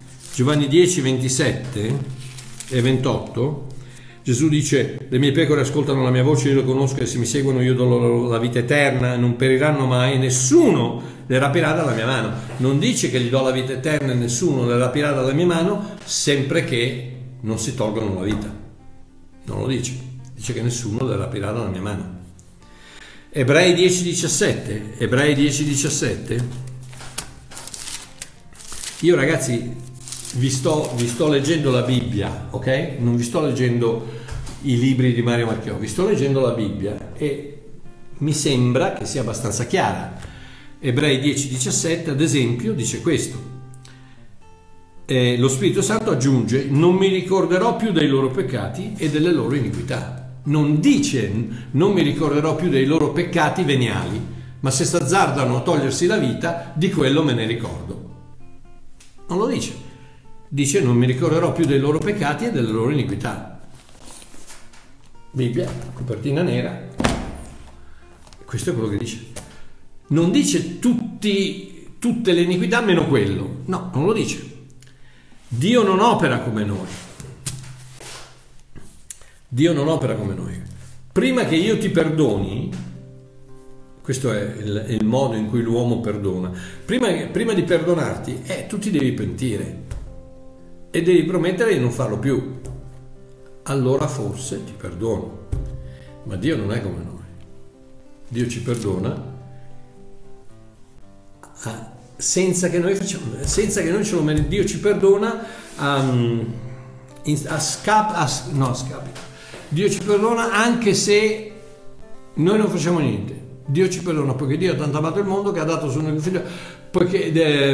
27 e 28, Gesù dice: le mie pecore ascoltano la mia voce, io le conosco e se mi seguono io do loro la vita eterna, non periranno mai, nessuno le rapirà dalla mia mano. Non dice che gli do la vita eterna e nessuno le rapirà dalla mia mano, sempre che non si tolgono la vita. Non lo dice. Dice che nessuno le rapirà dalla mia mano. Ebrei 10:17. Io, ragazzi, vi sto leggendo la Bibbia, ok? Non vi sto leggendo i libri di Mario Marchiò, vi sto leggendo la Bibbia e mi sembra che sia abbastanza chiara. Ebrei 10:17, ad esempio, dice questo: lo Spirito Santo aggiunge: non mi ricorderò più dei loro peccati e delle loro iniquità. Non dice non mi ricorderò più dei loro peccati veniali, ma se s'azzardano a togliersi la vita, di quello me ne ricordo. Non lo dice. Dice: non mi ricorderò più dei loro peccati e delle loro iniquità. Bibbia, copertina nera. Questo è quello che dice. Non dice tutte le iniquità meno quello. No, non lo dice. Dio non opera come noi. Dio non opera come noi. Prima che io ti perdoni, questo è il modo in cui l'uomo perdona. Prima di perdonarti, tu ti devi pentire e devi promettere di non farlo più. Allora forse ti perdono. Ma Dio non è come noi. Dio ci perdona senza che noi ce lo meritiamo. Dio ci perdona Dio ci perdona anche se noi non facciamo niente. Dio ci perdona poiché Dio ha tanto amato il mondo che ha dato suo unico figlio, poiché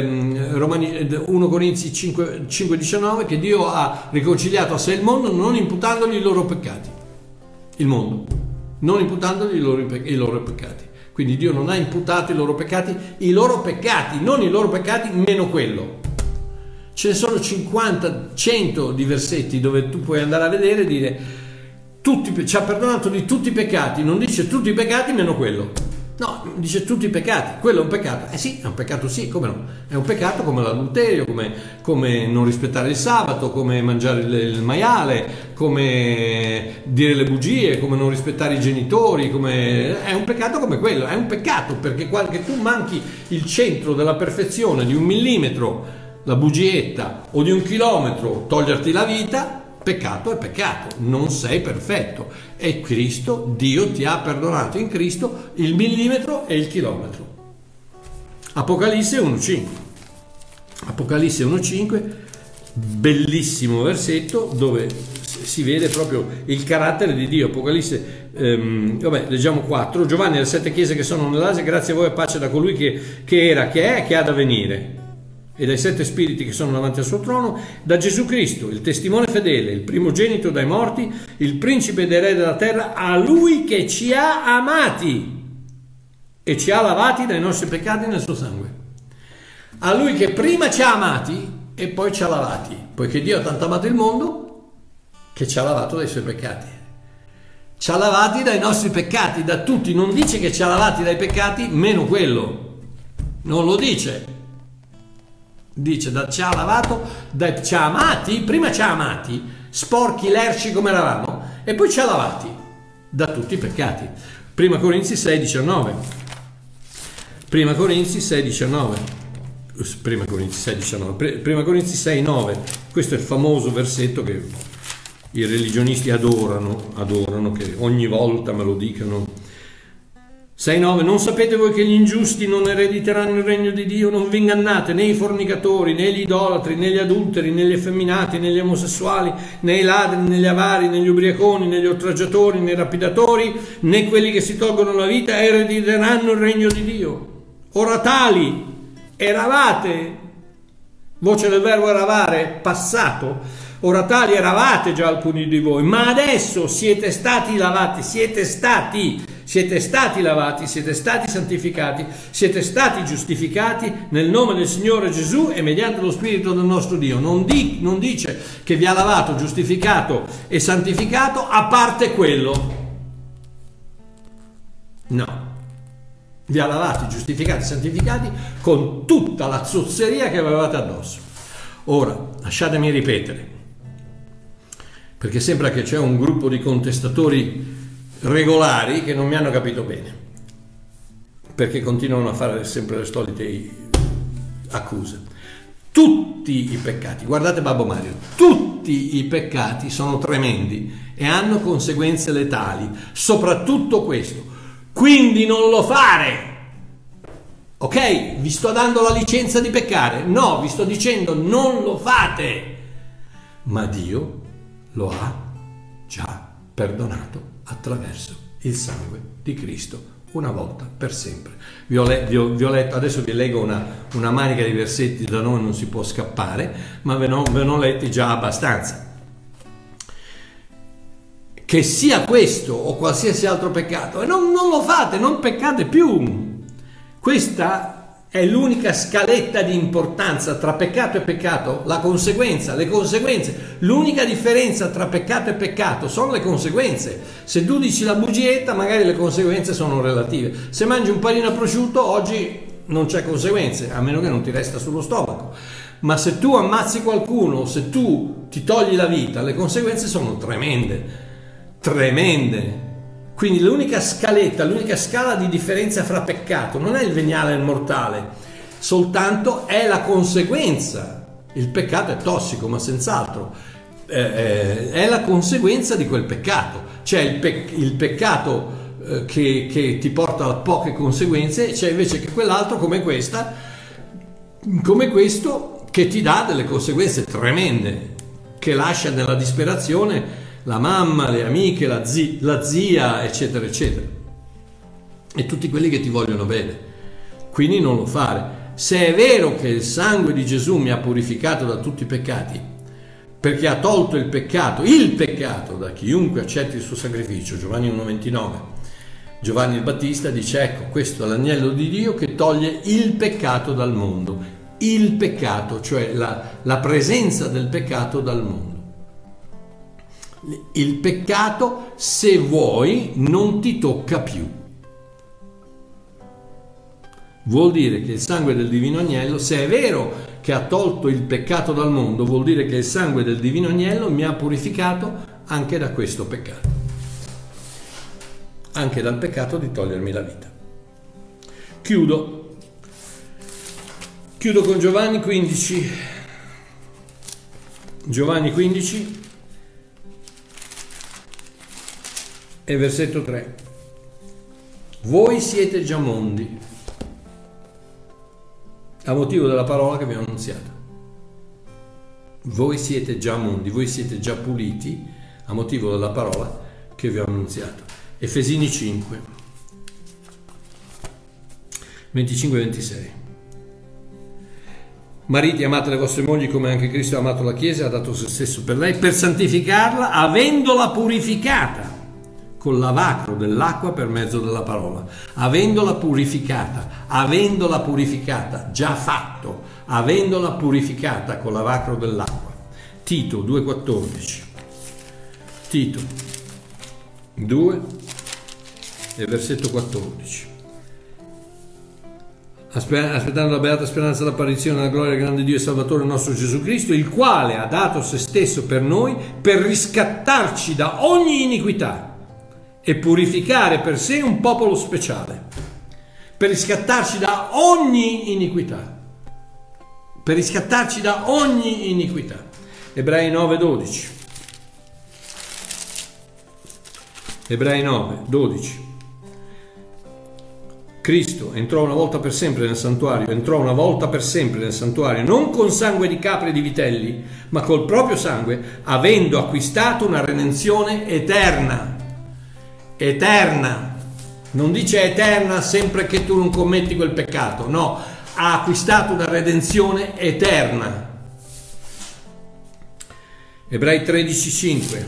1 Corinzi 5:19, che Dio ha riconciliato a sé il mondo non imputandogli i loro peccati. Il mondo, non imputandogli i loro peccati. Quindi Dio non ha imputato i loro peccati, non i loro peccati meno quello. Ce ne sono 50, 100 di versetti dove tu puoi andare a vedere e dire ci ha perdonato di tutti i peccati. Non dice tutti i peccati meno quello. No, dice tutti i peccati. Quello è un peccato. Sì, è un peccato, sì, come no? È un peccato come l'adulterio, come non rispettare il sabato, come mangiare il maiale, come dire le bugie, come non rispettare i genitori, è un peccato come quello. È un peccato perché che tu manchi il centro della perfezione di 1 millimetro, la bugietta, o di 1 chilometro, toglierti la vita. Peccato è peccato, non sei perfetto, e Cristo, Dio ti ha perdonato in Cristo il millimetro e il chilometro. Apocalisse 1:5, bellissimo versetto dove si vede proprio il carattere di Dio. Apocalisse, leggiamo 4. Giovanni, alle 7 chiese che sono nell'Asia, grazie a voi e pace da colui che era, che è e che ha da venire, e dai 7 spiriti che sono davanti al suo trono, da Gesù Cristo, il testimone fedele, il primogenito dai morti, il principe dei re della terra, a lui che ci ha amati e ci ha lavati dai nostri peccati nel suo sangue. A lui che prima ci ha amati e poi ci ha lavati, poiché Dio ha tanto amato il mondo che ci ha lavato dai suoi peccati. Ci ha lavati dai nostri peccati, da tutti. Non dice che ci ha lavati dai peccati meno quello. Non lo dice. Dice ci ha lavato, ci ha amati, prima ci ha amati, sporchi, lerci come eravamo, e poi ci ha lavati da tutti i peccati. Prima Corinzi 6:19. Prima Corinzi 6:9. Questo è il famoso versetto che i religionisti adorano, che ogni volta me lo dicano. 6,9 non sapete voi che gli ingiusti non erediteranno il regno di Dio? Non vi ingannate, né i fornicatori, né gli idolatri, né gli adulteri, né gli effeminati, né gli omosessuali, né i ladri, né gli avari, né gli ubriaconi, né gli oltraggiatori, né i rapidatori, né quelli che si tolgono la vita erediteranno il regno di Dio. Ora tali eravate, voce del verbo eravare, passato, ora tali eravate già alcuni di voi, ma adesso siete stati lavati, siete stati lavati, siete stati santificati, siete stati giustificati nel nome del Signore Gesù e mediante lo Spirito del nostro Dio. Non dice che vi ha lavato, giustificato e santificato a parte quello. No. Vi ha lavati, giustificati, santificati con tutta la zozzeria che avevate addosso. Ora, lasciatemi ripetere, perché sembra che c'è un gruppo di contestatori regolari che non mi hanno capito bene, perché continuano a fare sempre le solite accuse. Tutti i peccati, guardate Babbo Mario, tutti i peccati sono tremendi e hanno conseguenze letali, soprattutto questo. Quindi non lo fare. Ok, vi sto dando la licenza di peccare? No, vi sto dicendo non lo fate. Ma Dio lo ha già perdonato attraverso il sangue di Cristo una volta per sempre. Vi ho letto, adesso vi leggo una manica di versetti, da noi non si può scappare, ma ve ne ho letti già abbastanza. Che sia questo o qualsiasi altro peccato, e non lo fate, non peccate più. Questa è l'unica scaletta di importanza tra peccato e peccato, la conseguenza, le conseguenze. L'unica differenza tra peccato e peccato sono le conseguenze. Se tu dici la bugietta, magari le conseguenze sono relative. Se mangi un panino a prosciutto, oggi non c'è conseguenze, a meno che non ti resta sullo stomaco. Ma se tu ammazzi qualcuno, se tu ti togli la vita, le conseguenze sono tremende. Quindi l'unica scaletta, l'unica scala di differenza fra peccato non è il veniale e il mortale, soltanto è la conseguenza. Il peccato è tossico, ma senz'altro è la conseguenza di quel peccato. C'è il peccato che ti porta a poche conseguenze, c'è invece che quell'altro come questo che ti dà delle conseguenze tremende, che lascia nella disperazione la mamma, le amiche, la zia, eccetera, eccetera, e tutti quelli che ti vogliono bene. Quindi non lo fare. Se è vero che il sangue di Gesù mi ha purificato da tutti i peccati, perché ha tolto il peccato da chiunque accetti il suo sacrificio, Giovanni 1,29, Giovanni il Battista dice: ecco, questo è l'agnello di Dio che toglie il peccato dal mondo. Il peccato, cioè la presenza del peccato dal mondo. Il peccato, se vuoi, non ti tocca più. Vuol dire che il sangue del Divino Agnello, se è vero che ha tolto il peccato dal mondo, vuol dire che il sangue del Divino Agnello mi ha purificato anche da questo peccato, anche dal peccato di togliermi la vita. Chiudo con Giovanni 15. Giovanni 15 e versetto 3. Voi siete già mondi a motivo della parola che vi ho annunziato. Voi siete già mondi, voi siete già puliti a motivo della parola che vi ho annunziato. Efesini 5, 25-26. Mariti, amate le vostre mogli come anche Cristo ha amato la Chiesa e ha dato se stesso per lei, per santificarla, avendola purificata col lavacro dell'acqua per mezzo della parola. Avendola purificata, già fatto, avendola purificata col lavacro dell'acqua. Tito 2,14. Tito 2 e versetto 14. Aspettando la beata speranza dell'apparizione della gloria del grande Dio e Salvatore nostro Gesù Cristo, il quale ha dato se stesso per noi per riscattarci da ogni iniquità e purificare per sé un popolo speciale, per riscattarci da ogni iniquità, Ebrei 9:12. Ebrei 9:12. Cristo entrò una volta per sempre nel santuario, entrò una volta per sempre nel santuario, non con sangue di capre e di vitelli, ma col proprio sangue, avendo acquistato una redenzione eterna. Eterna. Non dice eterna sempre che tu non commetti quel peccato, no, ha acquistato una redenzione eterna. Ebrei 13:5.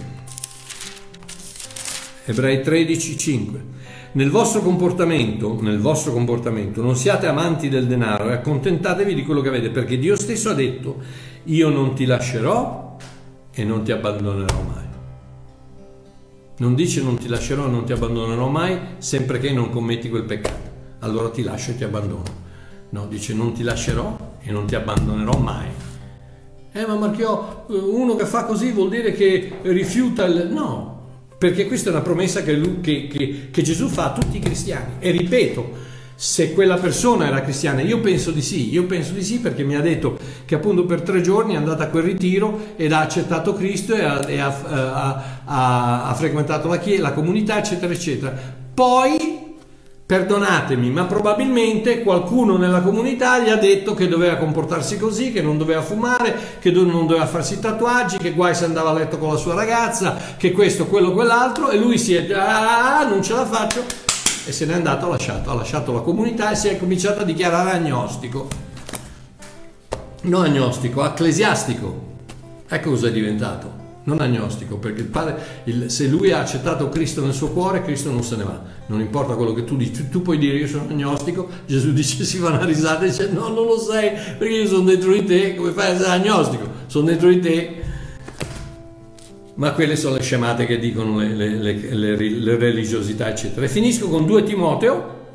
Ebrei 13:5. Nel vostro comportamento non siate amanti del denaro e accontentatevi di quello che avete, perché Dio stesso ha detto: io non ti lascerò e non ti abbandonerò mai. Non dice non ti lascerò e non ti abbandonerò mai sempre che non commetti quel peccato, allora ti lascio e ti abbandono. No, dice non ti lascerò e non ti abbandonerò mai. Ma Marchiò, uno che fa così vuol dire che rifiuta il... No, perché questa è una promessa che Gesù fa a tutti i cristiani. E ripeto, se quella persona era cristiana, io penso di sì perché mi ha detto che appunto per 3 giorni è andata a quel ritiro ed ha accettato Cristo e ha frequentato la comunità, eccetera, eccetera. Poi, perdonatemi, ma probabilmente qualcuno nella comunità gli ha detto che doveva comportarsi così, che non doveva fumare, che non doveva farsi tatuaggi, che guai se andava a letto con la sua ragazza, che questo, quello, quell'altro, e lui si è non ce la faccio, e se n'è andato, ha lasciato la comunità e si è cominciato a dichiarare agnostico. Non agnostico, ecclesiastico. Ecco cosa è diventato. Non agnostico, perché il padre, se lui ha accettato Cristo nel suo cuore, Cristo non se ne va. Non importa quello che tu dici, tu puoi dire io sono agnostico, Gesù dice, si fa una risata e dice no, non lo sei, perché io sono dentro di te. Come fai a essere agnostico? Sono dentro di te. Ma quelle sono le scemate che dicono le religiosità, eccetera. E finisco con 2 Timoteo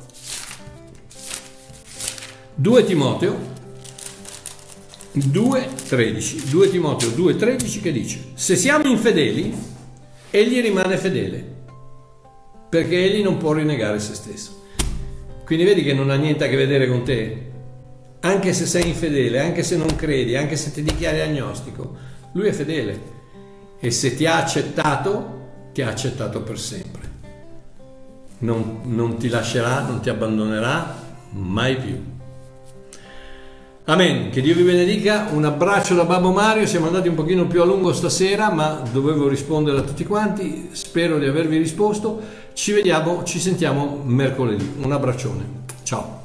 2,13 che dice: se siamo infedeli, egli rimane fedele, perché egli non può rinnegare se stesso. Quindi vedi che non ha niente a che vedere con te. Anche se sei infedele, anche se non credi, anche se ti dichiari agnostico, lui è fedele, e se ti ha accettato per sempre. Non ti lascerà, non ti abbandonerà mai più. Amen, che Dio vi benedica, un abbraccio da Babbo Mario. Siamo andati un pochino più a lungo stasera, ma dovevo rispondere a tutti quanti, spero di avervi risposto. Ci sentiamo mercoledì, un abbraccione, ciao.